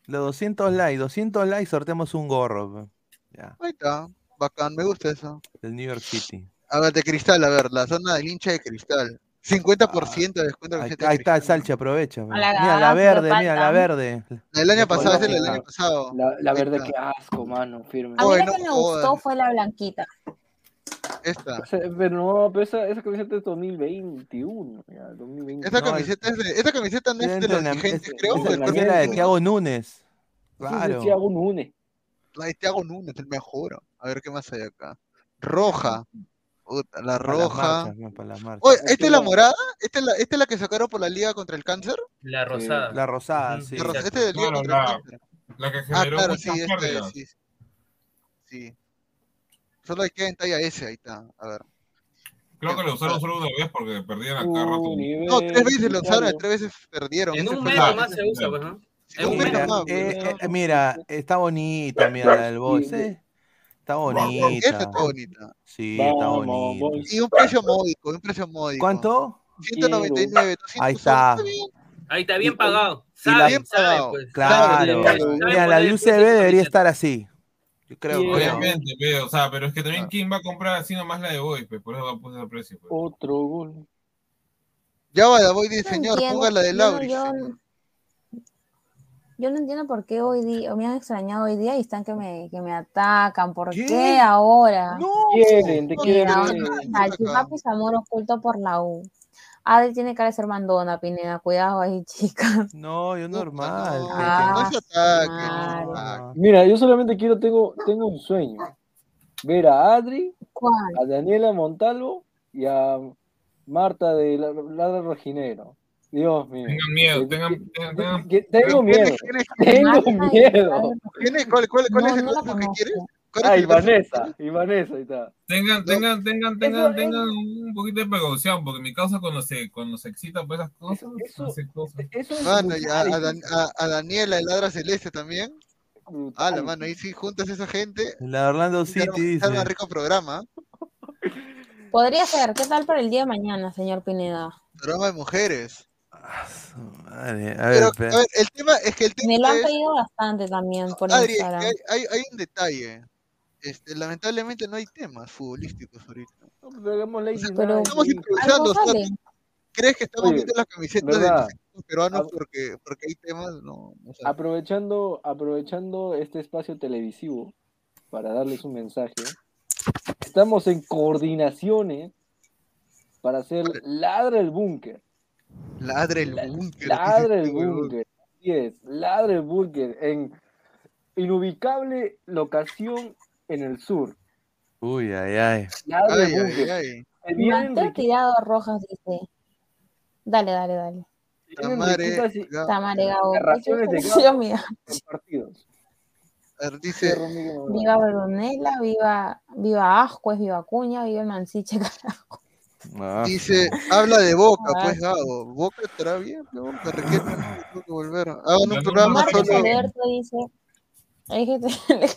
Los 200 likes, sorteamos un gorro. Pe. Ya, Ahí está, bacán, me gusta eso. del New York City. A ver, de cristal, a ver, la zona del hincha de cristal. 50% de descuento en Ahí, camiseta de ahí está el cristal. Salchi, aprovecha. Pe. A la Mira, la gafa, verde, le mira, la falta. verde. El año pasado, ese es el Ecológica. año pasado. La Ahí verde, está. qué asco, mano, firme. A mí Oye, la no que me gustó jodas. fue la blanquita. Esta. O sea, pero no, pero esa camiseta es 2021, ya, 2020. Esta No, camiseta es de, esta camiseta no es es de de los entrenam- vigentes, es- creo, es del cuerpo la de técnico. Thiago Núñez. Ese es de Claro. Thiago Núñez. La de Thiago Núñez, el mejor. A ver qué más hay acá. Roja. Puta, la Para las roja. marchas, no, para las marchas. Oye, Aquí ¿esta es la la- morada? ¿Esta es la que sacaron por la Liga contra el Cáncer? La rosada. La rosada, Ujú, sí. La rosa- exacto. Esta es de Liga Claro, contra el la, Cáncer. la que Ah, generó claro, muchas sí, esta es, pérdidas. sí. Sí. Solo hay que en talla S, ahí está. A ver. Creo que lo usaron solo una vez porque perdían a cada rato. No, 3 veces lo usaron y 3 veces perdieron. En Ese un fue mes el- nomás se usa, pues, ¿no? Sí, un mes Mira, nomás, pues, mira, está bonita, mira la del boss, Está Esa bonita. está bonita. Sí, está Vamos, bonita. boys. Y un precio módico, un precio módico. ¿Cuánto? 199, 200 Ahí está. soles, bien. Ahí está bien pagado. Y la- Saben, Bien saben, pagado. pues. Claro. Saben Mira, la poner de el precio UCB de su debería camiseta. estar así. Yo creo que. Obviamente, pero, o sea, pero es que también quién va a comprar así nomás la de Boys, pues, por eso va a poner el precio. Pues. Otro gol. Ya va, voy de No señor, entiendo, ponga la de yo no- Lauris. Yo no entiendo por qué hoy día, me han extrañado hoy día y están que me atacan. ¿Por ¿Qué? qué ahora? No. Te quieren Mira, ver. Salchipapa y amor oculto por la U. Adri tiene cara de ser mandona, Pineda. Cuidado ahí, chicas. No, yo normal. No, Ah, no es ataque, madre. no es ataque. Mira, yo solamente tengo un sueño. Ver a Adri, ¿Cuál? a Daniela Montalvo y a Marta de Ladra Rojinero. Dios mío. Tengan miedo, tengan. Tengo miedo. Tengo Marta y miedo. ¿Quién es? ¿Cuál No, es el no la verso que conozco. quieres? Ah, y Vanessa, ahí está. Tengan Eso- un poquito de precaución, porque mi causa cuando se excita por esas cosas, hace cosas. Eso es Mano, y a, brutal. a Daniela, el Ladra Celeste también. Ah, la mano, ahí sí juntas a esa gente. La de Orlando Se arma- City se arma dice. rico programa. Podría ser. ¿Qué tal para el día de mañana, señor Pineda? Programa de mujeres. Madre, a Pero, ver, a espera. ver, el tema es que el Me tema lo han es, pedido bastante también por Adri, Instagram. hay un detalle. Lamentablemente no hay temas futbolísticos ahorita. No, pues hagamos Ladies Pero- Night. Estamos sí. improvisando. Algo o sea, sale. ¿Crees que estamos Oye, viendo las camisetas de ¿verdad? los equipos peruanos Ah, porque hay temas? No sé. Aprovechando este espacio televisivo para darles un mensaje, estamos en coordinaciones para hacer Ladra el Búnker. Ladra el búnker. Ladra el dice este huevón. Búnker. Así es, Ladra el Búnker en inubicable locación en el sur. Uy, ay, ay. Ladra el Ay, ay, Búnker. ay. Se vienen Mateo riqui- Tirado Rojas dice. Dale. se vienen Tamare, riquitas y Tamare Gabo. narraciones de Yo, Gabo mira. en partidos. A ver, dice, Cerro Miguel Morales. Viva Brunella, viva Ascuez, viva Cuña, viva el Mansiche, carajo. Ah, habla de Boca, Ah. pues Gabo. Boca estará bien, ¿no? De repente tengo que volver. Hagan un Ya no, programa Marcos solo. Alberto dice. Es que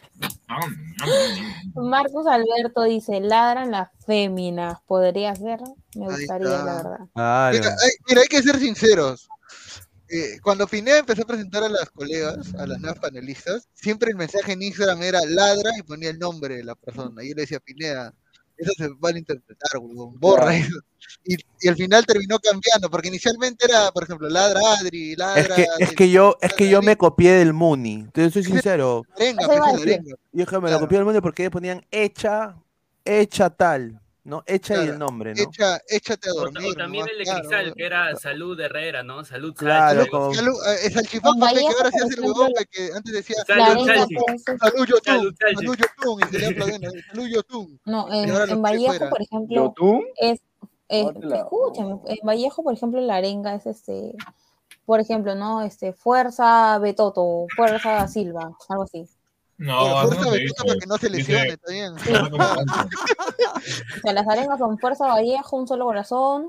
Marcos Alberto dice, ladran las féminas. ¿Podría ser? Me Ahí gustaría, está. la verdad. claro. Mira, hay que ser sinceros. Cuando Pineda empezó a presentar a las colegas, a las nuevas panelistas, siempre el mensaje en Instagram era ladra y ponía el nombre de la persona. Y yo le decía, Pineda, eso se va a interpretar, huevón, borra Claro. eso. Y al final terminó cambiando, porque inicialmente era, por ejemplo, ladra Adri, ladra. Es que yo me copié del Muni. Entonces soy sincero. Arenga, Eso iba a pues, decir. arenga. Yo que me Claro. lo copié del Muni porque ellos ponían hecha tal, ¿no? Hecha y Claro. el nombre, ¿no? Échate a O dormir. también nomás, el de claro. Cristal, que era Salud Herrera, ¿no? Salud Claro, Salchi, como- Salchipapa, En pe, que Vallejo, ahora se por hace el ejemplo, huevón, pe, que antes decía La Salud arenga Salchi. pues, Salud Yotun, Salud Salchi. Salud Yotun, y se le aplauden, Salud Yotun. no, Y ahora lo en que Vallejo, fuera. por ejemplo, ¿Yotun? es, Ótela. escúchame, en Vallejo, por ejemplo, la arenga es por ejemplo, ¿no? Fuerza Betoto, Fuerza Silva, algo así. No, Pero así fuerza no se Betota dice. para que no se Dice, lesione, está bien. "Habla como cancha". O sea, las arengas son Fuerza Vallejo, Un Solo Corazón,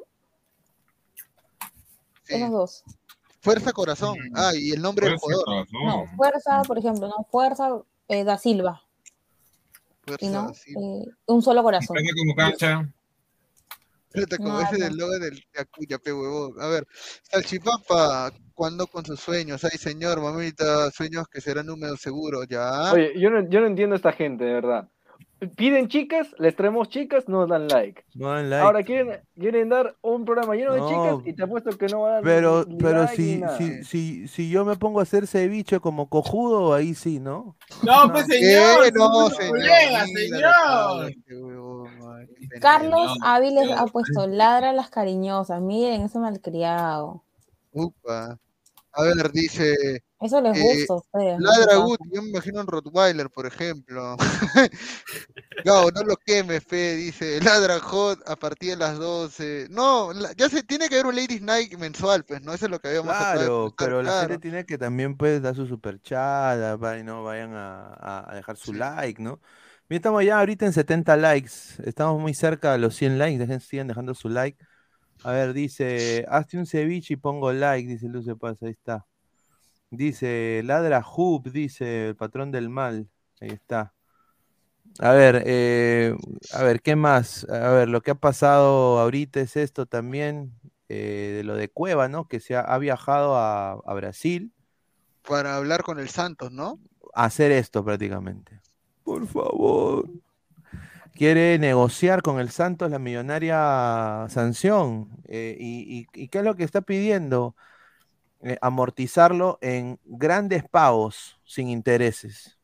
Sí. esos dos. Fuerza Corazón. Ah, y el nombre del Fuerza, jugador. No, corazón. Fuerza, por ejemplo, ¿no? Fuerza Da Silva, y Fuerza, no, sí. Un Solo Corazón. Habla como cancha. Como ese del logo del Yakuya, pe huevón. A ver, Salchipapa, ¿cuándo con sus sueños? Ay, señor, mamita, sueños que serán húmedos seguro, ya. Oye, yo no entiendo a esta gente, de verdad. Piden chicas, les traemos chicas, no dan like. No dan like. Ahora quieren dar un programa lleno de No, chicas y te apuesto que no va a dar Pero ni like ni si, nada. si yo me pongo a hacer ceviche como cojudo, ahí sí, ¿no? No, pues señor, No, señor, señor, colega, mira señor. este huevón, ay, qué Carlos pendejo. Áviles ha puesto ladra a las cariñosas. Miren, ese malcriado. Upa. A ver, dice. Eso les gusta a ustedes, ¿no? Ladra ¿Qué Gut, yo me imagino un Rottweiler, por ejemplo. Gao, no lo queme, Fe, dice. Ladra Hot a partir de las 12. No, ya se tiene que haber un Ladies Night mensual, pues, ¿no? Eso es lo que habíamos tratado de Claro, comentar, pero la claro. gente tiene que también pues dar su superchat, no vayan a dejar su like, ¿no? Mira, estamos ya ahorita en 70 likes, estamos muy cerca de los 100 likes, sigan dejando su like. A ver, dice, hazte un ceviche y pongo like, dice Luce Paz, ahí está. Dice, ladra Hoop, dice el patrón del mal, ahí está. A ver, ¿qué más? A ver, lo que ha pasado ahorita es esto también, de lo de Cueva, ¿no? Que ha viajado a Brasil Para hablar con el Santos, ¿no? a hacer esto prácticamente. Por favor. Quiere negociar con el Santos la millonaria sanción. ¿Y qué es lo que está pidiendo? Amortizarlo en grandes pagos sin intereses.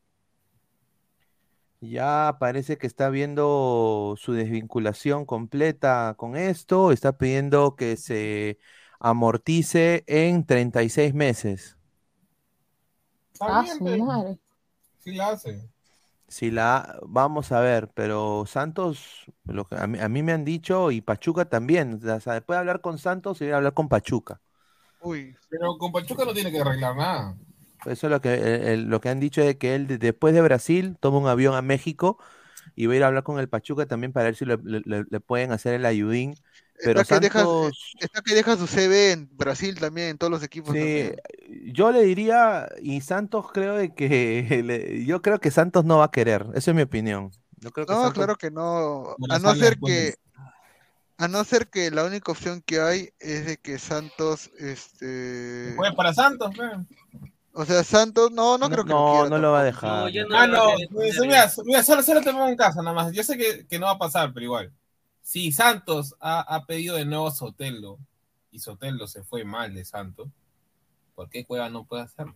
Ya parece que está viendo su desvinculación completa con esto, está pidiendo que se amortice en 36 meses. Está bien, su pero madre. sí la hace. Vamos a ver, pero Santos, a mí me han dicho, y Pachuca también, o sea, después de hablar con Santos, se viene a hablar con Pachuca. Uy. Pero con Pachuca no tiene que arreglar nada. Eso es lo que han dicho, es que él después de Brasil toma un avión a México y va a ir a hablar con el Pachuca también para ver si le pueden hacer el ayudín. Pero Está Santos, que deja su CV en Brasil también, en todos los equipos sí, también. yo le diría, y Santos creo de que, yo creo que Santos no va a querer, esa es mi opinión. Yo creo que No, Santos, claro que no. No A le no sale ser después que, a no ser que la única opción que hay es de que Santos, Pues para Santos, ¿no? o sea, Santos, no creo que lo quiera no lo va a tampoco. dejar. No, yo no Ah, lo voy a no, querer pues, poner. mira, solo te pongo un caso nada más. Yo sé que no va a pasar, pero igual. Si Santos ha pedido de nuevo a Soteldo y Soteldo se fue mal de Santos, ¿por qué Cueva no puede hacerlo?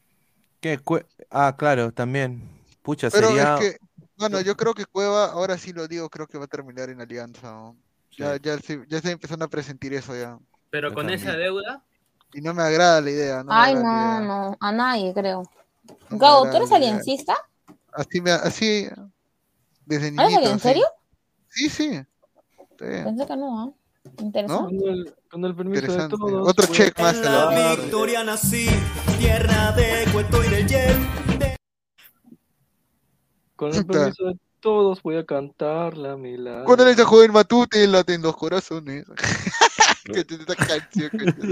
Claro, también. Pucha, Pero sería. es que, bueno, yo creo que Cueva, ahora sí lo digo, creo que va a terminar en Alianza, ¿no? Ya se empezando a presentir eso ya. Pero Yo con esa también. deuda, Y no me agrada la idea, no me Ay, agrada la idea. no, a nadie creo. No me Gabo, ¿tú agrada eres la idea. aliencista? Así, desde ¿Eres niñito, alien? ¿En así. serio? Sí, sí. Está bien. Pensé que no, ¿ah? Interesante. Con el permiso de Interesante. todos. Otro pues. check más a la La Victoria nací, tierra de cuento y del jet. Con el permiso de todos voy a cantar la milagro. Cuando esa joven Matute laten los corazones. Que te esta canción.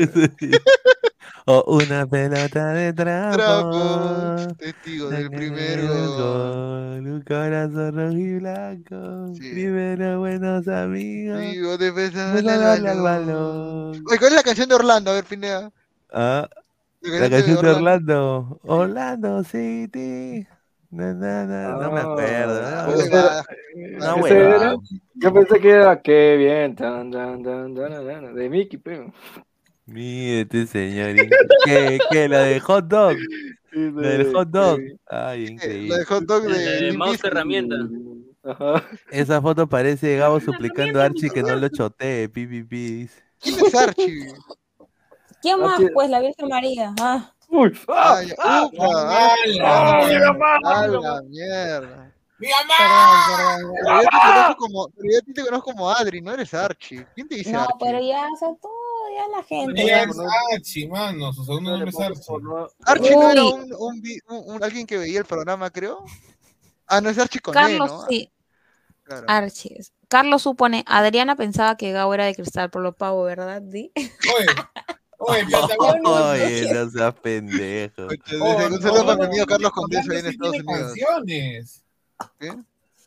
O una pelota de trapo. Trapo, testigo del primer gol. Un corazón rojo y blanco. Sí. Primero buenos amigos. Digo, de Empezó besarle a darle al al balón. balón. Oye, ¿cuál es la canción de Orlando? A ver, Pineda. Ah, La la canción de Orlando. Orlando City. No me acuerdo. Una ¿Ese era? huevada. Yo pensé que era qué bien. Tan, tan, tan, tan, tan, de Mickey, pero. Mire este señor. ¿Qué? ¿La de hot dog? ¿La del hot dog? Ay, increíble. La de hot dog de Limp mouse Bizkit. herramienta. Ajá. Esa foto parece Gabo suplicando a Archie que no lo chotee, dice. ¿Quién es Archie? ¿Quién más? Archie- Pues la Virgen María. Ah. Uy, Ay, ufa, ¡Mi a la mierda. ¡Mi mamá! Pero yo te conozco pero yo a ti te conozco como Adri, no eres Archie. ¿Quién te dice No, Archie? pero ya, o sea, todo, ya la gente. Ella ya. es Archie, mano. Su segundo nombre es Archie. Archie no era Uy. alguien que veía el programa, creo. Ah, no es Archie con Carlos, ¿no? sí. Claro. Archies. Carlos supone, Adriana pensaba que Gabo era de cristal por lo pavo, ¿verdad? ¿Sí? Oye, Oye, no seas pendejo. Un saludo para mi amigo Carlos Condeso ahí en Estados Unidos. Canciones. ¿Qué?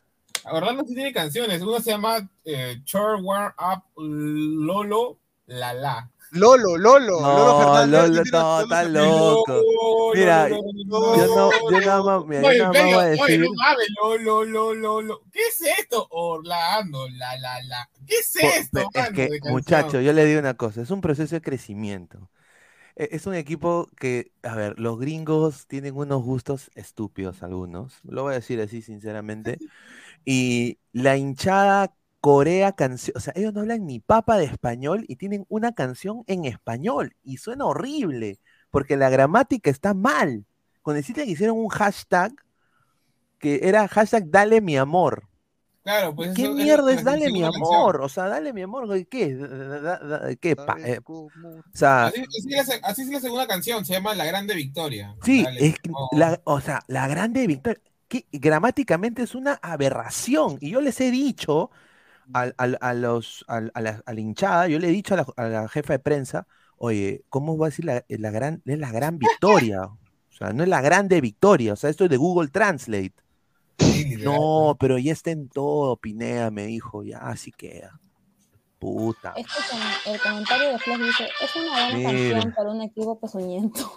Orlando sí tiene canciones. Una se llama Chore Warm Up Lolo La La. Lolo Fernández. Lolo, no, está loco. Mira, yo nada más, mira, yo nada más voy a decir. No mames, Lolo. ¿Qué es esto? Orlando, la. ¿Qué es esto? Es que, muchachos, yo le digo una cosa, es un proceso de crecimiento. Es un equipo que, a ver, los gringos tienen unos gustos estúpidos algunos, lo voy a decir así sinceramente, y la hinchada corea canción, o sea, ellos no hablan ni papa de español y tienen una canción en español y suena horrible, porque la gramática está mal. Con decirte que hicieron un hashtag que era hashtag dale mi amor. Claro, pues ¿Qué eso mierda es es la dale mi segunda amor? canción. O sea, dale mi amor, ¿qué? ¿Qué? O sea, Así es la segunda canción, se llama La Grande Victoria. sí, Dale, es que o sea, la grande victoria, que gramáticamente es una aberración. Y yo les he dicho a la hinchada, yo le he dicho a la jefa de prensa, oye, ¿cómo va a decir es la gran victoria? O sea, no es la grande victoria, o sea, esto es de Google Translate. No, pero ya está en todo, Pineda, me dijo, ya así queda. Puta. Escuchen, el comentario de Flash dice, es una buena Mira. canción para un equipo pezuñento.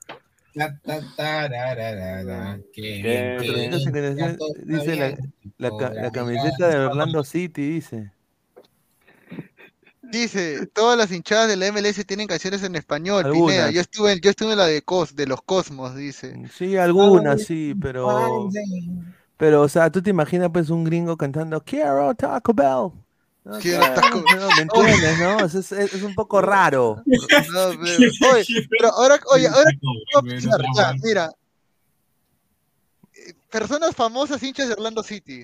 Qué bien. Dice la camiseta de Orlando City, dice. Dice, todas las hinchadas de la MLS tienen canciones en español, Algunas. Pineda. Yo estuve en la de los Cosmos, dice. Sí, algunas sí, pero, o sea, tú te imaginas pues un gringo cantando Quiero Taco Bell. No, Quiero Taco Bell. no, ¿me entiendes, no? Es un poco raro. No, pero ahora voy a pensar, ya, mira. Personas famosas hinchas de Orlando City.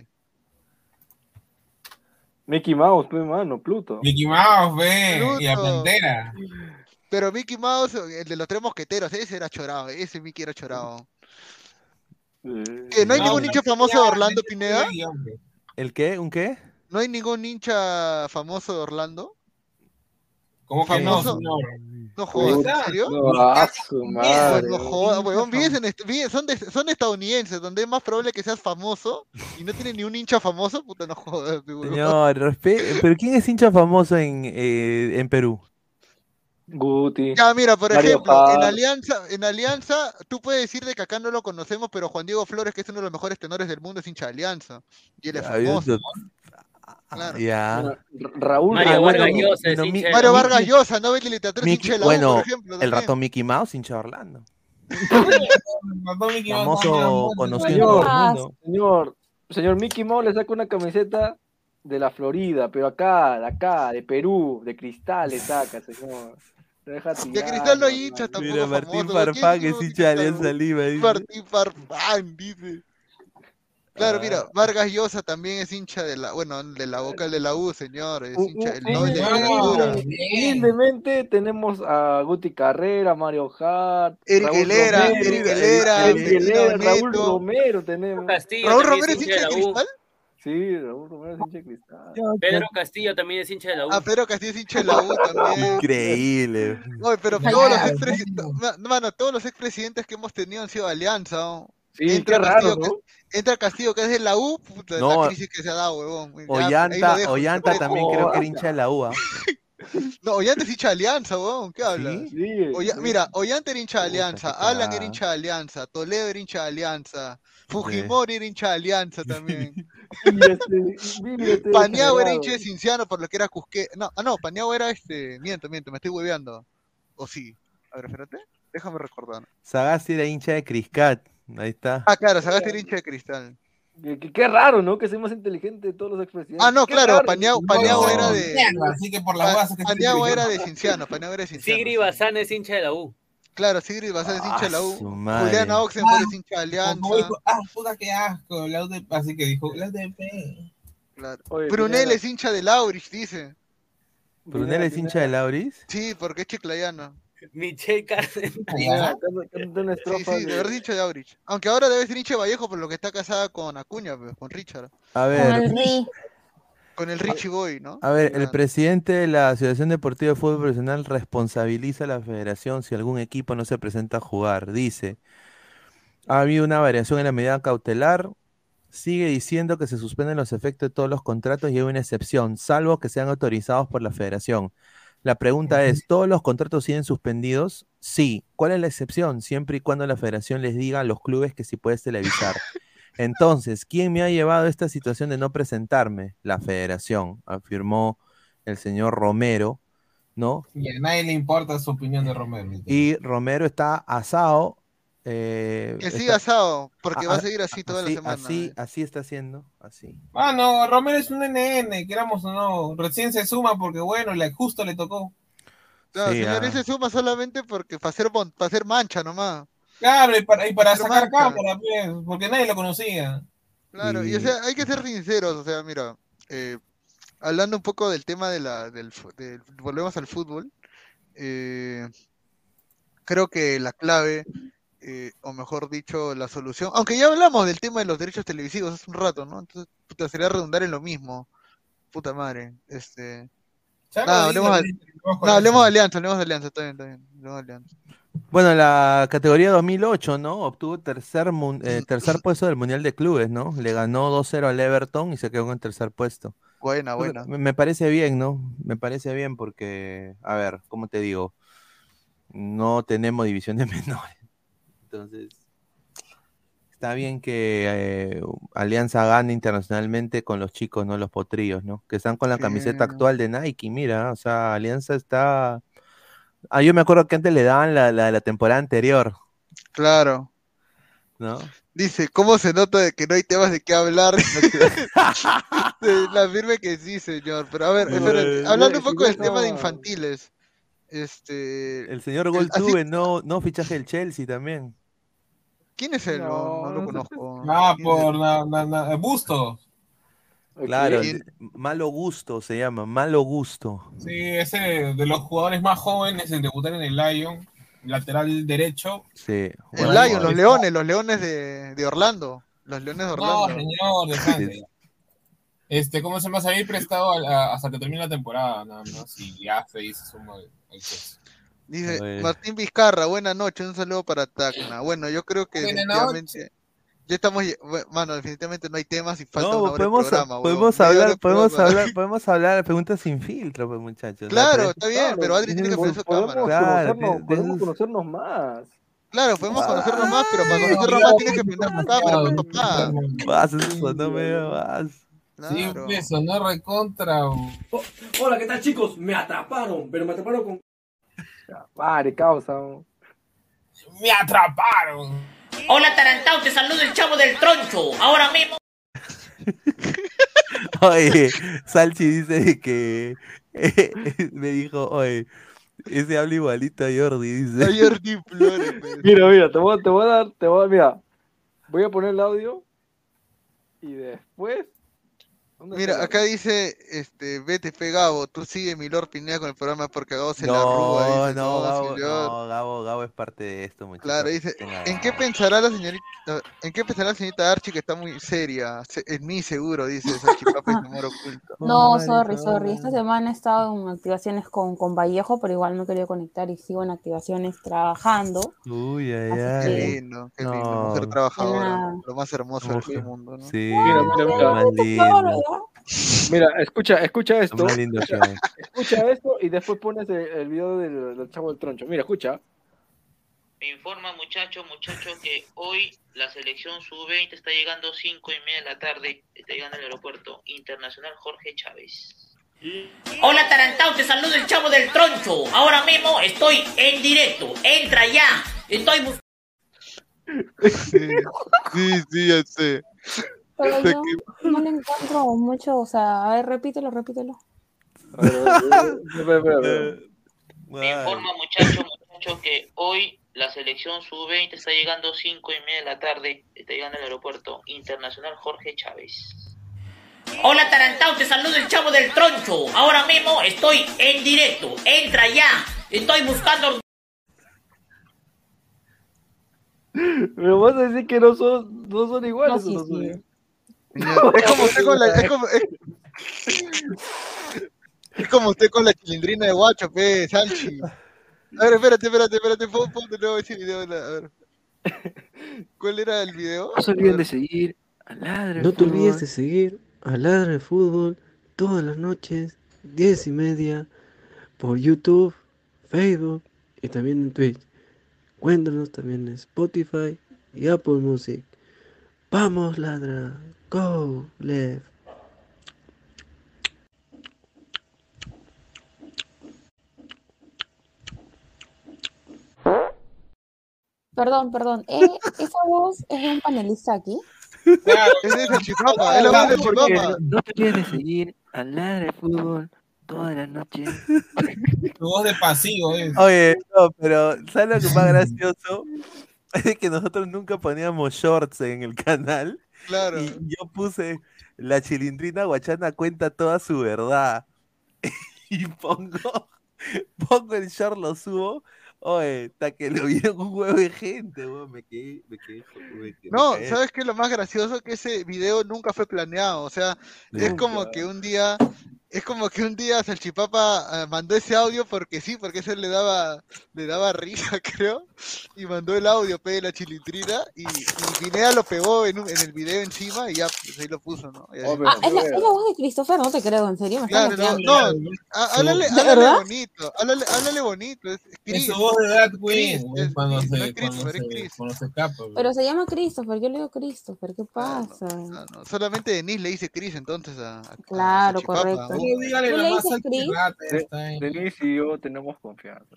Mickey Mouse, pues, mano, Pluto. Mickey Mouse, ve, y la Pantera. Pero Mickey Mouse, el de los tres mosqueteros, ese era chorado, ese Mickey era chorado. ¿No hay ningún hincha famoso de Orlando, Pineda? ¿El qué? ¿Un qué? ¿No hay ningún hincha famoso de Orlando? ¿Cómo que no, señor? No jodas, ¿en serio? No jodas, huevón, son estadounidenses, donde es más probable que seas famoso y no tienen ni un hincha famoso, puta, no jodas. Señor, pero ¿quién es hincha famoso en Perú? Guti. Ya, mira, por Mario ejemplo, Hart. en Alianza, tú puedes decir de que acá no lo conocemos, pero Juan Diego Flores, que es uno de los mejores tenores del mundo, es hincha de Alianza. Y él es famoso. Claro. Ya. Raúl Mario Vargas Llosa es hincha de Mario la U. Vargas Llosa, Nobel de Literatura, es hincha de la U, Bueno, por ejemplo. el también. ratón Mickey Mouse, hincha de Orlando. Famoso, conocido en todo el mundo. Señor Mickey Mouse le saca una camiseta de la Florida, pero acá, de Perú, de cristal le saca, señor. De Cristal no hay hinchas tampoco. Mira, Martín famosos. Farfán ¿Quién es hincha de Alianza Lima. Dice. Martín Farfán, dice. Claro, mira, Vargas Llosa también es hincha de la vocal de la U, señor, es hincha del Nobel de Literatura. Humildemente tenemos a Guti Carrera, Mario Hart, Eric Helera, Raúl Romero tenemos. Castillo ¿Raúl también Romero es hincha de la U. Cristal? Sí, Raúl Romero es hincha de Cristal. Pedro Castillo también es hincha de la U. Ah, Pedro Castillo es hincha de la U también. Increíble. Oye, pero todos los expresidentes que hemos tenido han sido de Alianza, ¿no? Sí, Entra qué Castillo, raro, ¿no? Entra Castillo, que es de la U, puta, No. la crisis que se ha dado, huevón. Ya, ahí lo dejo. Ollanta también creo que era hincha de la UA. No, Ollanta es hincha de Alianza, huevón, ¿qué hablas? Sí, Mira, Ollanta era hincha de Alianza, qué Alan cagada. era hincha de Alianza, Toledo era hincha de Alianza, Fujimori era hincha de Alianza también. Paniagua era hincha de Cinciano por lo que era Cusqué. No, Paniagua era miento, me estoy hueveando. ¿O sí? A ver, espérate, déjame recordar. Sagasti era hincha de Criscat. Ahí está. Ah, claro, Sagasti era hincha de Cristal. Qué raro, ¿no? Que sea más inteligente de todos los expresidentes. Ah, no, Qué claro, raro. Paniagua era de... Así que por las huevas que Paniagua era de Cinciano, Paniagua era de Cinciano. Sigri Bazán es hincha de la U. Claro, Sigrid Bazán es hincha de la su U. madre. Juliana Oxenford es hincha de Alianza. Puta, qué asco. La UDP, así que dijo, la UDP. Claro. Oye, Brunel Pineda. es hincha de Laurich, dice. ¿Brunel es hincha de Lauris? Sí, porque es chiclayano. Michelle Cárcel. Canta una Sí, estrofa sí, de verdad es hincha de Laurich. Aunque ahora debe ser hincha de Vallejo por lo que está casada con Acuña, pues, con Richard. A Con ver, el Ri. Con el Richie Boy, ¿no? a ver, el Claro. presidente de la Asociación Deportiva de Fútbol Profesional responsabiliza a la federación si algún equipo no se presenta a jugar. Dice, ha habido una variación en la medida cautelar. sigue diciendo que se suspenden los efectos de todos los contratos y hay una excepción, salvo que sean autorizados por la federación. La pregunta es, ¿todos los contratos siguen suspendidos? Sí. ¿Cuál es la excepción? Siempre y cuando la federación les diga a los clubes que si puedes televisar. Entonces, ¿quién me ha llevado a esta situación de no presentarme? La federación, afirmó el señor Romero, ¿no? Y a nadie le importa su opinión de Romero. Y Romero está asado. Que siga asado, porque va a seguir así toda la semana. Así está haciendo, así. Ah, no, Romero es un NN, queramos o no. Recién se suma porque, bueno, justo le tocó. No, sí, señor, se suma solamente porque para hacer mancha nomás. Claro, y para sacar cámara, pues, porque nadie lo conocía. Claro, y o sea, hay que ser sinceros, o sea, mira, hablando un poco del tema volvemos al fútbol, creo que la clave, o mejor dicho, la solución, aunque ya hablamos del tema de los derechos televisivos hace un rato, ¿no? Entonces, puta, sería redundar en lo mismo. Puta madre, hablemos de Alianza, está bien, hablemos de Alianza. Bueno, la categoría 2008, ¿no? Obtuvo tercer puesto del Mundial de Clubes, ¿no? Le ganó 2-0 al Everton y se quedó en tercer puesto. Buena. Me parece bien, ¿no? Me parece bien porque, a ver, ¿cómo te digo? No tenemos división de menores. Entonces, está bien que Alianza gane internacionalmente con los chicos, ¿no? Los potrillos, ¿no? Que están con la camiseta actual de Nike, mira, o sea, Alianza está... yo me acuerdo que antes le daban la temporada anterior. Claro. ¿No? Dice, ¿cómo se nota de que no hay temas de qué hablar? La firme que sí, señor. Pero a ver, hablando un poco del tema de infantiles. El señor Goltube, no fichaje del Chelsea también. ¿Quién es él? No lo conozco. Busto. Claro, Malo Gusto se llama, Malo Gusto. Sí, ese de los jugadores más jóvenes en debutar en el Lyon, lateral derecho. Sí. El Lyon, los leones de Orlando. Los leones de Orlando. No, señor, dejante. ¿Cómo se me va a ir prestado hasta que termine la temporada? Nada más, y ya se suma el Chelsea. Dice Martín Vizcarra, buenas noches, un saludo para Tacna. Bueno, yo creo que definitivamente ya estamos, mano, definitivamente no hay temas y falta una hora de programa. Podemos hablar de preguntas sin filtro, pues, muchachos. Claro, está bien, pero Adri tiene que poner su cámara. Podemos conocernos más. Claro, podemos conocernos más, pero para conocernos más tienes que prender tu cámara, pues, papá. Vas, eso no me vas. Sí, eso, no recontra. Hola, ¿qué tal, chicos? Me atraparon, pero me atraparon con... Vale, causa. Me atraparon. Hola, Tarantao, te saluda el chavo del troncho. Ahora mismo. Oye, Salchi dice que me dijo, oye, ese habla igualito a Jordi, dice. A Jordi Flores. Mira, te voy a dar, mira, voy a poner el audio y después. Mira, acá dice, BTP Gabo, tú sigue mi Lord Pineda con el programa porque Gabo se la arruga. Gabo es parte de esto, muchachos. Claro, dice, ¿en qué pensará la señorita Archie que está muy seria? En mí seguro, dice Salchipapa y su amor oculto. No, sorry. Esta semana he estado en activaciones con Vallejo, pero igual me he querido conectar y sigo en activaciones trabajando. Uy, ay. Qué lindo, mujer trabajadora, lo más hermoso del mundo, ¿no? Sí, Mira, escucha esto. Lindo Escucha esto y después pones el video del chavo del troncho. Mira, escucha. Me informa, muchacho, que hoy la selección sub-20 está llegando 5:30 de la tarde. Está llegando al aeropuerto internacional Jorge Chávez. Hola, Tarantao, te saluda el chavo del troncho. Ahora mismo estoy en directo. Entra ya. Estoy buscando. Sí, ya sé. Pero yo no le encuentro mucho, o sea, a ver, repítelo. Me informa, muchacho, que hoy la selección sub-20 está llegando 5:30 de la tarde. Está llegando al aeropuerto internacional Jorge Chávez. Hola, Tarantao, te saluda el chavo del troncho. Ahora mismo estoy en directo. Entra ya. Estoy buscando... Pero vas a decir que no son iguales. No, sí. Es como usted con la... Es como usted con la chilindrina de guacho, Salchi. A ver, espérate, ponte luego ese video. A ver. ¿Cuál era el video? No se olviden de seguir No te olvides de seguir a Ladra el Fútbol todas las noches, 10:30, por YouTube, Facebook y también en Twitch. Cuéntanos también en Spotify y Apple Music. ¡Vamos, Ladra! ¡Go, Left! Perdón. ¿Esa voz es de un panelista aquí? Claro, ese es el Chipapa, es la voz del Chipapa. No te olvides de seguir a Ladra el Fútbol todas las noches. Tu voz de pasivo es. Oye, no, pero ¿sabes lo que más gracioso? Es que nosotros nunca poníamos shorts en el canal. Claro. Y yo puse la Chilindrina Guachana cuenta toda su verdad. Y pongo el short, lo subo. Oye, hasta que lo vieron un huevo de gente, weón. Me quedé. No, ¿sabes qué es lo más gracioso? Que ese video nunca fue planeado. O sea, es como que un día Salchipapa mandó ese audio porque sí, porque ese le daba risa, creo, y mandó el audio, de la Chilindrina, y Pineda lo pegó en el video encima y ya, pues ahí lo puso, ¿no? Y ahí- Es la voz de Christopher, no te creo, en serio. Me Claro, estás no, bloqueando. háblale verdad? bonito, háblale bonito, es Es Chris, su voz de Dark Chris, Queen, es cuando Chris, no se es Christopher, es Chris. escapa. Pero se llama Christopher, yo le digo Christopher, ¿qué pasa? No, solamente Denise le dice Chris entonces a Claro, Salchipapa. correcto. Dígale ¿Tú la le más dices Chris? Denise y yo tenemos confianza.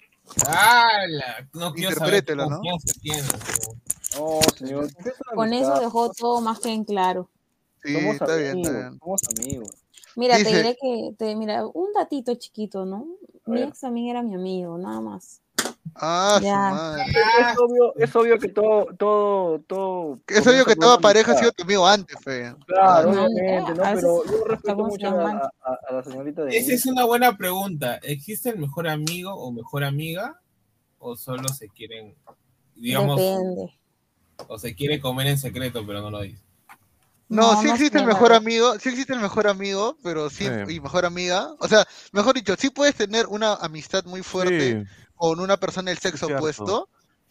¡Hala! No quiero saber qué Interprételo, ¿no? confianza tienes. No, señor. Con eso dejó todo más que en claro. Sí, Somos está bien, amigos, está bien. somos amigos. Mira, te Dice- diré mira, un datito chiquito, ¿no? Mi ver. ex también era mi amigo, nada más. Ah, Ya. su madre. Es obvio que todo. Es obvio que toda pareja ha sido tu amigo antes, fe. Claro, No, obviamente, ¿no? a veces Pero yo hasta respeto cómo se mucho llaman. a la señorita de Esa es una buena pregunta. ¿Existe el mejor amigo o mejor amiga? ¿O solo se quieren, digamos, Depende. o se quiere comer en secreto, pero no lo dice? No, sí no existe sé, el la mejor verdad. amigo, sí existe el mejor amigo, pero sí, Sí. y mejor amiga. O sea, mejor dicho, sí puedes tener una amistad muy fuerte Sí, con una persona del sexo cierto. opuesto,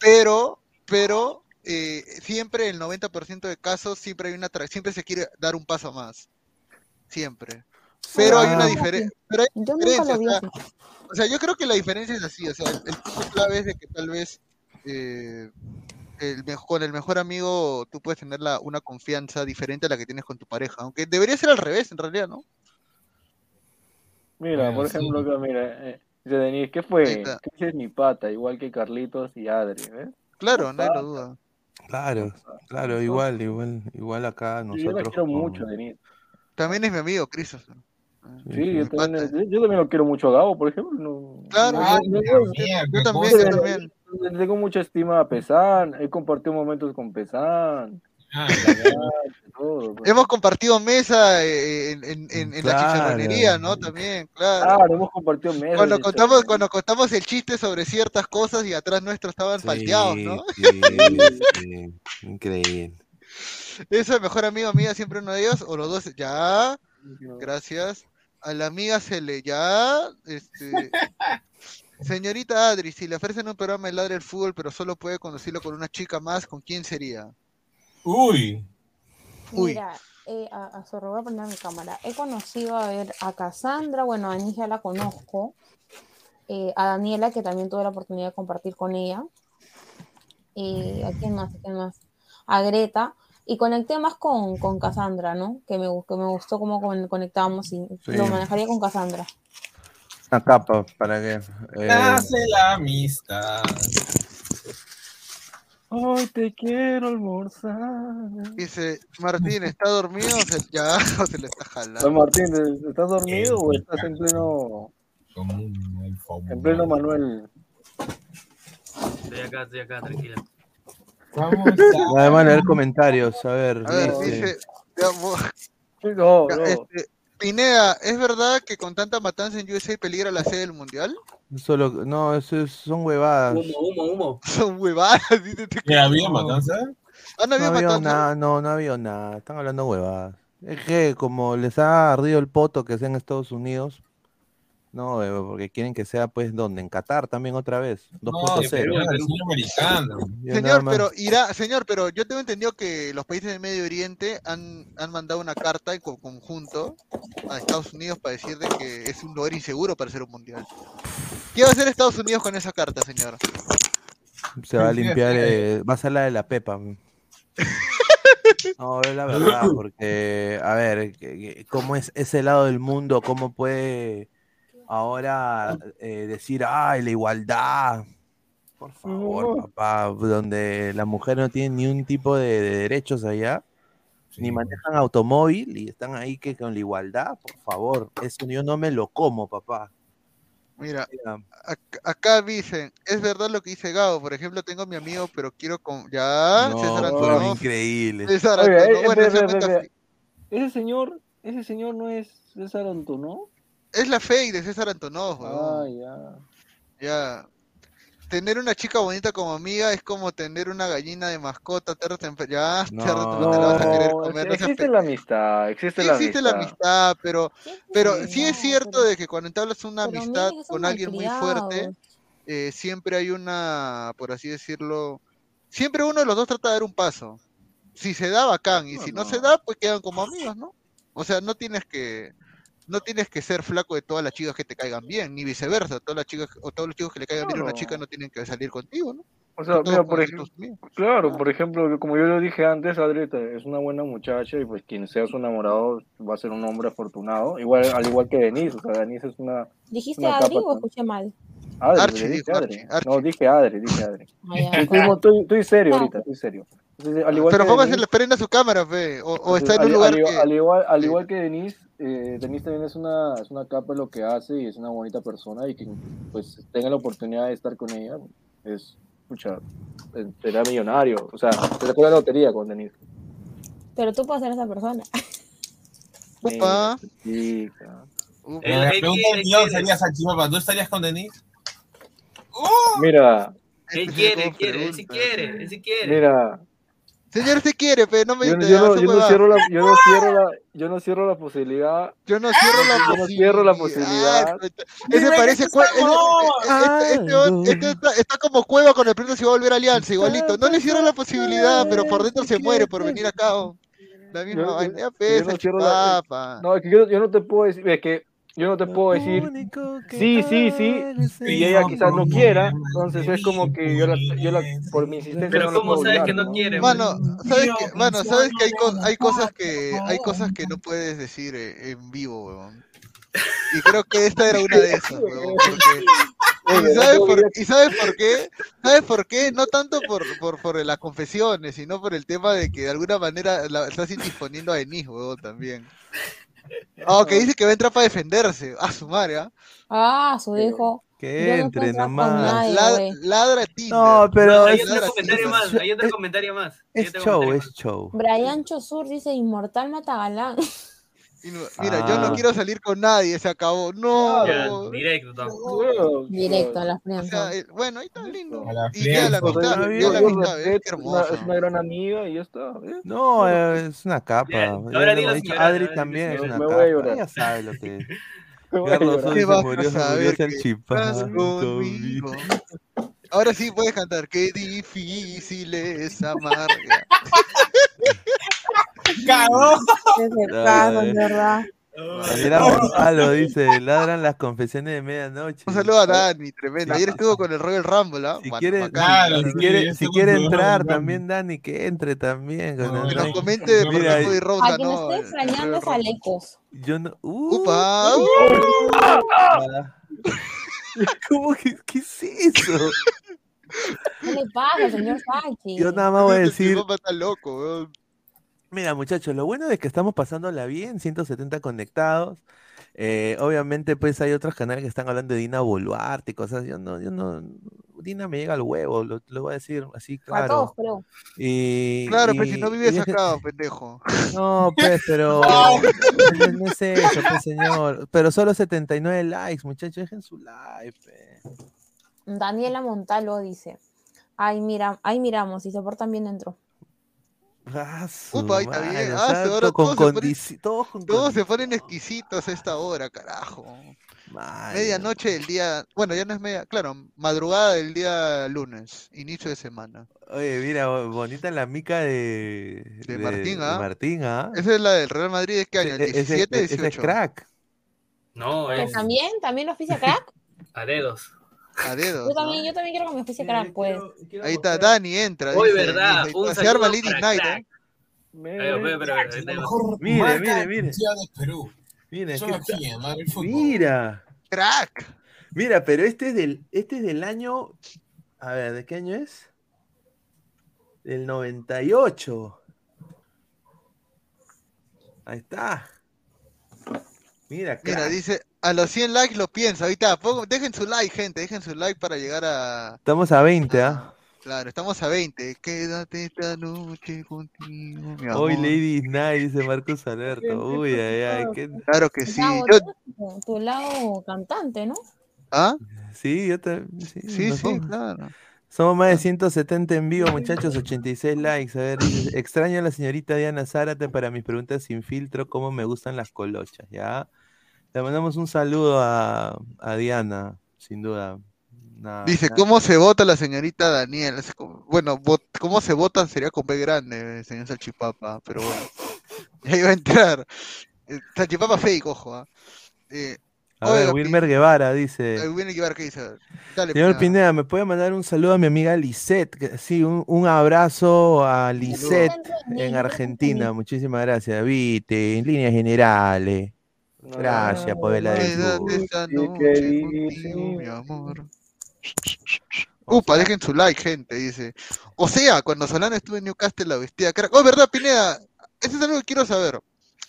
pero siempre, el 90% de casos, siempre hay siempre se quiere dar un paso más. Siempre. Pero hay una Ah, diferencia. Yo nunca lo vi así. O sea, yo creo que la diferencia es así. O sea, el punto clave es de que tal vez con el mejor amigo tú puedes tener una confianza diferente a la que tienes con tu pareja. Aunque debería ser al revés, en realidad, ¿no? Mira, por Sí. ejemplo, acá, mira, dice Denise, ¿qué Ahí fue? está. Chris es mi pata, igual que Carlitos y Adri, ¿ves? Claro, nadie lo duda. Claro, igual acá Yo la nosotros. quiero con- mucho, Denise. También es mi amigo, Chris. o sea, Sí, mi yo también, pata. yo también lo quiero mucho a Gabo, por ejemplo. No, Claro, Ah, no- la no- mierda, yo también, cosa. yo también. le tengo mucha estima a Pesan, he compartido momentos con Pesan. Ah, la mierda. Todo, pues. Hemos compartido mesa en la Claro. chicharronería, ¿no? También, claro. Claro, hemos compartido mesas. Cuando contamos el chiste sobre ciertas cosas y atrás nuestros estaban palteados, ¿no? Sí, increíble. Eso, el mejor amigo, amiga, siempre uno de ellos, o los dos, ya, gracias. A la amiga se le, ya, señorita Adri, si le ofrecen un programa de Ladra el Fútbol, pero solo puede conducirlo con una chica más, ¿con quién sería? Uy. Mira, sorry, voy a poner mi cámara. He conocido a Cassandra, bueno, a Anis ya la conozco, a Daniela, que también tuve la oportunidad de compartir con ella. ¿A quién más? A Greta. Y conecté más con Cassandra, ¿no? Que me gustó cómo conectábamos y Sí. lo manejaría con Cassandra. Una capa para que. Nace la amistad. Hoy te quiero almorzar. Dice, Martín, ¿está dormido? Ya, o se le está jalando. Oye, Martín, ¿estás dormido o estás en pleno Manuel? Estoy acá, tranquila. Vamos Además, leer comentarios. A ver, A ver, dice. dice, ya, No, Pineda, ¿es verdad que con tanta matanza en USA peligra la sede del mundial? No, son huevadas. Humo. Son huevadas, dice. ¿Que había matanza? ¿Han habido matanzas? Nada, no había nada. Están hablando huevadas. Es que como les ha ardido el poto que sea en Estados Unidos, No, porque quieren que sea, pues, ¿dónde? En Qatar también otra vez. No, 2.0. el cine americano. Yo nada más. Señor, pero yo tengo entendido que los países del Medio Oriente han mandado una carta en conjunto a Estados Unidos para decir de que es un lugar inseguro para hacer un mundial. ¿Qué va a hacer Estados Unidos con esa carta, señor? Se va a limpiar, va a ser la de la Pepa. No, es la verdad, porque, a ver, ¿cómo es ese lado del mundo? ¿Cómo puede ahora decir, ay, la igualdad? Por favor, papá, donde la mujer no tiene ni un tipo de derechos allá, ni manejan automóvil y están ahí que con la igualdad, por favor, eso yo no me lo como, papá. Mira, acá dicen, es verdad lo que dice Gabo, por ejemplo, tengo a mi amigo, pero quiero con... Ya, No, César pero Antonov. increíble. César Oiga, Antonov, bueno, ese cuenta espera. Ese señor no es César Antonov. es la fake de César Antonov, weón. Ya. Tener una chica bonita como amiga es como tener una gallina de mascota, tarde o temprano, ya, tarde o temprano te la vas a querer comer. Existe la amistad, existe Sí la existe la amistad. amistad, pero sí es cierto de que cuando entablas una amistad con alguien muy fuerte, siempre hay una, por así decirlo, siempre uno de los dos trata de dar un paso. Si se da, bacán, y si no se da, pues quedan como amigos, ¿no? O sea, no tienes que ser flaco de todas las chicas que te caigan bien, ni viceversa, todas las chicas o todos los chicos que le caigan bien a una chica no tienen que salir contigo, ¿no? O sea, Todos mira, pueden por ser ejemplo, tus amigos. claro, por ejemplo, como yo lo dije antes, Adri es una buena muchacha y pues quien sea su enamorado va a ser un hombre afortunado, igual, al igual que Denise, o sea, Denise es una ¿Dijiste una Adri capa o escuché mal? Adri, Archie, le dije dijo, Adri. Archie. No, dije Adri. ya, Estoy serio ahorita, estoy serio. Entonces, al igual Pero que póngase, Denise, prenda su cámara, fe, o está en al, un lugar al, que... al igual que Denise, Denise también es una capa en lo que hace y es una bonita persona y que pues tenga la oportunidad de estar con ella, es, escucha, será millonario, o sea, se sacó la lotería con Denise. Pero tú puedes ser esa persona. Upa. La pregunta del millón sería, Salchipapa, ¿tú estarías con Denise? Mira. Él quiere, él sí quiere. Mira. Señor, se quiere, pero no me yo no cierro la posibilidad. Yo no cierro la posibilidad. Ese parece está como Cueva con el Prieto si va a volver a Alianza, igualito. No le cierro la posibilidad, pero por dentro se muere por venir acá. La misma vaina. Ya pesa, no, es que yo no te puedo decir, es que yo no te puedo decir sí, y ella quizás no quiera, entonces es como que yo por mi insistencia pero no la ¿cómo puedo sabes obligar, que no quiere? Mano, sabes que hay cosas que no puedes decir en vivo, weón. Y creo que esta era una de esas, weón. ¿Y sabes por qué? ¿Sabes por qué? No tanto por las confesiones, sino por el tema de que de alguna manera estás indisponiendo a Denise, weón, también. Que dice que va a entrar para defenderse. A su madre, ¿ah? Ah, su hijo. Que entre nomás. Ladra Tinder. No, pero hay otro comentario más. Es show. Brian Chosur dice Inmortal Matagalán. Mira, yo no quiero salir con nadie, se acabó. No. Directo a la frente. O sea, bueno, ahí está lindo. Y queda la amistad, qué hermoso. Es una gran amiga y ya está. No, es una capa. Adri también es una capa. Ella sabe lo que es. Carlos se murió Salchipapa conmigo. Ahora sí puedes cantar. Qué difícil es amar. ¡Cagó! ¿Qué se pasa, de verdad? Mira, Gonzalo dice, ladran las confesiones de medianoche. Un saludo a Dani, tremendo. Ayer estuvo con el Royal Rumble, ¿ah? Si quiere entrar también, Dani, que entre también. Que nos comente de Fernando y Ronda, a quien estoy extrañando es a Lecos. Yo no. ¡Upa! ¿Cómo que qué es eso? ¿Qué le pasa, señor Salchi? Yo nada más voy a decir. Está loco, weón. Mira, muchachos, lo bueno es que estamos pasándola bien, 170 conectados. Obviamente, pues hay otros canales que están hablando de Dina Boluarte y cosas. Yo no, Dina me llega al huevo, lo voy a decir así, claro. A todos, creo. Claro, pero si no vives acá, pendejo. No, pues, pero no es eso, pues, señor. Pero solo 79 likes, muchachos, dejen su like. Daniela Montalvo dice, ahí miramos, si se portan bien dentro. Upa, ahí está mano, bien. o sea, Ahora con todos se ponen, todos con todos se condición. ponen exquisitos a esta hora, carajo. Mano. Medianoche del día, bueno, ya no es media, claro, madrugada del día lunes, inicio de semana. Oye, mira, bonita la mica De Martín, de ¿ah? Martín, ¿ah? Esa es la del Real Madrid, ¿de qué año? ¿El 17, Ese es 18? crack. No, ¿Que es también lo oficia crack? a dedos. A dedos, ¿no? Yo también quiero que me oficie crack, pues. Ahí está, Dani entra, Hoy, dice, verdad, ahí un está, se arma saludo Lady para Night, Crack. ¿eh? La mejor Mire, marca mire. deportiva de Perú. Mira, Solo ¿qué aquí en Madre del Fútbol. Mira. Crack. Mira, pero este es del año. A ver, ¿de qué año es? Del 98. Ahí está. Mira, crack. Mira, dice, a los 100 likes lo pienso, ahorita, dejen su like, gente, dejen su like para llegar a... Estamos a 20, ¿ah? Claro, estamos a 20, quédate esta noche contigo, mi amor. Hoy Lady Night, dice Marcos Alberto. Uy, ay. Claro que sí. Gabo, Yo... tú eres tu lado cantante, ¿no? ¿Ah? Sí, yo también. Sí, sí, claro. Somos más de 170 en vivo, muchachos, 86 likes. A ver, dice, extraño a la señorita Diana Zárate para mis preguntas sin filtro, cómo me gustan las colochas, ¿ya? Le mandamos un saludo a Diana, sin duda. Dice, ¿cómo se vota la señorita Daniel? Bueno, ¿cómo se votan? Sería con B grande, señor Salchipapa, pero bueno. Ya iba a entrar. Salchipapa fake, ojo. A ver, Wilmer Guevara dice. Wilmer Guevara, ¿qué dice? Dale, Señor Pineda, ¿me puede mandar un saludo a mi amiga Lisette? Sí, un abrazo a Lisette en Argentina. Muchísimas gracias. Viste, en líneas generales. Gracias, Puebla del Sur. Esta noche contigo, mi amor. Upa, dejen su like, gente, dice. O sea, cuando Solano estuvo en Newcastle la vestía crack. Oh, verdad, Pineda. Eso es algo que quiero saber.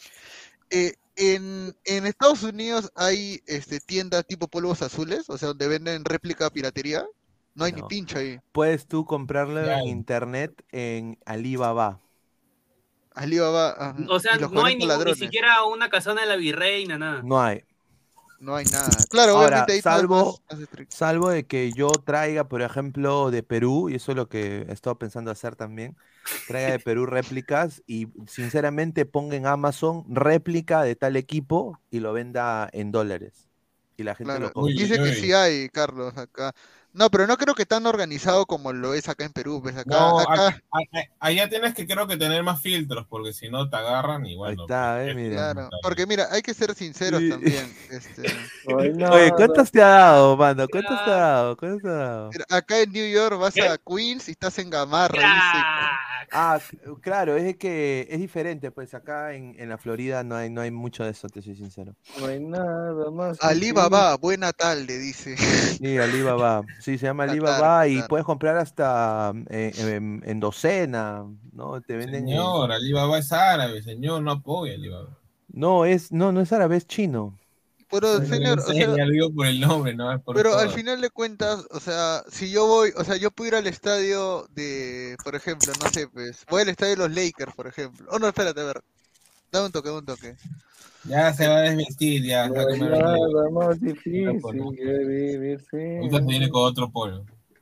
En Estados Unidos hay tiendas tipo polvos azules, o sea, donde venden réplica piratería. No hay ni pincho ahí. Puedes tú comprarlo en internet en Alibaba. Alibaba. O sea, y los no hay conectan ni ladrones. siquiera una casona de la virreina, nada. No hay. No hay nada. Claro, Ahora, obviamente ahí salvo de que yo traiga, por ejemplo, de Perú, y eso es lo que he estado pensando hacer también, traiga de Perú réplicas y sinceramente ponga en Amazon réplica de tal equipo y lo venda en dólares. Y la gente Claro, lo compra. dice que sí hay, Carlos, acá. No, pero no creo que tan organizado como lo es acá en Perú. Pues acá, No, acá... allá tienes que creo que tener más filtros, porque si no te agarran y bueno. Ahí está, mira. Claro, porque mira, hay que ser sinceros también. Oye, ¿cuántos te ha dado, mano? ¿Cuántos te ha dado? ¿Cuántos te ha dado? Mira, acá en New York vas a Queens y estás en Gamarra. Claro, es que es diferente, pues acá en la Florida no hay mucho de eso, te soy sincero. No hay nada más. Alibaba, buena tarde, dice. Sí, Alibaba. Sí, se llama Alibaba y puedes comprar hasta en docena, ¿no? Te venden. Señor, Alibaba es árabe, señor, no apoya Alibaba. No es árabe, es chino. Pero, señor, o sea, ya lo digo por el nombre, no es por pero todo. al final de cuentas, o sea, si yo voy, o sea, yo puedo ir al estadio de, por ejemplo, no sé, pues, voy al estadio de los Lakers, por ejemplo. Oh, no, espérate, a ver. Dame un toque. Ya se va a desvestir, ya. No hay nada más difícil que vivir sin. Ahorita se viene con otro polo.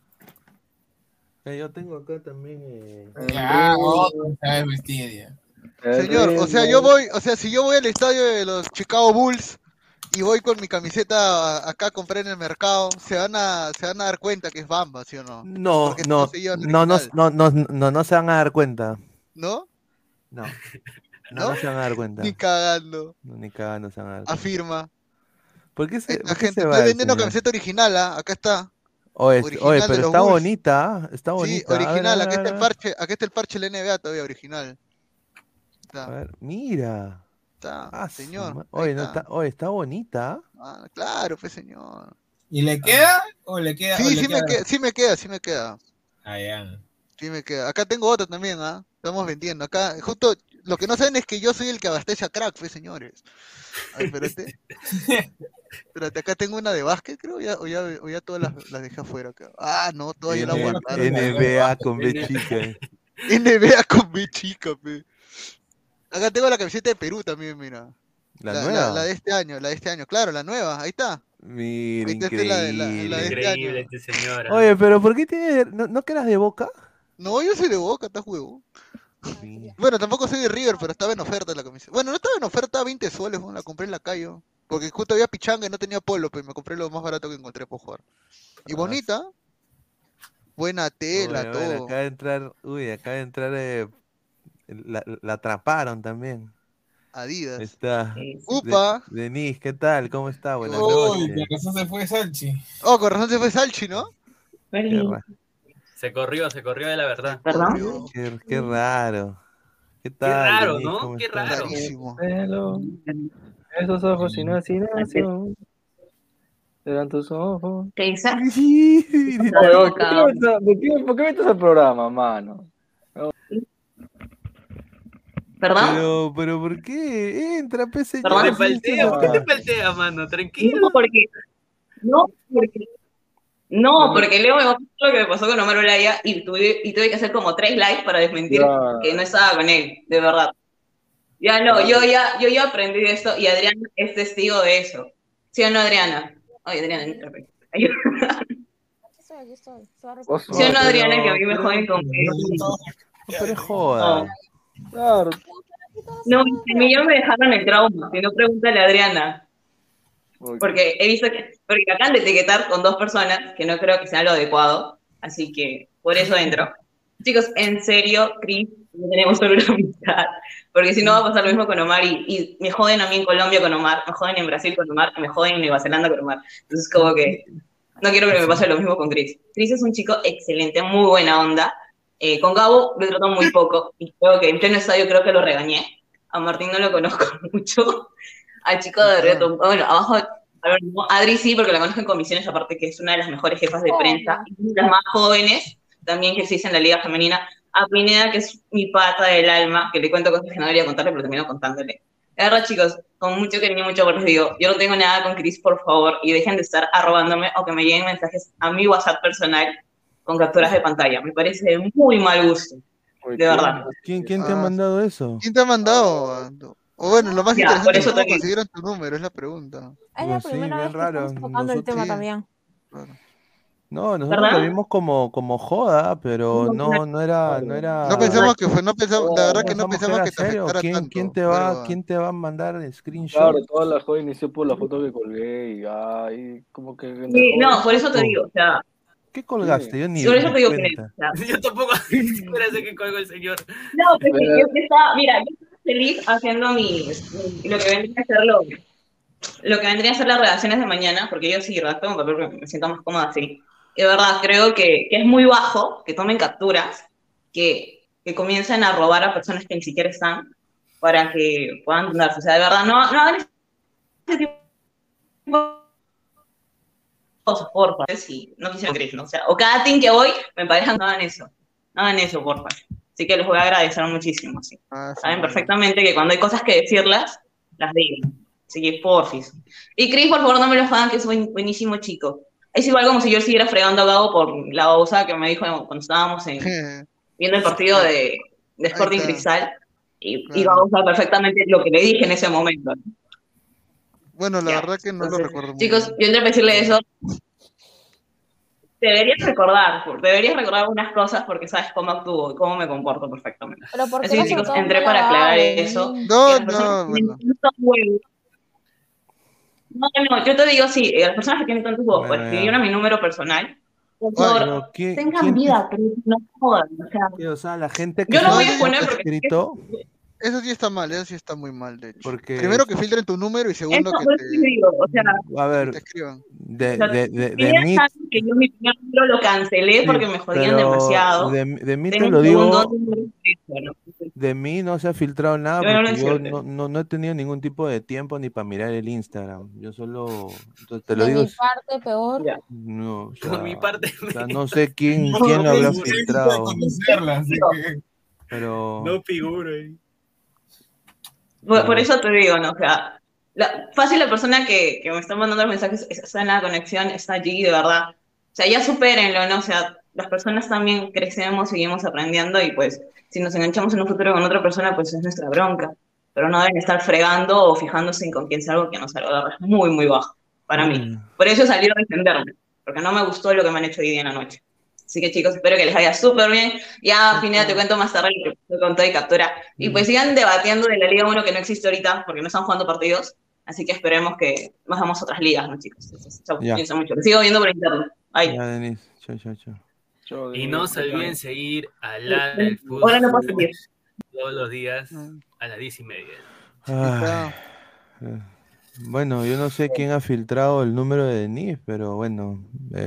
Yo tengo acá también. Ya, otro se va a desvestir, ya. Señor, o sea, yo voy, o sea, si yo voy al estadio de los Chicago Bulls y voy con mi camiseta acá a comprar en el mercado, se van a dar cuenta que es Bamba, ¿sí o no? No Porque se van a dar cuenta. ¿No? No se van a dar cuenta. Ni cagando. No, ni cagando se van a dar cuenta. Afirma. ¿Por qué se, La por qué gente, se va estoy el vendiendo señor? camiseta original, ¿ah? Acá está. Oye, Original de pero los está Bulls. bonita, está Sí, bonita. A ver, original, a ver, acá está a el ver. parche de la NBA todavía, original. A ver, mira. Está, señor. Oye, ahí está. Está bonita. Ah, claro, pues señor. ¿Y le queda? ¿O le queda? Sí, o le sí me queda? sí me queda. Ah, ya. Sí me queda. Acá tengo otra también, ¿ah? Estamos vendiendo. Acá, justo, lo que no saben es que yo soy el que abastece a Crack, pues señores. A ver, espérate. Espérate, acá tengo una de básquet, creo, o ya todas las dejé afuera. Ah, no, todavía la guardaron. NBA con B chica. NBA con B chica, pe. Acá tengo la camiseta de Perú también, mira. ¿La nueva? La de este año, claro, la nueva, ahí está. Mira, Ahí está la de increíble. este año. Increíble, señora. Oye, pero ¿por qué tiene, no que eras de Boca? No, yo soy de Boca, estás huevo. Bueno, tampoco soy de River, pero estaba en oferta la camiseta. Bueno, no estaba en oferta, 20 soles, la compré en la calle. Porque justo había pichanga y no tenía polo, pero me compré lo más barato que encontré por jugar. Y bonita, buena tela, Bueno, todo. acaba de entrar, la atraparon también. Adidas. Está. ¡Upa! Denise, ¿qué tal? ¿Cómo está? Buenas Uy, noches. con razón se fue Salchi. Oh, con razón se fue Salchi, ¿no? Se corrió de la verdad. Qué raro. ¿Qué Qué tal? raro, Denise? ¿no? ¿Cómo Qué estás? raro. Pelo, esos ojos sin fascinación. Eran tus ojos. ¿Qué dice? Oye, ¿por qué metes al programa, mano? ¿Perdón? Pero ¿por qué? Entra, pese Perdón, Te paltea, ¿por qué te paltea, mano? Tranquilo. No, porque Leo me pasó lo que me pasó con Omar Olaya y tuve que hacer como 3 likes para desmentir que no estaba con él, de verdad. Ya no, yo ya aprendí de esto y Adriana es testigo de eso. ¿Sí o no, Adriana? Oye, Adriana, Aquí estoy. ¿sí o no, Adriana, que a mí me joden con Pero es joda. Claro. No, a mí ya me dejaron el trauma, si no, pregúntale a Adriana. Porque he visto que acaban de etiquetar con 2 personas, que no creo que sea lo adecuado, así que por eso entro. Chicos, en serio, Chris, no tenemos solo una amistad, porque si no va a pasar lo mismo con Omar, y me joden a mí en Colombia con Omar, me joden en Brasil con Omar, me joden en Nueva Zelanda con Omar. Entonces como que no quiero que me pase lo mismo con Chris. Chris es un chico excelente, muy buena onda. Con Gabo lo trato muy poco, y creo que en pleno estadio creo que lo regañé. A Martín no lo conozco mucho. Al chico de Reto, bueno, abajo, Adri sí, porque la conozco en comisiones, aparte que es una de las mejores jefas de prensa, y las más jóvenes también que existen en la Liga Femenina. A Pineda, que es mi pata del alma, que le cuento cosas que no debería contarle, pero termino contándole. La verdad, chicos, con mucho cariño y mucho amor les digo, yo no tengo nada con Chris, por favor, y dejen de estar arrobándome o que me lleguen mensajes a mi WhatsApp personal con capturas de pantalla. Me parece de muy mal gusto, de verdad. ¿Quién te ha mandado eso? ¿Quién te ha mandado? O bueno, lo más Ya, interesante por es eso cómo te digo. consiguieron tu número, es la pregunta. Es la Sí, primera bien vez que raro. estamos tocando el tema también. No, nosotros ¿Verdad? lo vimos como joda, pero no era. No pensamos que fue, la verdad que no pensamos que te serio. afectara ¿Quién tanto. ¿Quién te va a mandar el screenshot? Claro, toda la joda inició por la foto que colgué y ay, como que... Sí, no, por eso te digo, o sea... ¿Qué colgaste? Yo ni Por eso te digo cuenta. que... Yo tampoco sé que colgo el señor. No, porque yo estaba, mira, yo estaba feliz haciendo lo que vendría a ser lo que vendría a ser las redacciones de mañana, porque yo sí redacto un papel porque me siento más cómoda así. Y de verdad, creo que es muy bajo que tomen capturas, que comiencen a robar a personas que ni siquiera están, para que puedan darse. O sea, de verdad, no hagan ese tipo de cosas, porfa. Si no quisieran Chris, ¿no? O sea, o cada team que voy, me parejan, no hagan eso, porfa. Así que les voy a agradecer muchísimo, sí. Saben perfectamente que cuando hay cosas que decirlas, las digo. Así que porfis. Y Chris, por favor, no me lo jodan, que es buenísimo chico. Es igual como si yo siguiera fregando a Gabo por la babosa que me dijo cuando estábamos viendo el partido de Sporting Cristal. Y Gabo sabe perfectamente lo que le dije en ese momento. Bueno, la verdad que no lo recuerdo muy Chicos, yo entre decirle eso, deberías recordar algunas cosas porque sabes cómo actúo y cómo me comporto perfectamente. Pero ¿por qué Así no que, se chicos, toma entré la para aclarar base? eso. Bueno. No, yo te digo, sí, las personas que tienen tantos huevos para escribirme a mi número personal, por favor, tengan vida, pero no jodan. O sea, la gente que Yo no voy a te exponer ha porque... escrito. Eso sí está mal, eso sí está muy mal, de hecho. Porque... Primero que filtren tu número y segundo Eso, que por eso te digo, o sea... A ver, te escriban. de mí... que yo mi primer número lo cancelé porque me jodían pero demasiado. de mí te Tengo lo un digo... segundo número, ¿no? De mí no se ha filtrado nada Yo no porque lo yo entiendo. no he tenido ningún tipo de tiempo ni para mirar el Instagram. Yo solo... Te lo De digo... mi parte, peor. No, o sea, Por mi parte... o sea, no sé quién lo habrá filtrado. Pero... No figuro ahí. Por eso te digo, ¿no? O sea, fácil la persona que me está mandando los mensajes está en la conexión, está allí, de verdad. O sea, ya supérenlo, ¿no? O sea, las personas también crecemos, seguimos aprendiendo y pues si nos enganchamos en un futuro con otra persona, pues es nuestra bronca. Pero no deben estar fregando o fijándose en con quién salgo, que no salgo. Es muy, muy bajo para mí. Por eso salí a defenderme, porque no me gustó lo que me han hecho hoy día en la noche. Así que chicos, espero que les vaya súper bien. Ya, Pineda, te cuento más tarde lo que pasó con todo y captura. Y pues sigan debatiendo de la Liga 1 que no existe ahorita, porque no están jugando partidos. Así que esperemos que nos hagamos otras ligas, ¿no, chicos? Chau, Ya. cuídense mucho. Los sigo viendo por internet. Bye. Ya, Denis. Chao, chao, chao. Y no se olviden seguir a Ladra el Fútbol Ahora no puedo seguir. todos los días a las 10:30. Ay, bueno, yo no sé quién ha filtrado el número de Denis, pero bueno,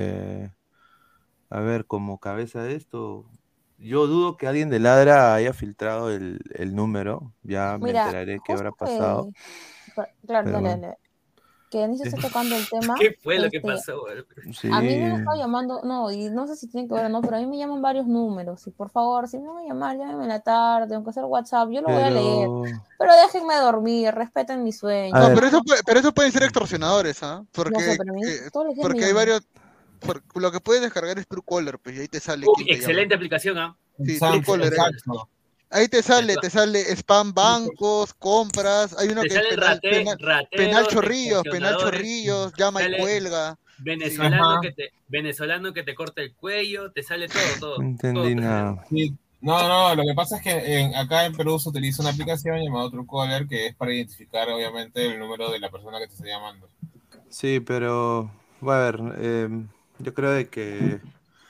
a ver, como cabeza de esto, yo dudo que alguien de Ladra haya filtrado el número, ya me Mira, enteraré qué habrá justo pasado. claro, pero dale, bueno. dale. Que Denise está tocando el tema. ¿Qué fue lo que pasó? Sí. A mí me han estado llamando, no, y no sé si tiene que ver o no, pero a mí me llaman varios números. Y por favor, si me van a llamar, llámenme en la tarde, aunque sea el WhatsApp, yo lo voy a leer. Pero déjenme dormir, respeten mi sueño. No, pero eso pueden ser extorsionadores, ¿ah? Porque, No sé, pero a mí todos los días porque me hay llaman. varios. Lo que puedes descargar es Truecaller, pues y ahí te sale Uy, quién te excelente aplicación, ¿ah? Sí, Exacto, Truecaller. exacto. Ahí te sale spam bancos, compras, hay uno Te que es sale penal rateros, chorrillos, extorsionadores, llama y sale cuelga. venezolano, Sí. venezolano que te corta el cuello, te sale todo. No entendí nada. Sí. No, lo que pasa es que acá en Perú se utiliza una aplicación llamada Truecaller que es para identificar obviamente el número de la persona que te está llamando. Sí, pero, bueno, a ver, yo creo de que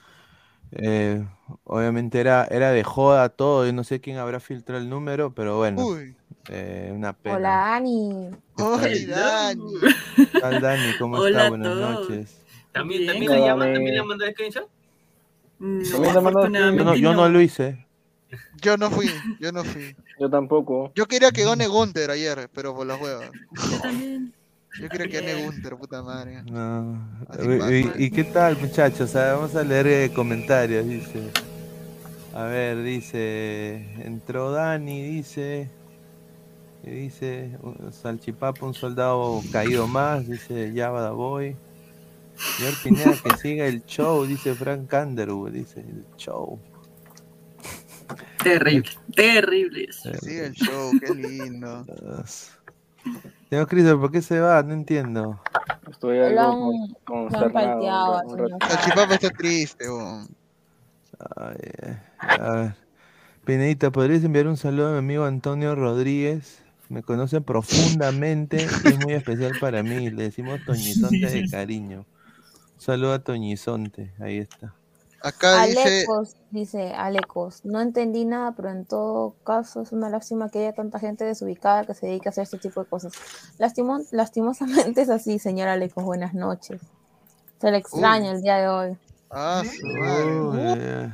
obviamente era de joda todo, yo no sé quién habrá filtrado el número, pero bueno, Uy. una pena. Hola, Ani. Hola, Dani. ¿Qué tal, Dani? ¿Cómo Hola está? a Buenas todos. noches. ¿También Bien. le llaman? Dale. ¿También le mandan screenshot? También te mando Yo no lo hice. Yo no fui. Yo tampoco. Yo quería que gane Gunter ayer, pero por las huevas. Yo también. Yo quería que gane Gunter, puta madre. No. Así pasa. ¿Y qué tal, muchachos? Vamos a leer comentarios, dice. A ver, dice, entró Dani, dice, Salchipapa, un soldado caído más, dice Java Boy. Señor Pineda, que siga el show, dice Frank Underwood, dice el show. Terrible eso. Sí, el show, qué lindo. Señor Christopher, ¿por qué se va? No entiendo. Estoy Lo algo han consternado. palteado. un rato. Salchipapa está triste, weón. A ver. Pinedita, ¿podrías enviar un saludo a mi amigo Antonio Rodríguez? Me conoce profundamente y es muy especial para mí. Le decimos Toñizonte de cariño. Un saludo a Toñizonte, ahí está. Acá dice Alecos, no entendí nada, pero en todo caso es una lástima que haya tanta gente desubicada que se dedique a hacer este tipo de cosas. Lastimosamente es así, señor Alecos, buenas noches. Se le extraña el día de hoy. Ah, su madre.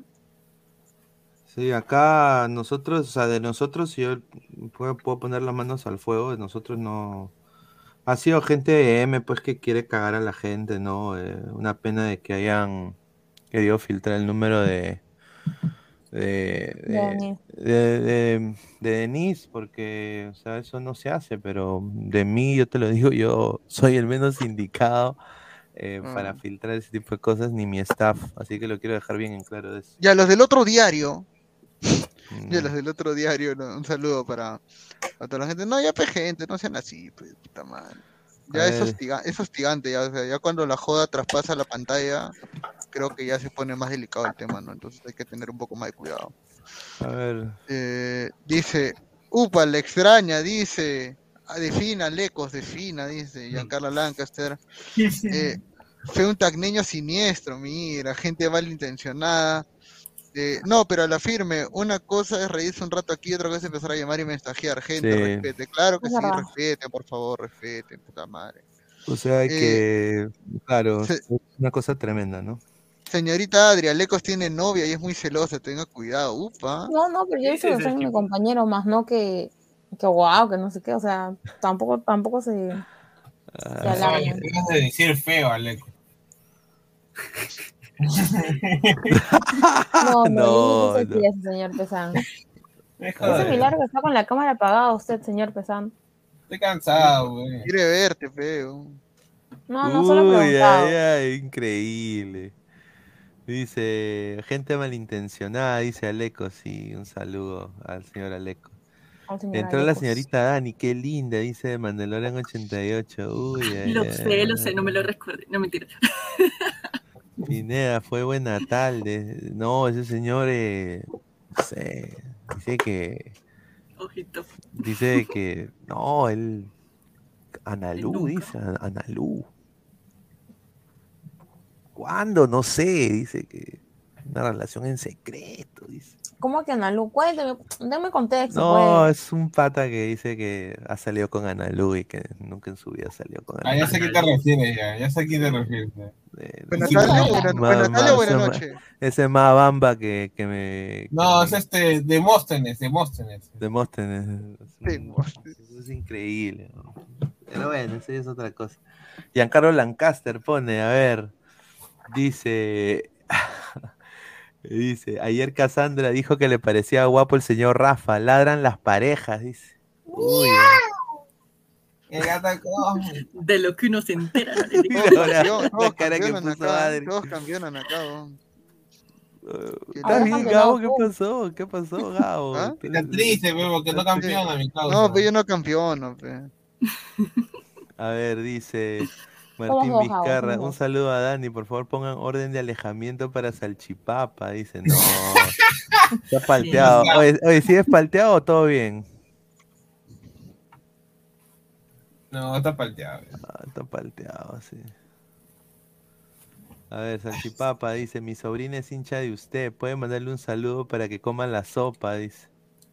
Sí, acá nosotros, o sea, de nosotros, si yo puedo poner las manos al fuego, de nosotros no... Ha sido gente de M, pues, que quiere cagar a la gente, ¿no? Una pena de que hayan querido filtrar el número de Denise, porque, o sea, eso no se hace, pero de mí, yo te lo digo, yo soy el menos indicado para filtrar ese tipo de cosas, ni mi staff, así que lo quiero dejar bien en claro de eso. Ya, los del otro diario. ¿No? Un saludo para toda la gente. No, ya gente, no sean así, pues, puta madre. Ya es hostigante, ya, o sea, ya cuando la joda traspasa la pantalla, creo que ya se pone más delicado el tema, ¿no? Entonces hay que tener un poco más de cuidado. A ver. Dice, upa, le extraña, dice, defina, Lecos, defina, dice, Giancarlo Lancaster. Fue un tacneño siniestro, mira, gente malintencionada. No, pero a la firme, una cosa es reírse un rato aquí, otra cosa es empezar a llamar y mensajear. Gente, Sí. respete. Claro que Es sí, verdad. respeten, por favor, respeten, puta madre. O sea, claro, es una cosa tremenda, ¿no? Señorita Adria, Lecos tiene novia y es muy celosa, tenga cuidado, upa. No, pero yo hice a mi compañero, más no que guau, que no sé qué, o sea, tampoco se alarma. Tienes de decir feo, Aleco. No, ese señor Pesán. Ese milagro está con la cámara apagada usted, señor Pesán. Estoy cansado, güey. Quiere verte, feo. No, solo preguntaba. Ay, increíble. Dice, gente malintencionada, dice Aleco, sí, un saludo al señor Aleco. Entró la señorita Dani, qué linda, dice de Mandalorian 88. Uy, Lo sé, no me lo recuerdo. No, mentira. Pineda, fue buena tarde. No, ese señor, no sé, dice que, Ojito. no, él, Analú, Nunca. dice, Analú. ¿Cuándo? No sé, dice que una relación en secreto, dice. ¿Cómo que Analu? Cuéntame, dame contexto, No, pues. es un pata que dice que ha salido con Analú y que nunca en su vida salió con Ah, Analú. ya sé a quién te refieres, ya sé a quién te refieres. Buenas tardes, buenas tardes o buenas noches. Ese más bamba que me... No, es Demóstenes. Demóstenes. Es increíble, ¿no? Pero bueno, eso ya es otra cosa. Giancarlo Lancaster pone, a ver, dice... Dice, ayer Cassandra dijo que le parecía guapo el señor Rafa, ladran las parejas, dice. Uy, De lo que uno se entera. ¿no? la cara que puso Adri. Todos campeonan acá. ¿Estás bien, Gabo? ¿Qué pasó? ¿Qué pasó, Gabo? ¿Ah? Está triste, pero que no campeona, mi causa. No, pero yo no campeono, pe. A ver, dice Somos Martín dos, Gabo, Vizcarra, somos un dos. saludo a Dani, por favor pongan orden de alejamiento para Salchipapa, dice, no, está palteado. Oye, ¿sigues palteado o todo bien? No, está palteado. Está palteado, sí. A ver, Salchipapa dice, mi sobrina es hincha de usted, puede mandarle un saludo para que coma la sopa, dice.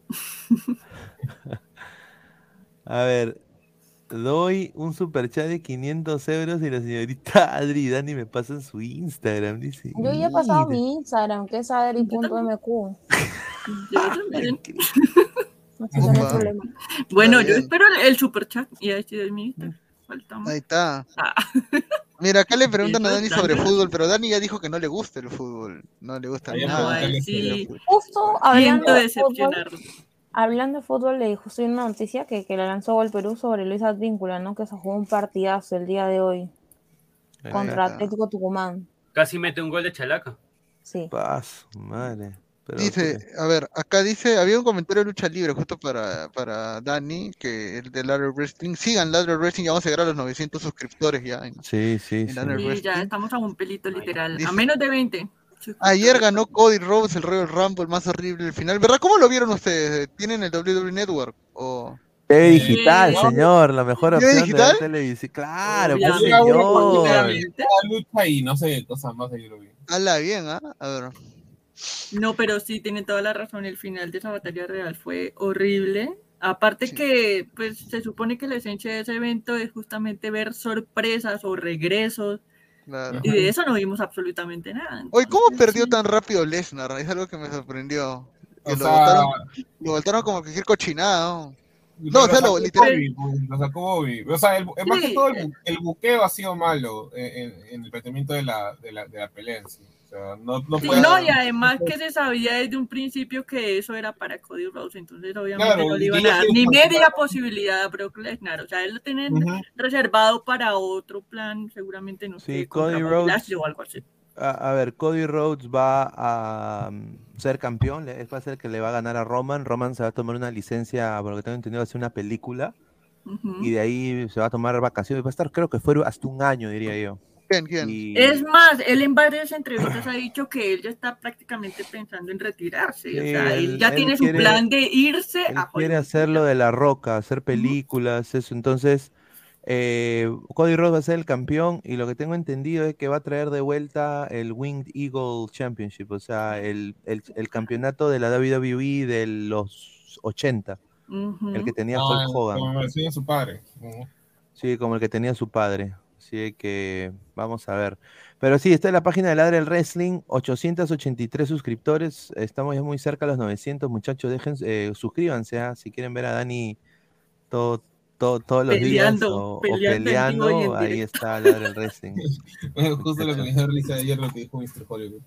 A ver, doy un superchat de 500 euros y la señorita Adri y Dani me pasan su Instagram, dice. Yo ya he pasado mi Instagram, que es adri.mq. Yo también. Así que no hay problema. Bueno, Está yo bien. espero el superchat y ahí estoy de mi Instagram. Faltamos. Ahí está. Ah. Mira, acá le preguntan a Dani sobre Dani. fútbol, pero Dani ya dijo que no le gusta el fútbol. No le gusta Ahí nada. Ay, sí. Justo Siento hablando de fútbol, decepcionarlo. hablando de fútbol, le justo hay una noticia que le lanzó Gol Perú sobre Luis Advíncula, ¿no? Que se jugó un partidazo el día de hoy contra está. Atlético Tucumán. Casi mete un gol de Chalaca. Sí. Paso, madre. Pero, Dice, a ver, acá dice, había un comentario de lucha libre justo para Dani, que el de Ladder Wrestling. Sigan Ladder Wrestling, ya vamos a llegar a los 900 suscriptores ya en sí, Ladder Sí, ya Wrestling. estamos a un pelito literal. Dice- A menos de 20. Ayer ganó Cody Rhodes el Royal Rumble más horrible del final. ¿Verdad? ¿Cómo lo vieron ustedes? ¿Tienen el WWE Network? ¿O... TV digital, no. señor, la mejor ¿TV opción de digital? ver televisión. Claro, pues Obviamente, señor. La lucha y no sé, cosas más ahí lo vi. Habla bien, ¿ah? A ver. No, pero sí, tiene toda la razón. El final de esa batalla real fue horrible. Aparte que, pues, se supone que la esencia de ese evento es justamente ver sorpresas o regresos. Claro. Y de eso no vimos absolutamente nada. Oye, ¿cómo perdió tan rápido Lesnar? Es algo que me sorprendió. Que O lo sea, botaron como cualquier cochinada, ¿no? Pero No, o sea, sacó literal. Bobby, pues, lo sacó Bobby. O sea, más que todo el buqueo ha sido malo en el planteamiento de la pelea en sí. O sea, no Sí, puede- no, y además que se sabía desde un principio que eso era para Cody Rhodes, entonces obviamente Claro, no le y iban que a dar ellos ni quieren media participar. posibilidad a Brock Lesnar, o sea, él lo tienen Ujú. reservado para otro plan, seguramente, no Sí, sé, contra Cody Bobby Rhodes. Lashley o algo así. A ver, Cody Rhodes va a ser campeón, va a ser el que le va a ganar a Roman. Roman se va a tomar una licencia, por lo que tengo entendido, va a hacer una película. Ujú. Y de ahí se va a tomar vacaciones. Va a estar, creo que fue hasta un año, diría yo. ¿Quién? Y Es más, él en varias entrevistas ha dicho que él ya está prácticamente pensando en retirarse, sí, o sea, él él ya tiene su quiere, plan de irse él a quiere Hollywood. hacer lo de La Roca, hacer películas, eso. Entonces, Cody Rhodes va a ser el campeón. Y lo que tengo entendido es que va a traer de vuelta el Winged Eagle Championship, o sea, el campeonato de la WWE de los 80, el que tenía No, Hulk Hogan. como me decía su padre. Sí, como el que tenía su padre. Así que vamos a ver. Pero sí, está en la página de Ladre el Wrestling, 883 suscriptores. Estamos ya muy cerca a los 900, muchachos. Suscríbanse, si quieren ver a Dani todos los días o peleando en vivo y en peleando. Ahí directo. está Ladre el Wrestling. Bueno, justo lo que me Muchachos. dio risa ayer lo que dijo Mr. Hollywood.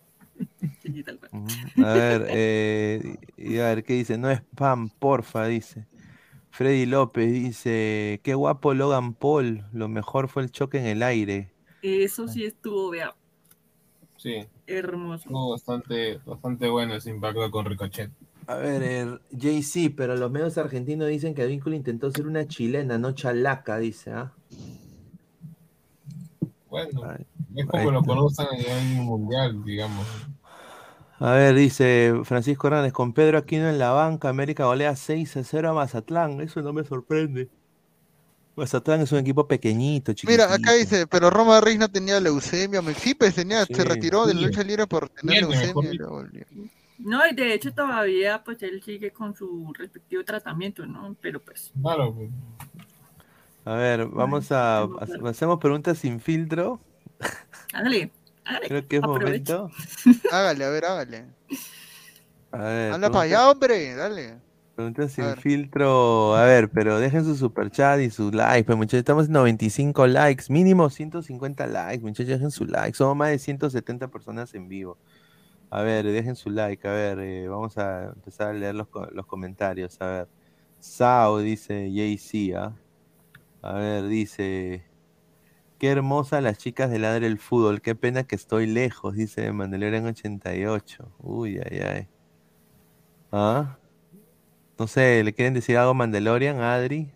A ver, y a ver qué dice. No es spam, porfa, dice. Freddy López dice, qué guapo Logan Paul, lo mejor fue el choque en el aire. Eso sí estuvo, vea, Sí. hermoso. Estuvo bastante bueno ese impacto con Ricochet. A ver, JC, pero los medios argentinos dicen que Advíncula intentó ser una chilena, no chalaca, dice, ¿ah? Bueno. Es como lo conocen a nivel mundial, digamos. A ver, dice Francisco Hernández, con Pedro Aquino en la banca, América golea 6-0 a Mazatlán. Eso no me sorprende. Mazatlán es un equipo pequeñito, chiquitito. Mira, acá dice, pero Roma Reis no tenía leucemia. Sí, pues tenía, Sí, se retiró de la sí. lucha libre por tener Bien, leucemia. Y luego volvió. No, y de hecho todavía pues él sigue con su respectivo tratamiento, ¿no? Pero pues. Claro, pues. A ver, vamos a... Hacemos preguntas sin filtro. Hágale, Creo que es aproveche. momento. Hágale, a ver, hágale. A ver, Anda para allá, hombre, dale. preguntas sin filtro. A ver, pero dejen su super chat y su like. Pues muchachos, estamos en 95 likes. Mínimo 150 likes. Muchachos, dejen su like. Somos más de 170 personas en vivo. A ver, dejen su like. A ver, vamos a empezar a leer los comentarios. A ver. Sao dice JC, ¿ah? A ver, dice. Qué hermosa las chicas de Ladre el Fútbol. Qué pena que estoy lejos, dice Mandalorian 88. Uy, ay, ay. ¿Ah? No sé, ¿le quieren decir algo a Mandalorian, a Adri?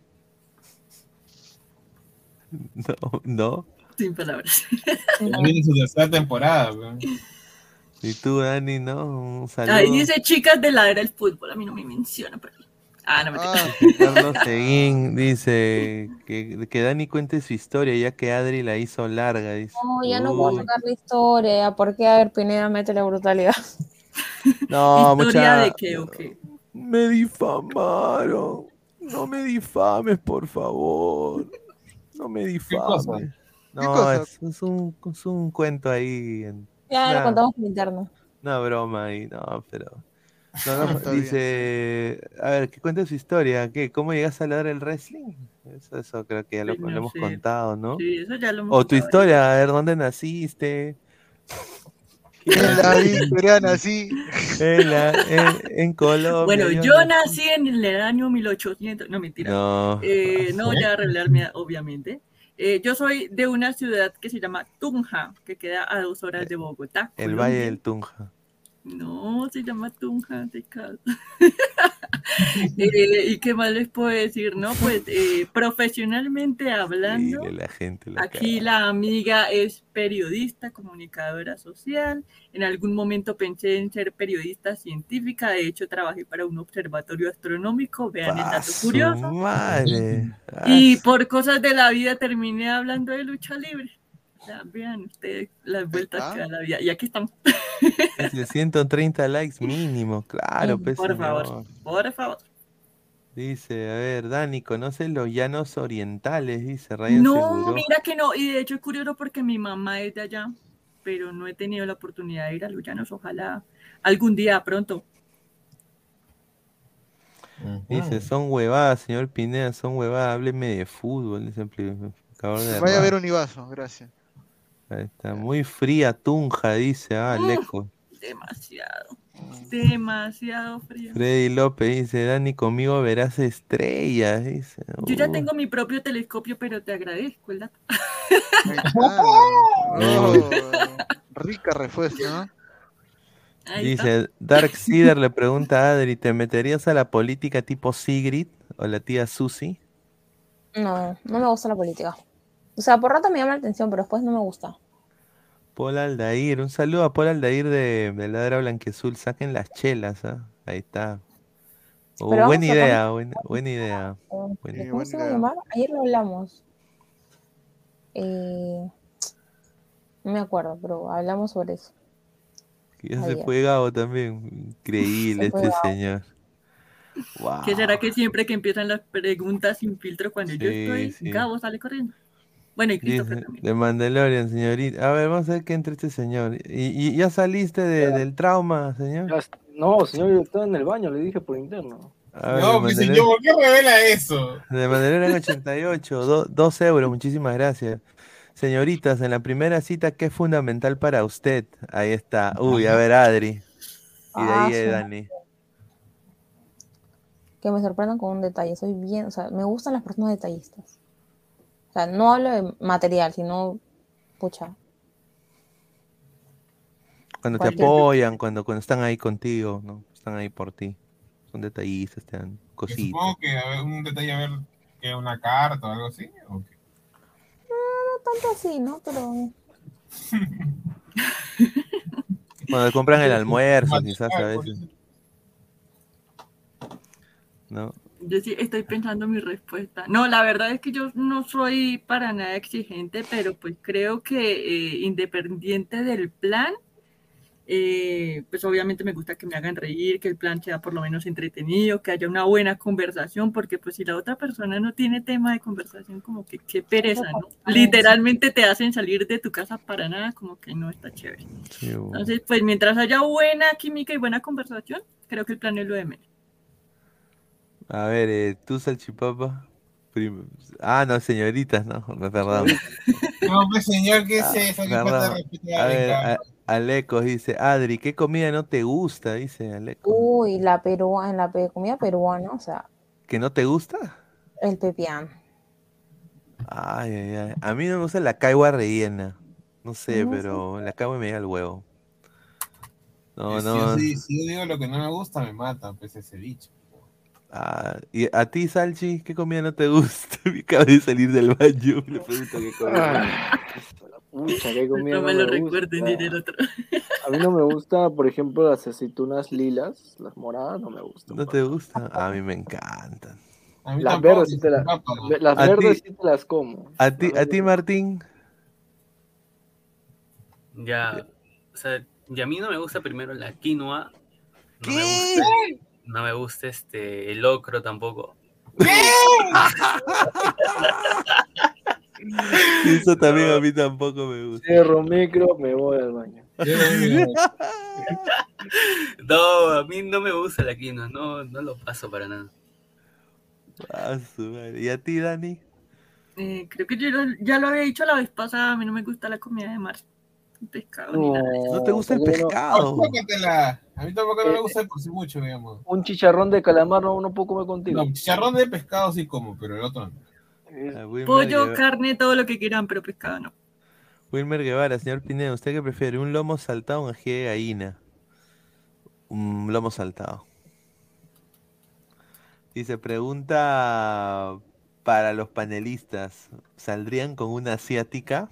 No, no. Sin palabras. Ya viene su tercera temporada, weón. Y tú, Dani, ¿no? Un saludo. Ahí dice chicas de la era del fútbol, a mí no me menciona por ahí. No me Carlos Seguín dice que Dani cuente su historia ya que Adri la hizo larga. Dice. No, ya no puedo sacar la historia. ¿Por qué? A ver, Pineda, mete la brutalidad. No, ¿Historia mucha... de qué o qué? Me difamaron. No me difames, por favor. No me difames. No, es un cuento ahí. Ya lo Nah, contamos por interno. una broma ahí, no, pero... No, Está dice... A ver, ¿qué cuenta su historia? ¿Qué? ¿Cómo llegaste a hablar el wrestling? Eso creo que ya lo Pues no hemos sé. contado, ¿no? Sí, eso ya lo hemos O tu contado. historia, a ver, ¿dónde naciste? En la victoriana, sí. En Colombia. Bueno, yo nací en el año 1800, no mentira. No. No voy a revelarme, obviamente. Yo soy de una ciudad que se llama Tunja, que queda a 2 horas de Bogotá. El Colombia. Valle del Tunja. No, se llama Tunja de casa. ¿Y qué más les puedo decir? No, pues profesionalmente hablando, Dile la gente la aquí la amiga es periodista, comunicadora social. En algún momento pensé en ser periodista científica. De hecho, trabajé para un observatorio astronómico. Vean el dato curioso. Madre. Y por cosas de la vida terminé hablando de lucha libre. Ya, vean ustedes las vueltas que da la vida. Y aquí estamos. Dice 130 likes mínimo, claro, pues, Por favor, señor. por favor. Dice, a ver, Dani, ¿conoces los llanos orientales? Dice Ryan No, Seguro. mira que no. Y de hecho es curioso porque mi mamá es de allá, pero no he tenido la oportunidad de ir a los llanos. Ojalá algún día pronto. Dice, son huevadas, señor Pineda, son huevadas, hábleme de fútbol. Dice el amplificador de Vaya a ver radio. Univaso, gracias. Ahí está, muy fría Tunja, dice, Leco. Demasiado frío. Freddy López dice, Dani, conmigo verás estrellas, dice. Yo ya tengo mi propio telescopio, pero te agradezco el dato. Oh, rica respuesta, ¿no? Dice, Dark Seeder le pregunta a Adri, ¿te meterías a la política tipo Sigrid o la tía Susi? No, no me gusta la política. O sea, por rato me llama la atención, pero después no me gusta. Paul Aldair, un saludo a Paul Aldair de Ladra Blanquezul, saquen las chelas, ¿ah? Ahí está. Pero Buena vamos a idea, poner- buena idea. ¿Cómo se va a llamar? Ayer lo hablamos. No me acuerdo, pero hablamos sobre eso. Ya se Ayer. fue Gabo también. Increíble Se fue este Gabo. señor. Wow. ¿Qué será que siempre que empiezan las preguntas sin filtro, cuando yo Sí, estoy, sí. Gabo sale corriendo? Bueno, y Christopher Dice, también. de Mandalorian, señorita. A ver, vamos a ver qué entra este señor. ¿Y ya saliste del trauma, señor? No, señor, yo estaba en el baño, le dije por interno. A ver, No, de pues Mandalorian- señor, ¿por qué revela eso? De Mandalorian 88, 2 euros, muchísimas gracias. Señoritas, en la primera cita, ¿qué es fundamental para usted? Ahí está. Uy, a ver, Adri. Y de ahí su- Dani. Que me sorprendan con un detalle. Soy bien, o sea, me gustan las personas detallistas. O sea, no hablo de material, sino, pucha, Cuando te Cualquier- apoyan, cuando están ahí contigo, ¿no? Están ahí por ti. Son detallistas, te dan Que cositas. supongo que a ver, un detalle, a ver, que una carta o algo así. ¿o qué? no tanto así, ¿no? Pero Cuando compran el almuerzo, quizás a veces. ¿No? Yo sí estoy pensando mi respuesta. No, la verdad es que yo no soy para nada exigente, pero pues creo que independiente del plan, pues obviamente me gusta que me hagan reír, que el plan sea por lo menos entretenido, que haya una buena conversación, porque pues si la otra persona no tiene tema de conversación, como que qué pereza, ¿no? Literalmente te hacen salir de tu casa para nada, como que no está chévere. Sí, Entonces, pues mientras haya buena química y buena conversación, creo que el plan es lo de menos. A ver, tú, salchipapa. No, señoritas, no, perdón. No, pues señor, ¿qué es eso? ¿Qué falta Perdón. de respeto A a ver, Ricardo? Alecos dice, Adri, ¿qué comida no te gusta? Dice Alecos. Uy, comida peruana, o sea, ¿Que no te gusta? el pepián. Ay, ay, ay. A mí no me gusta la caigua rellena. No sé, No sé. pero la caigua me llega al huevo. No, Si yo, no. si yo digo lo que no me gusta, me matan, pues ese bicho. ¿Y a ti, Salchi, qué comida no te gusta? Me acabo de salir del baño. Le pregunto qué comida. Pucha, qué comida No no me lo me recuerden, gusta. diré el otro. A mí no me gusta, por ejemplo, las aceitunas lilas, las moradas no me gustan. ¿No te gusta? A mí me encantan. A mí Las tampoco, verdes sí te las, las ¿A verdes ti? sí te las como. ¿A ti, Martín? Ya, o sea, y a mí no me gusta primero la quinoa. ¿Qué? No me gusta el locro tampoco. Eso también a mí tampoco me gusta. Cierro micro, me voy al baño. No, a mí no me gusta la quinoa, no lo paso para nada. Su madre. ¿Y a ti, Dani? Creo que yo ya lo había dicho la vez pasada, a mí no me gusta la comida de mar. Pescado ni nada. ¿No te gusta el pescado? A mí tampoco no me gusta por sí mucho, digamos. Un chicharrón de calamar no puedo comer contigo. No, chicharrón de pescado sí como, pero el otro no. Pollo, carne, todo lo que quieran, pero pescado no. Wilmer Guevara, señor Pineda, ¿usted qué prefiere? ¿Un lomo saltado o un ají de gallina? Un lomo saltado. Y se pregunta para los panelistas, ¿saldrían con una asiática?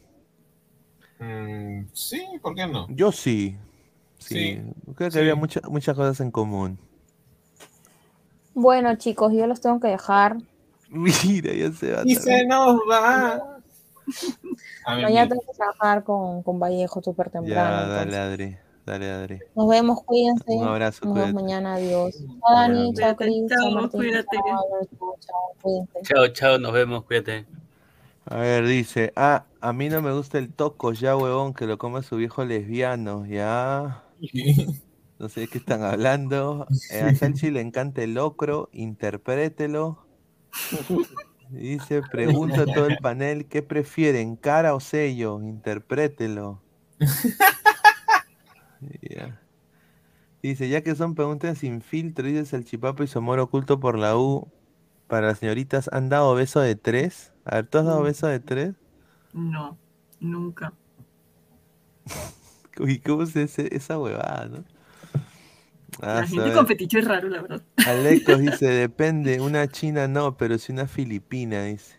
Sí, ¿por qué no? Yo sí. Sí. Creo que había muchas cosas en común. Bueno, chicos, yo los tengo que dejar. Mira, ya se va. Y se nos va. Mañana tengo que trabajar con Vallejo súper temprano. Ya, dale, entonces. Adri. Dale, Adri. Nos vemos, cuídense. Un abrazo, Nos vemos cuídate. mañana, adiós. Chao, Dani, chao, Cris, chao, Chao, Martín. cuídate. Chao, cuídense. Chao, nos vemos, cuídate. A ver, dice, a mí no me gusta el toco, ya huevón, que lo come su viejo lesbiano, ya. No sé de qué están hablando. A Salchi le encanta el locro, interprételo. Dice, pregunta a todo el panel, ¿qué prefieren, cara o sello? Interprételo. Ya. Dice, ya que son preguntas sin filtro, dice Salchipapa y su amor oculto por la U. Para las señoritas, ¿han dado beso de 3? A ver, ¿tú has dado beso de 3? No, nunca. Uy, ¿cómo se dice esa huevada, no? La gente con fetiche es raro, la verdad. Alecos dice, depende, una china no, pero sí una filipina, dice.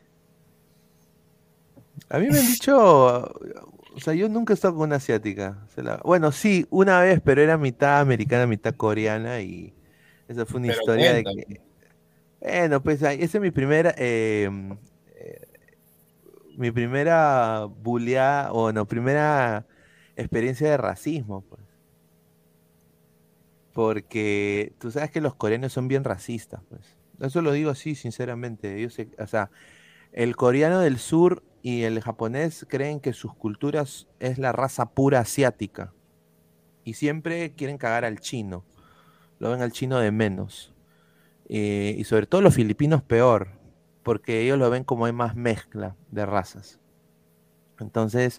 A mí me han dicho, o sea, yo nunca he estado con una asiática. Bueno, sí, una vez, pero era mitad americana, mitad coreana y esa fue una Pero historia cuéntame. de que... Bueno, pues esa es mi primera bulleada, o no, primera experiencia de racismo, pues. Porque tú sabes que los coreanos son bien racistas, pues. Eso lo digo así, sinceramente. Yo sé, o sea, el coreano del sur y el japonés creen que sus culturas es la raza pura asiática. Y siempre quieren cagar al chino. Lo ven al chino de menos. Y sobre todo los filipinos peor, porque ellos lo ven como hay más mezcla de razas. Entonces,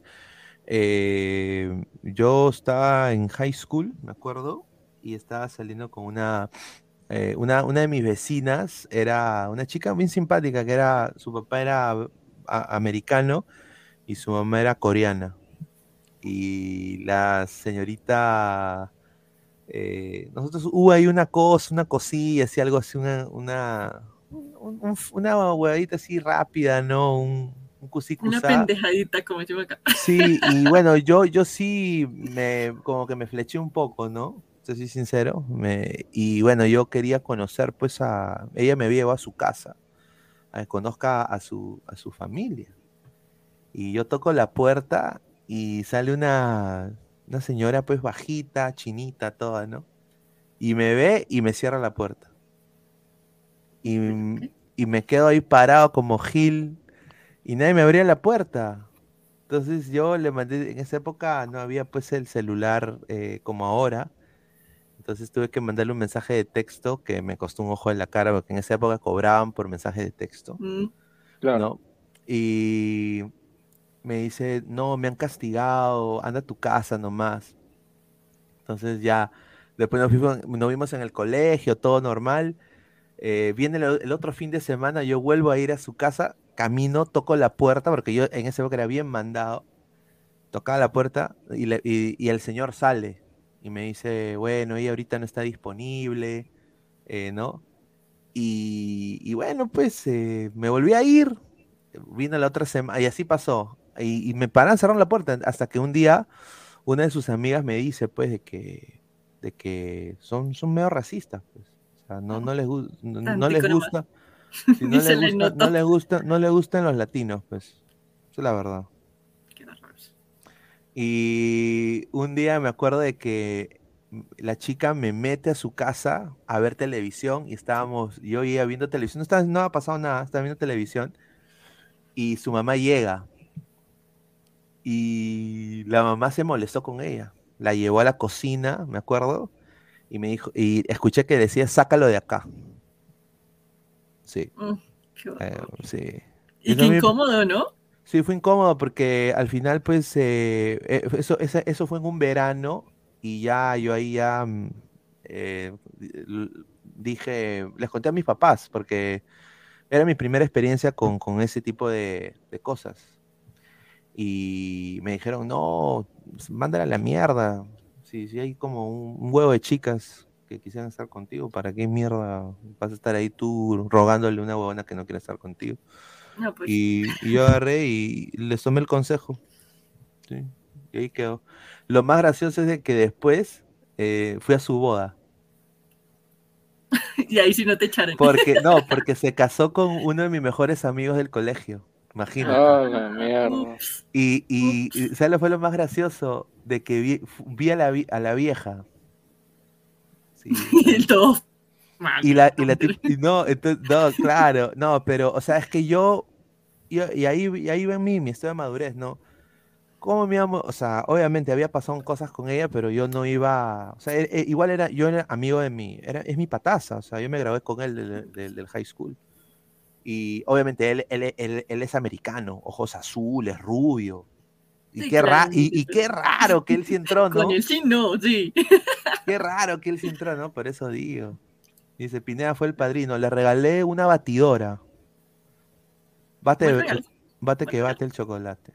yo estaba en high school, me acuerdo, y estaba saliendo con una de mis vecinas, era una chica bien simpática, su papá era americano y su mamá era coreana. Y la señorita... nosotros hubo ahí una cosilla, así algo así, una huevadita así rápida, ¿no? Un un cusí Una cusá. pendejadita, como decimos acá. Sí, y bueno, yo sí como que me fleché un poco, ¿no? Te soy sincero. Y bueno, yo quería conocer, pues, ella me llevó a su casa, a que conozca a su familia. Y yo toco la puerta y sale una señora, pues, bajita, chinita, toda, ¿no? Y me ve y me cierra la puerta. Y, y me quedo ahí parado como Gil y nadie me abría la puerta. Entonces yo le mandé, en esa época no había pues el celular como ahora, entonces tuve que mandarle un mensaje de texto que me costó un ojo en la cara porque en esa época cobraban por mensaje de texto, Claro. ¿no? Y me dice, no, me han castigado, anda a tu casa nomás. Entonces ya, después nos vimos en el colegio, todo normal. Viene el otro fin de semana, yo vuelvo a ir a su casa, camino, toco la puerta porque yo en esa época era bien mandado. Tocaba la puerta y el señor sale y me dice, bueno, ella ahorita no está disponible, ¿no? Y bueno, pues me volví a ir, vino la otra semana y así pasó. Y me paran, cerraron la puerta hasta que un día una de sus amigas me dice, pues, de que son medio racistas, pues. O sea, no les Tantico nomás. gusta, si no Ni les se le gusta, no notó. les gusta, no les gustan los latinos, pues. Esa es la verdad. Y un día me acuerdo de que la chica me mete a su casa a ver televisión y yo iba viendo televisión, no ha pasado nada, estaba viendo televisión y su mamá llega y la mamá se molestó con ella, la llevó a la cocina, me acuerdo, y me dijo, y escuché que decía, sácalo de acá. Sí, Qué horror. sí. Y qué incómodo, ¿no? Sí, fue incómodo porque al final, pues, eso fue en un verano y ya yo ahí ya dije, les conté a mis papás porque era mi primera experiencia con ese tipo de cosas. Y me dijeron, no, mándala a la mierda. Si hay como un huevo de chicas que quisieran estar contigo, ¿para qué mierda vas a estar ahí tú rogándole a una huevona que no quiere estar contigo? No, pues. Y yo agarré y les tomé el consejo. ¿Sí? Y ahí quedó. Lo más gracioso es de que después fui a su boda. Y ahí sí no te echaron. Porque se casó con uno de mis mejores amigos del colegio. Imagínate. Ah, la mierda. Y ¿sabes lo fue lo más gracioso? De que vi a la vieja. Sí, Y todo. No, entonces, no, claro, no, pero, o sea, es que y ahí va mi estado de madurez, ¿no? ¿Cómo me llamo? O sea, obviamente había pasado cosas con ella, pero yo no iba, o sea, igual yo era amigo es mi pataza, o sea, yo me gradué con él del high school. Y obviamente él es americano, ojos azules, rubio. Y Sí, qué claro. y qué raro que él sí entró, ¿no? Con él sí, no, sí. Qué raro que él sí entró, ¿no? Por eso digo. Dice, Pineda fue el padrino, le regalé una batidora. Buen Bate, regalo. bate que bate el chocolate.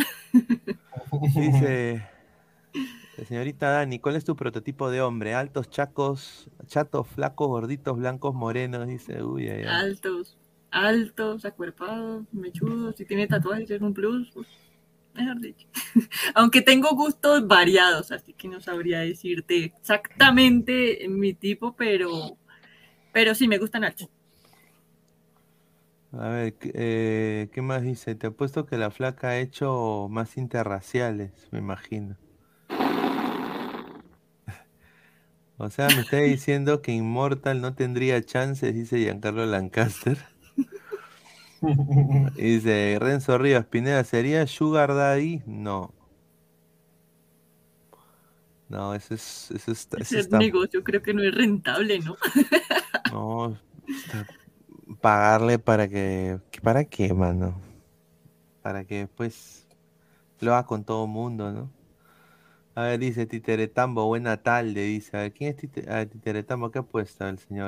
Dice, señorita Dani, ¿cuál es tu prototipo de hombre? Altos, chacos, chatos, flacos, gorditos, blancos, morenos. Dice, uy, ay, ay. Altos, acuerpados, mechudos. Si tiene tatuajes es un plus. Pues, mejor dicho. Aunque tengo gustos variados, así que no sabría decirte exactamente mi tipo, pero sí me gustan altos. A ver, ¿qué más dice? Te apuesto que la flaca ha hecho más interraciales, me imagino. O sea, me está diciendo que Immortal no tendría chances, dice Giancarlo Lancaster. Y dice Renzo Rivas, Pineda, ¿sería Sugar Daddy? No. No, eso Ese está. negocio creo que no es rentable, ¿no? No, pagarle ¿para qué, mano? Para que después lo haga con todo mundo, ¿no? A ver, dice Titeretambo, buena tarde, dice. A ver, ¿quién es Titeretambo? ¿Qué ha puesto el señor?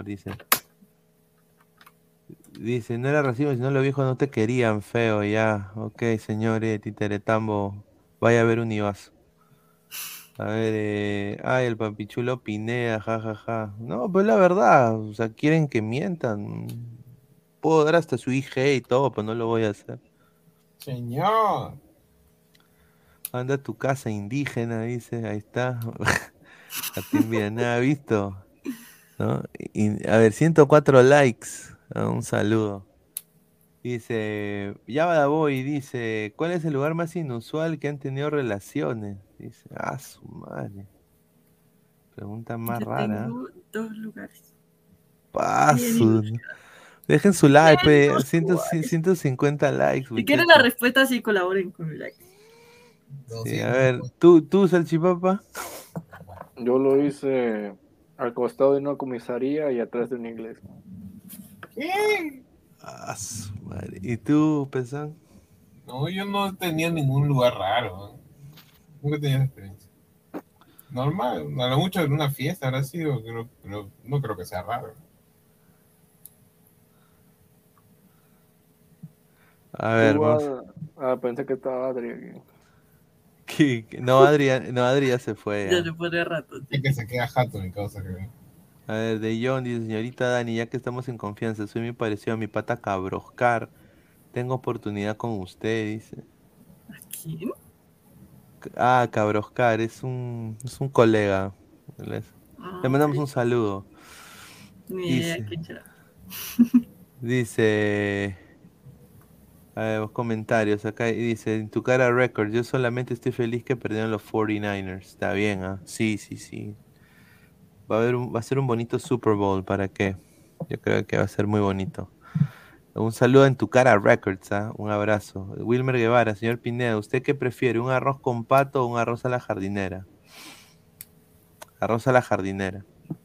Dice, no era racismo, sino los viejos no te querían, feo, ya. Ok, señor Titeretambo, vaya a ver un Ibazo. A ver, ay, el papichulo Pineda, jajaja. No, pues la verdad, o sea, quieren que mientan. Puedo dar hasta su IG y todo, pero no lo voy a hacer. Señor. Anda a tu casa indígena, dice, ahí está. A ti bien, nada visto, ¿no? A ver, 104 likes. Un saludo. Dice, Yabadaboy dice, ¿cuál es el lugar más inusual que han tenido relaciones? Dice, su madre. Pregunta más Yo rara. tengo 2 lugares. Paso. Dejen su like, 150 likes. Si quieren la muchachos. respuesta, sí colaboren con el like. Sí, a ver, tú, Salchipapa. Yo lo hice al costado de una comisaría y atrás de una iglesia. ¿Qué? Su madre. ¿Y tú, Pesán? No, yo no tenía ningún lugar raro. Nunca tenía esa experiencia. Normal, a lo mucho en una fiesta habrá sido, pero no creo que sea raro. A ver, vamos. Pensé que estaba Adri. No, Adri ya se fue. Ya se fue de rato. Es que se queda jato mi causa, creo. A ver, de John dice, señorita Dani, ya que estamos en confianza, soy muy parecido a mi pata Cabroscar. Tengo oportunidad con usted, dice. ¿A quién? Cabroscar, es un colega. Le mandamos un saludo. Ni idea qué será. Dice, a ver, los comentarios acá, y dice, en tu cara record, yo solamente estoy feliz que perdieron los 49ers. Está bien, ¿ah? Sí. Va a ser un bonito Super Bowl, ¿para qué? Yo creo que va a ser muy bonito. Un saludo en tu cara records, ¿ah? Un abrazo. Wilmer Guevara, señor Pineda, ¿usted qué prefiere? ¿Un arroz con pato o un arroz a la jardinera? Arroz a la jardinera.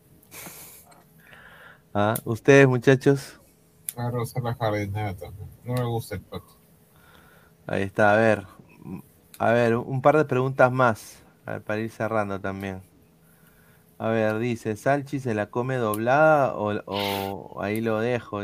¿Ustedes, muchachos? Arroz a la jardinera también. No me gusta el pato. Ahí está, a ver, un par de preguntas más, a ver, para ir cerrando también. A ver, dice, ¿Salchi se la come doblada o ahí lo dejo?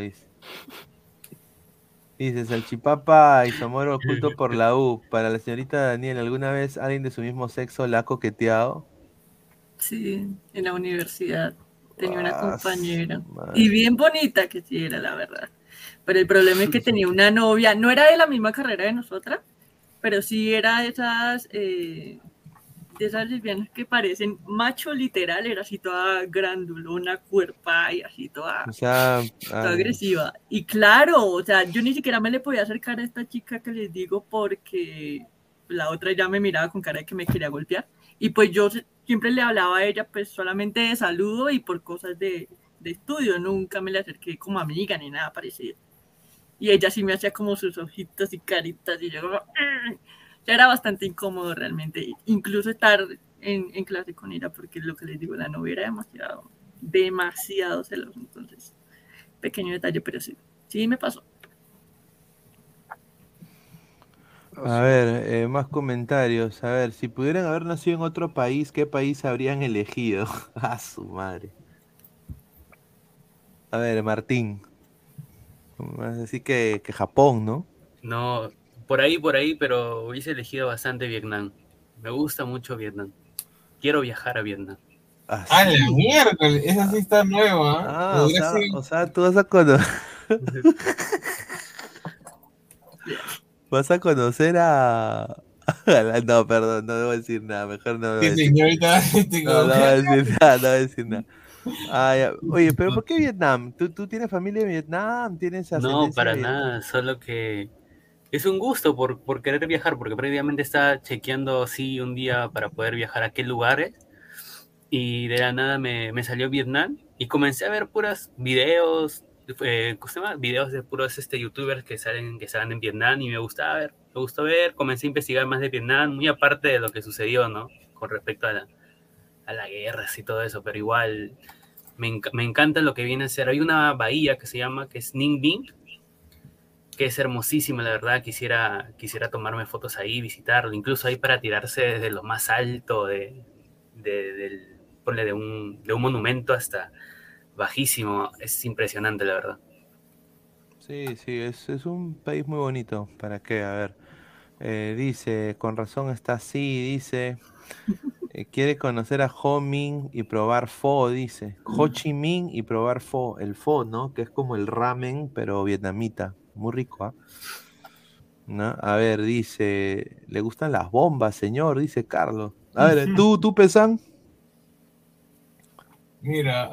Dice, Salchipapa y su amor oculto por la U. Para la señorita Daniel, ¿alguna vez alguien de su mismo sexo la ha coqueteado? Sí, en la universidad tenía una compañera. Y bien bonita que sí era, la verdad. Pero el problema es que tenía una novia, no era de la misma carrera de nosotras, pero sí era de esas lesbianas que parecen macho literal, era así toda grandulona, cuerpa y así toda, toda agresiva. Y claro, o sea, yo ni siquiera me le podía acercar a esta chica que les digo porque la otra ya me miraba con cara de que me quería golpear. Y pues yo siempre le hablaba a ella pues solamente de saludo y por cosas de estudio, nunca me le acerqué como amiga ni nada parecido. Y ella sí me hacía como sus ojitos y caritas y yo como... Ya era bastante incómodo realmente, incluso estar en clase con ella, porque lo que les digo, la novia era demasiado celosa, entonces, pequeño detalle, pero sí me pasó. A ver, más comentarios. A ver, si pudieran haber nacido en otro país, ¿qué país habrían elegido? Su madre. A ver, Martín. Así que Japón, ¿no? No, por ahí, pero hubiese elegido bastante Vietnam. Me gusta mucho Vietnam. Quiero viajar a Vietnam. ¡Ah, la miércoles! Esa sí está nueva. O sea, tú vas a conocer... Vas a conocer a... No, perdón, no debo decir nada. Mejor no debo decir nada. No voy a decir nada. Oye, pero ¿por qué Vietnam? ¿Tú tienes familia en Vietnam? ¿Tienes ascendencia? No, para nada. Solo que es un gusto por querer viajar, porque previamente estaba chequeando así un día para poder viajar a qué lugares. Y de la nada me salió Vietnam y comencé a ver puros videos, ¿cómo se llama? Videos de puros youtubers que salen en Vietnam y me gustó ver, comencé a investigar más de Vietnam, muy aparte de lo que sucedió, ¿no? Con respecto a la guerra y todo eso, pero igual me encanta lo que viene a ser. Hay una bahía que es Ninh Binh, que es hermosísima, la verdad, quisiera tomarme fotos ahí, visitarlo, incluso ahí para tirarse desde lo más alto de un monumento hasta bajísimo, es impresionante, la verdad. Sí, es un país muy bonito. ¿Para qué? A ver, dice, con razón está así, dice, quiere conocer a Ho Minh y probar pho, dice. Ho Chi Minh y probar pho, el pho, ¿no? Que es como el ramen, pero vietnamita. Muy rico, ¿ah? ¿no? A ver, dice, le gustan las bombas, señor, dice Carlos. A ver, tú, Pesan. Mira,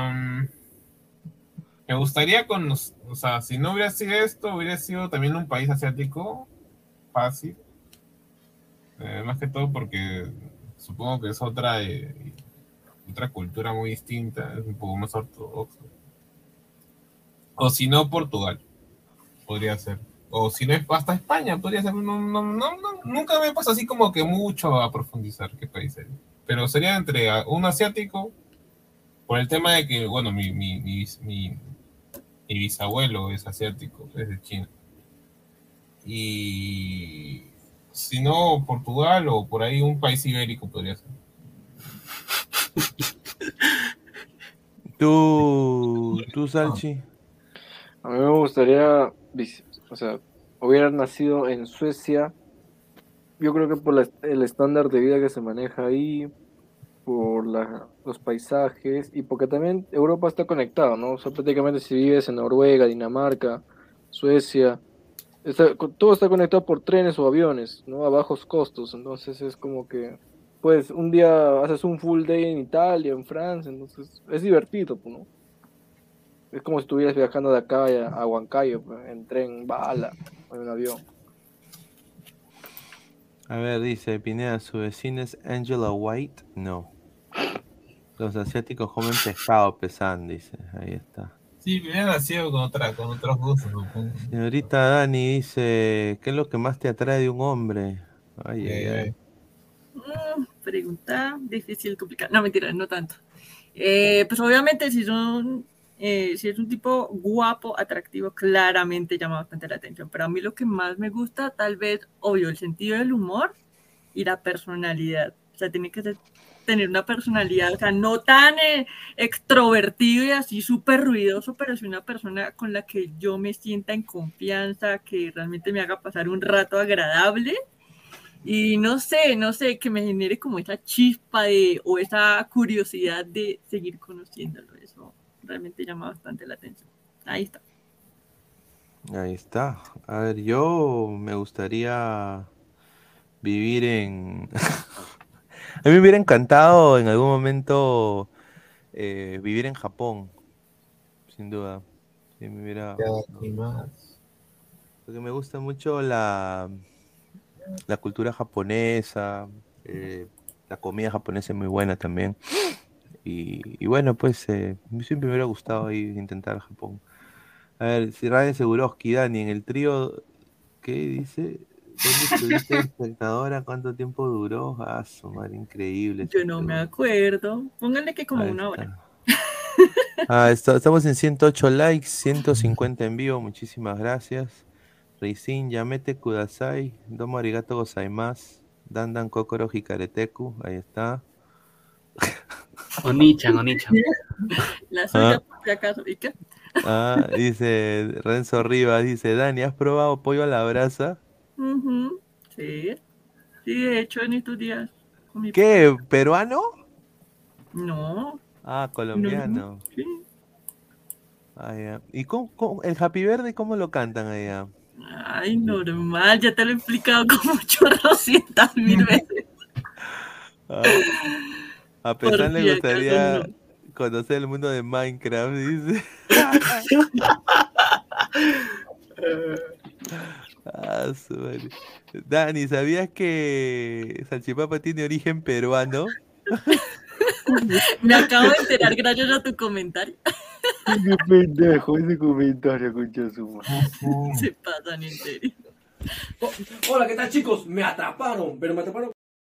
me gustaría o sea, si no hubiera sido esto, hubiera sido también un país asiático fácil. Más que todo porque supongo que es otra cultura muy distinta, es un poco más ortodoxo. O si no, Portugal, podría ser. O si no, hasta España, podría ser. Nunca me pasa así como que mucho a profundizar qué país sería. Pero sería entre un asiático, por el tema de que, bueno, mi bisabuelo es asiático, es de China. Y si no, Portugal o por ahí un país ibérico podría ser. Tú, Salchi. A mí me gustaría, o sea, hubiera nacido en Suecia. Yo creo que por el estándar de vida que se maneja ahí, por los paisajes y porque también Europa está conectado, ¿no? O sea, prácticamente si vives en Noruega, Dinamarca, Suecia, todo está conectado por trenes o aviones, ¿no? A bajos costos, entonces es como que, pues, un día haces un full day en Italia, en Francia, entonces es divertido, pues, ¿no? Es como si estuvieras viajando de acá a Huancayo, pues, en tren, bala, o en un avión. A ver, dice Pineda, ¿su vecina es Angela White? No. Los asiáticos comen pescado, Pesan, dice. Ahí está. Sí, me he nacido con otros gustos, supongo. Señorita Dani dice, ¿qué es lo que más te atrae de un hombre? Ay, ay, ay. Pregunta difícil, complicada. No, mentira, no tanto. Pues obviamente si es un tipo guapo, atractivo, claramente llama bastante la atención. Pero a mí lo que más me gusta, tal vez, obvio, el sentido del humor y la personalidad. O sea, tiene que tener una personalidad, o sea, no tan extrovertido y así súper ruidoso, pero es una persona con la que yo me sienta en confianza, que realmente me haga pasar un rato agradable. Y no sé, que me genere como esa chispa o esa curiosidad de seguir conociéndolo. Eso realmente llama bastante la atención. Ahí está. Ahí está. A ver, yo me gustaría vivir en... A mí me hubiera encantado en algún momento vivir en Japón, sin duda. Sí, me hubiera... Porque me gusta mucho la cultura japonesa, la comida japonesa es muy buena también. Y bueno, pues siempre me hubiera gustado ahí intentar Japón. A ver, si Ryan Seguroski, Dani, en el trío, ¿qué dice? ¿Dónde estuviste de espectadora? ¿Cuánto tiempo duró? Ah, su madre, increíble. Yo no me acuerdo. Pónganle que como Ahí una está. hora. Estamos en 108 likes, 150 en vivo, muchísimas gracias. Reisin, Yamete Kudasai, Domo Arigato Gozaimasu, Dandan Kokoro Hikareteku, ahí está. Onichan. La suya, por si acaso. ¿Y qué? Dice Renzo Rivas, dice, Dani, ¿has probado pollo a la brasa? Ujú, sí. Sí, de hecho, en estos días. Con mi ¿Qué? ¿Peruano? No. Colombiano. No, sí. Ya. ¿Y el Happy Verde cómo lo cantan allá? Ay, normal, ya te lo he explicado como 800,000 veces. A pesar le gustaría conocer el mundo de Minecraft, dice. Dani, ¿sabías que Salchipapa tiene origen peruano? Me acabo de enterar gracias a tu comentario. Qué pendejo ese comentario, concha suma. Se pasan en serio. Hola, ¿qué tal, chicos? Me atraparon, pero me atraparon.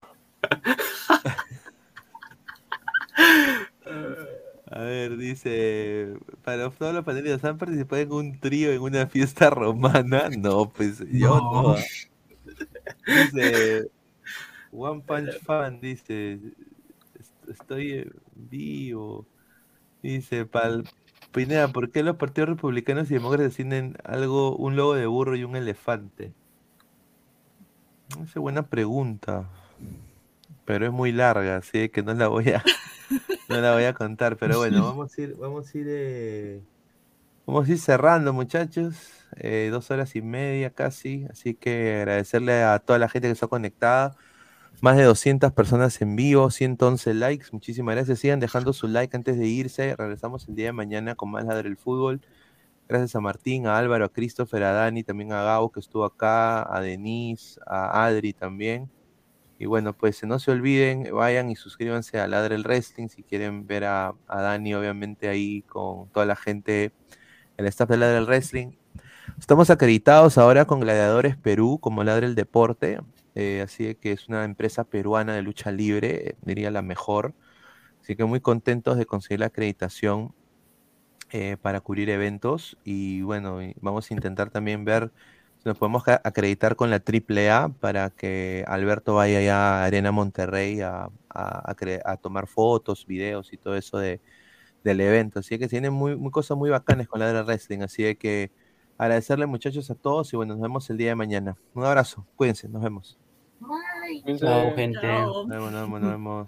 A ver, dice, para todos los panelistas, ¿han participado en un trío en una fiesta romana? No, pues yo no. Dice, One Punch Fan, dice, estoy vivo. Dice, Pineda, ¿por qué los partidos republicanos y demócratas tienen un logo de burro y un elefante? Esa es buena pregunta, pero es muy larga, así que no la voy a contar. Pero bueno, vamos a ir Vamos a ir cerrando, muchachos. 2 horas y media casi. Así que agradecerle a toda la gente que está conectada. Más de 200 personas en vivo, 111 likes. Muchísimas gracias. Sigan dejando su like antes de irse. Regresamos el día de mañana con más Ladre el Fútbol. Gracias a Martín, a Álvaro, a Christopher, a Dani, también a Gabo que estuvo acá, a Denise, a Adri también. Y bueno, pues no se olviden, vayan y suscríbanse a Ladre el Wrestling si quieren ver a Dani, obviamente ahí con toda la gente, el staff de Ladre el Wrestling. Estamos acreditados ahora con Gladiadores Perú como Ladre el Deporte, así que es una empresa peruana de lucha libre, diría la mejor. Así que muy contentos de conseguir la acreditación para cubrir eventos y bueno, vamos a intentar también ver si nos podemos acreditar con la AAA para que Alberto vaya ya a Arena Monterrey a tomar fotos, videos y todo eso del evento. Así que tienen cosas muy bacanas con Ladre Wrestling, así que agradecerle muchachos a todos y bueno, nos vemos el día de mañana. Un abrazo, cuídense, nos vemos. Bye. Chao, gente. Nos vemos.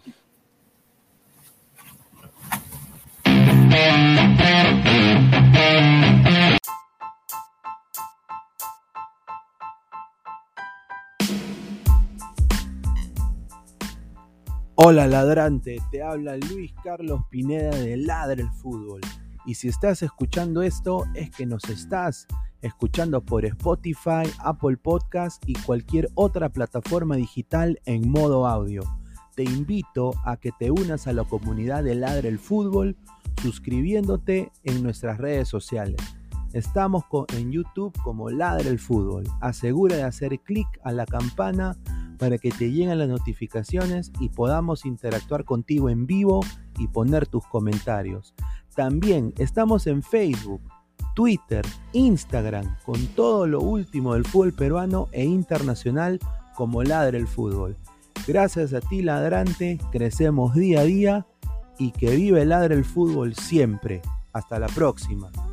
Hola ladrante, te habla Luis Carlos Pineda de Ladre el Fútbol. Y si estás escuchando esto, es que nos estás escuchando por Spotify, Apple Podcast y cualquier otra plataforma digital en modo audio. Te invito a que te unas a la comunidad de Ladre el Fútbol suscribiéndote en nuestras redes sociales. Estamos en YouTube como Ladre el Fútbol. Asegura de hacer clic a la campana para que te lleguen las notificaciones y podamos interactuar contigo en vivo y poner tus comentarios. También estamos en Facebook, Twitter, Instagram, con todo lo último del fútbol peruano e internacional como Ladre el Fútbol. Gracias a ti, ladrante, crecemos día a día y que vive Ladre el Fútbol siempre. Hasta la próxima.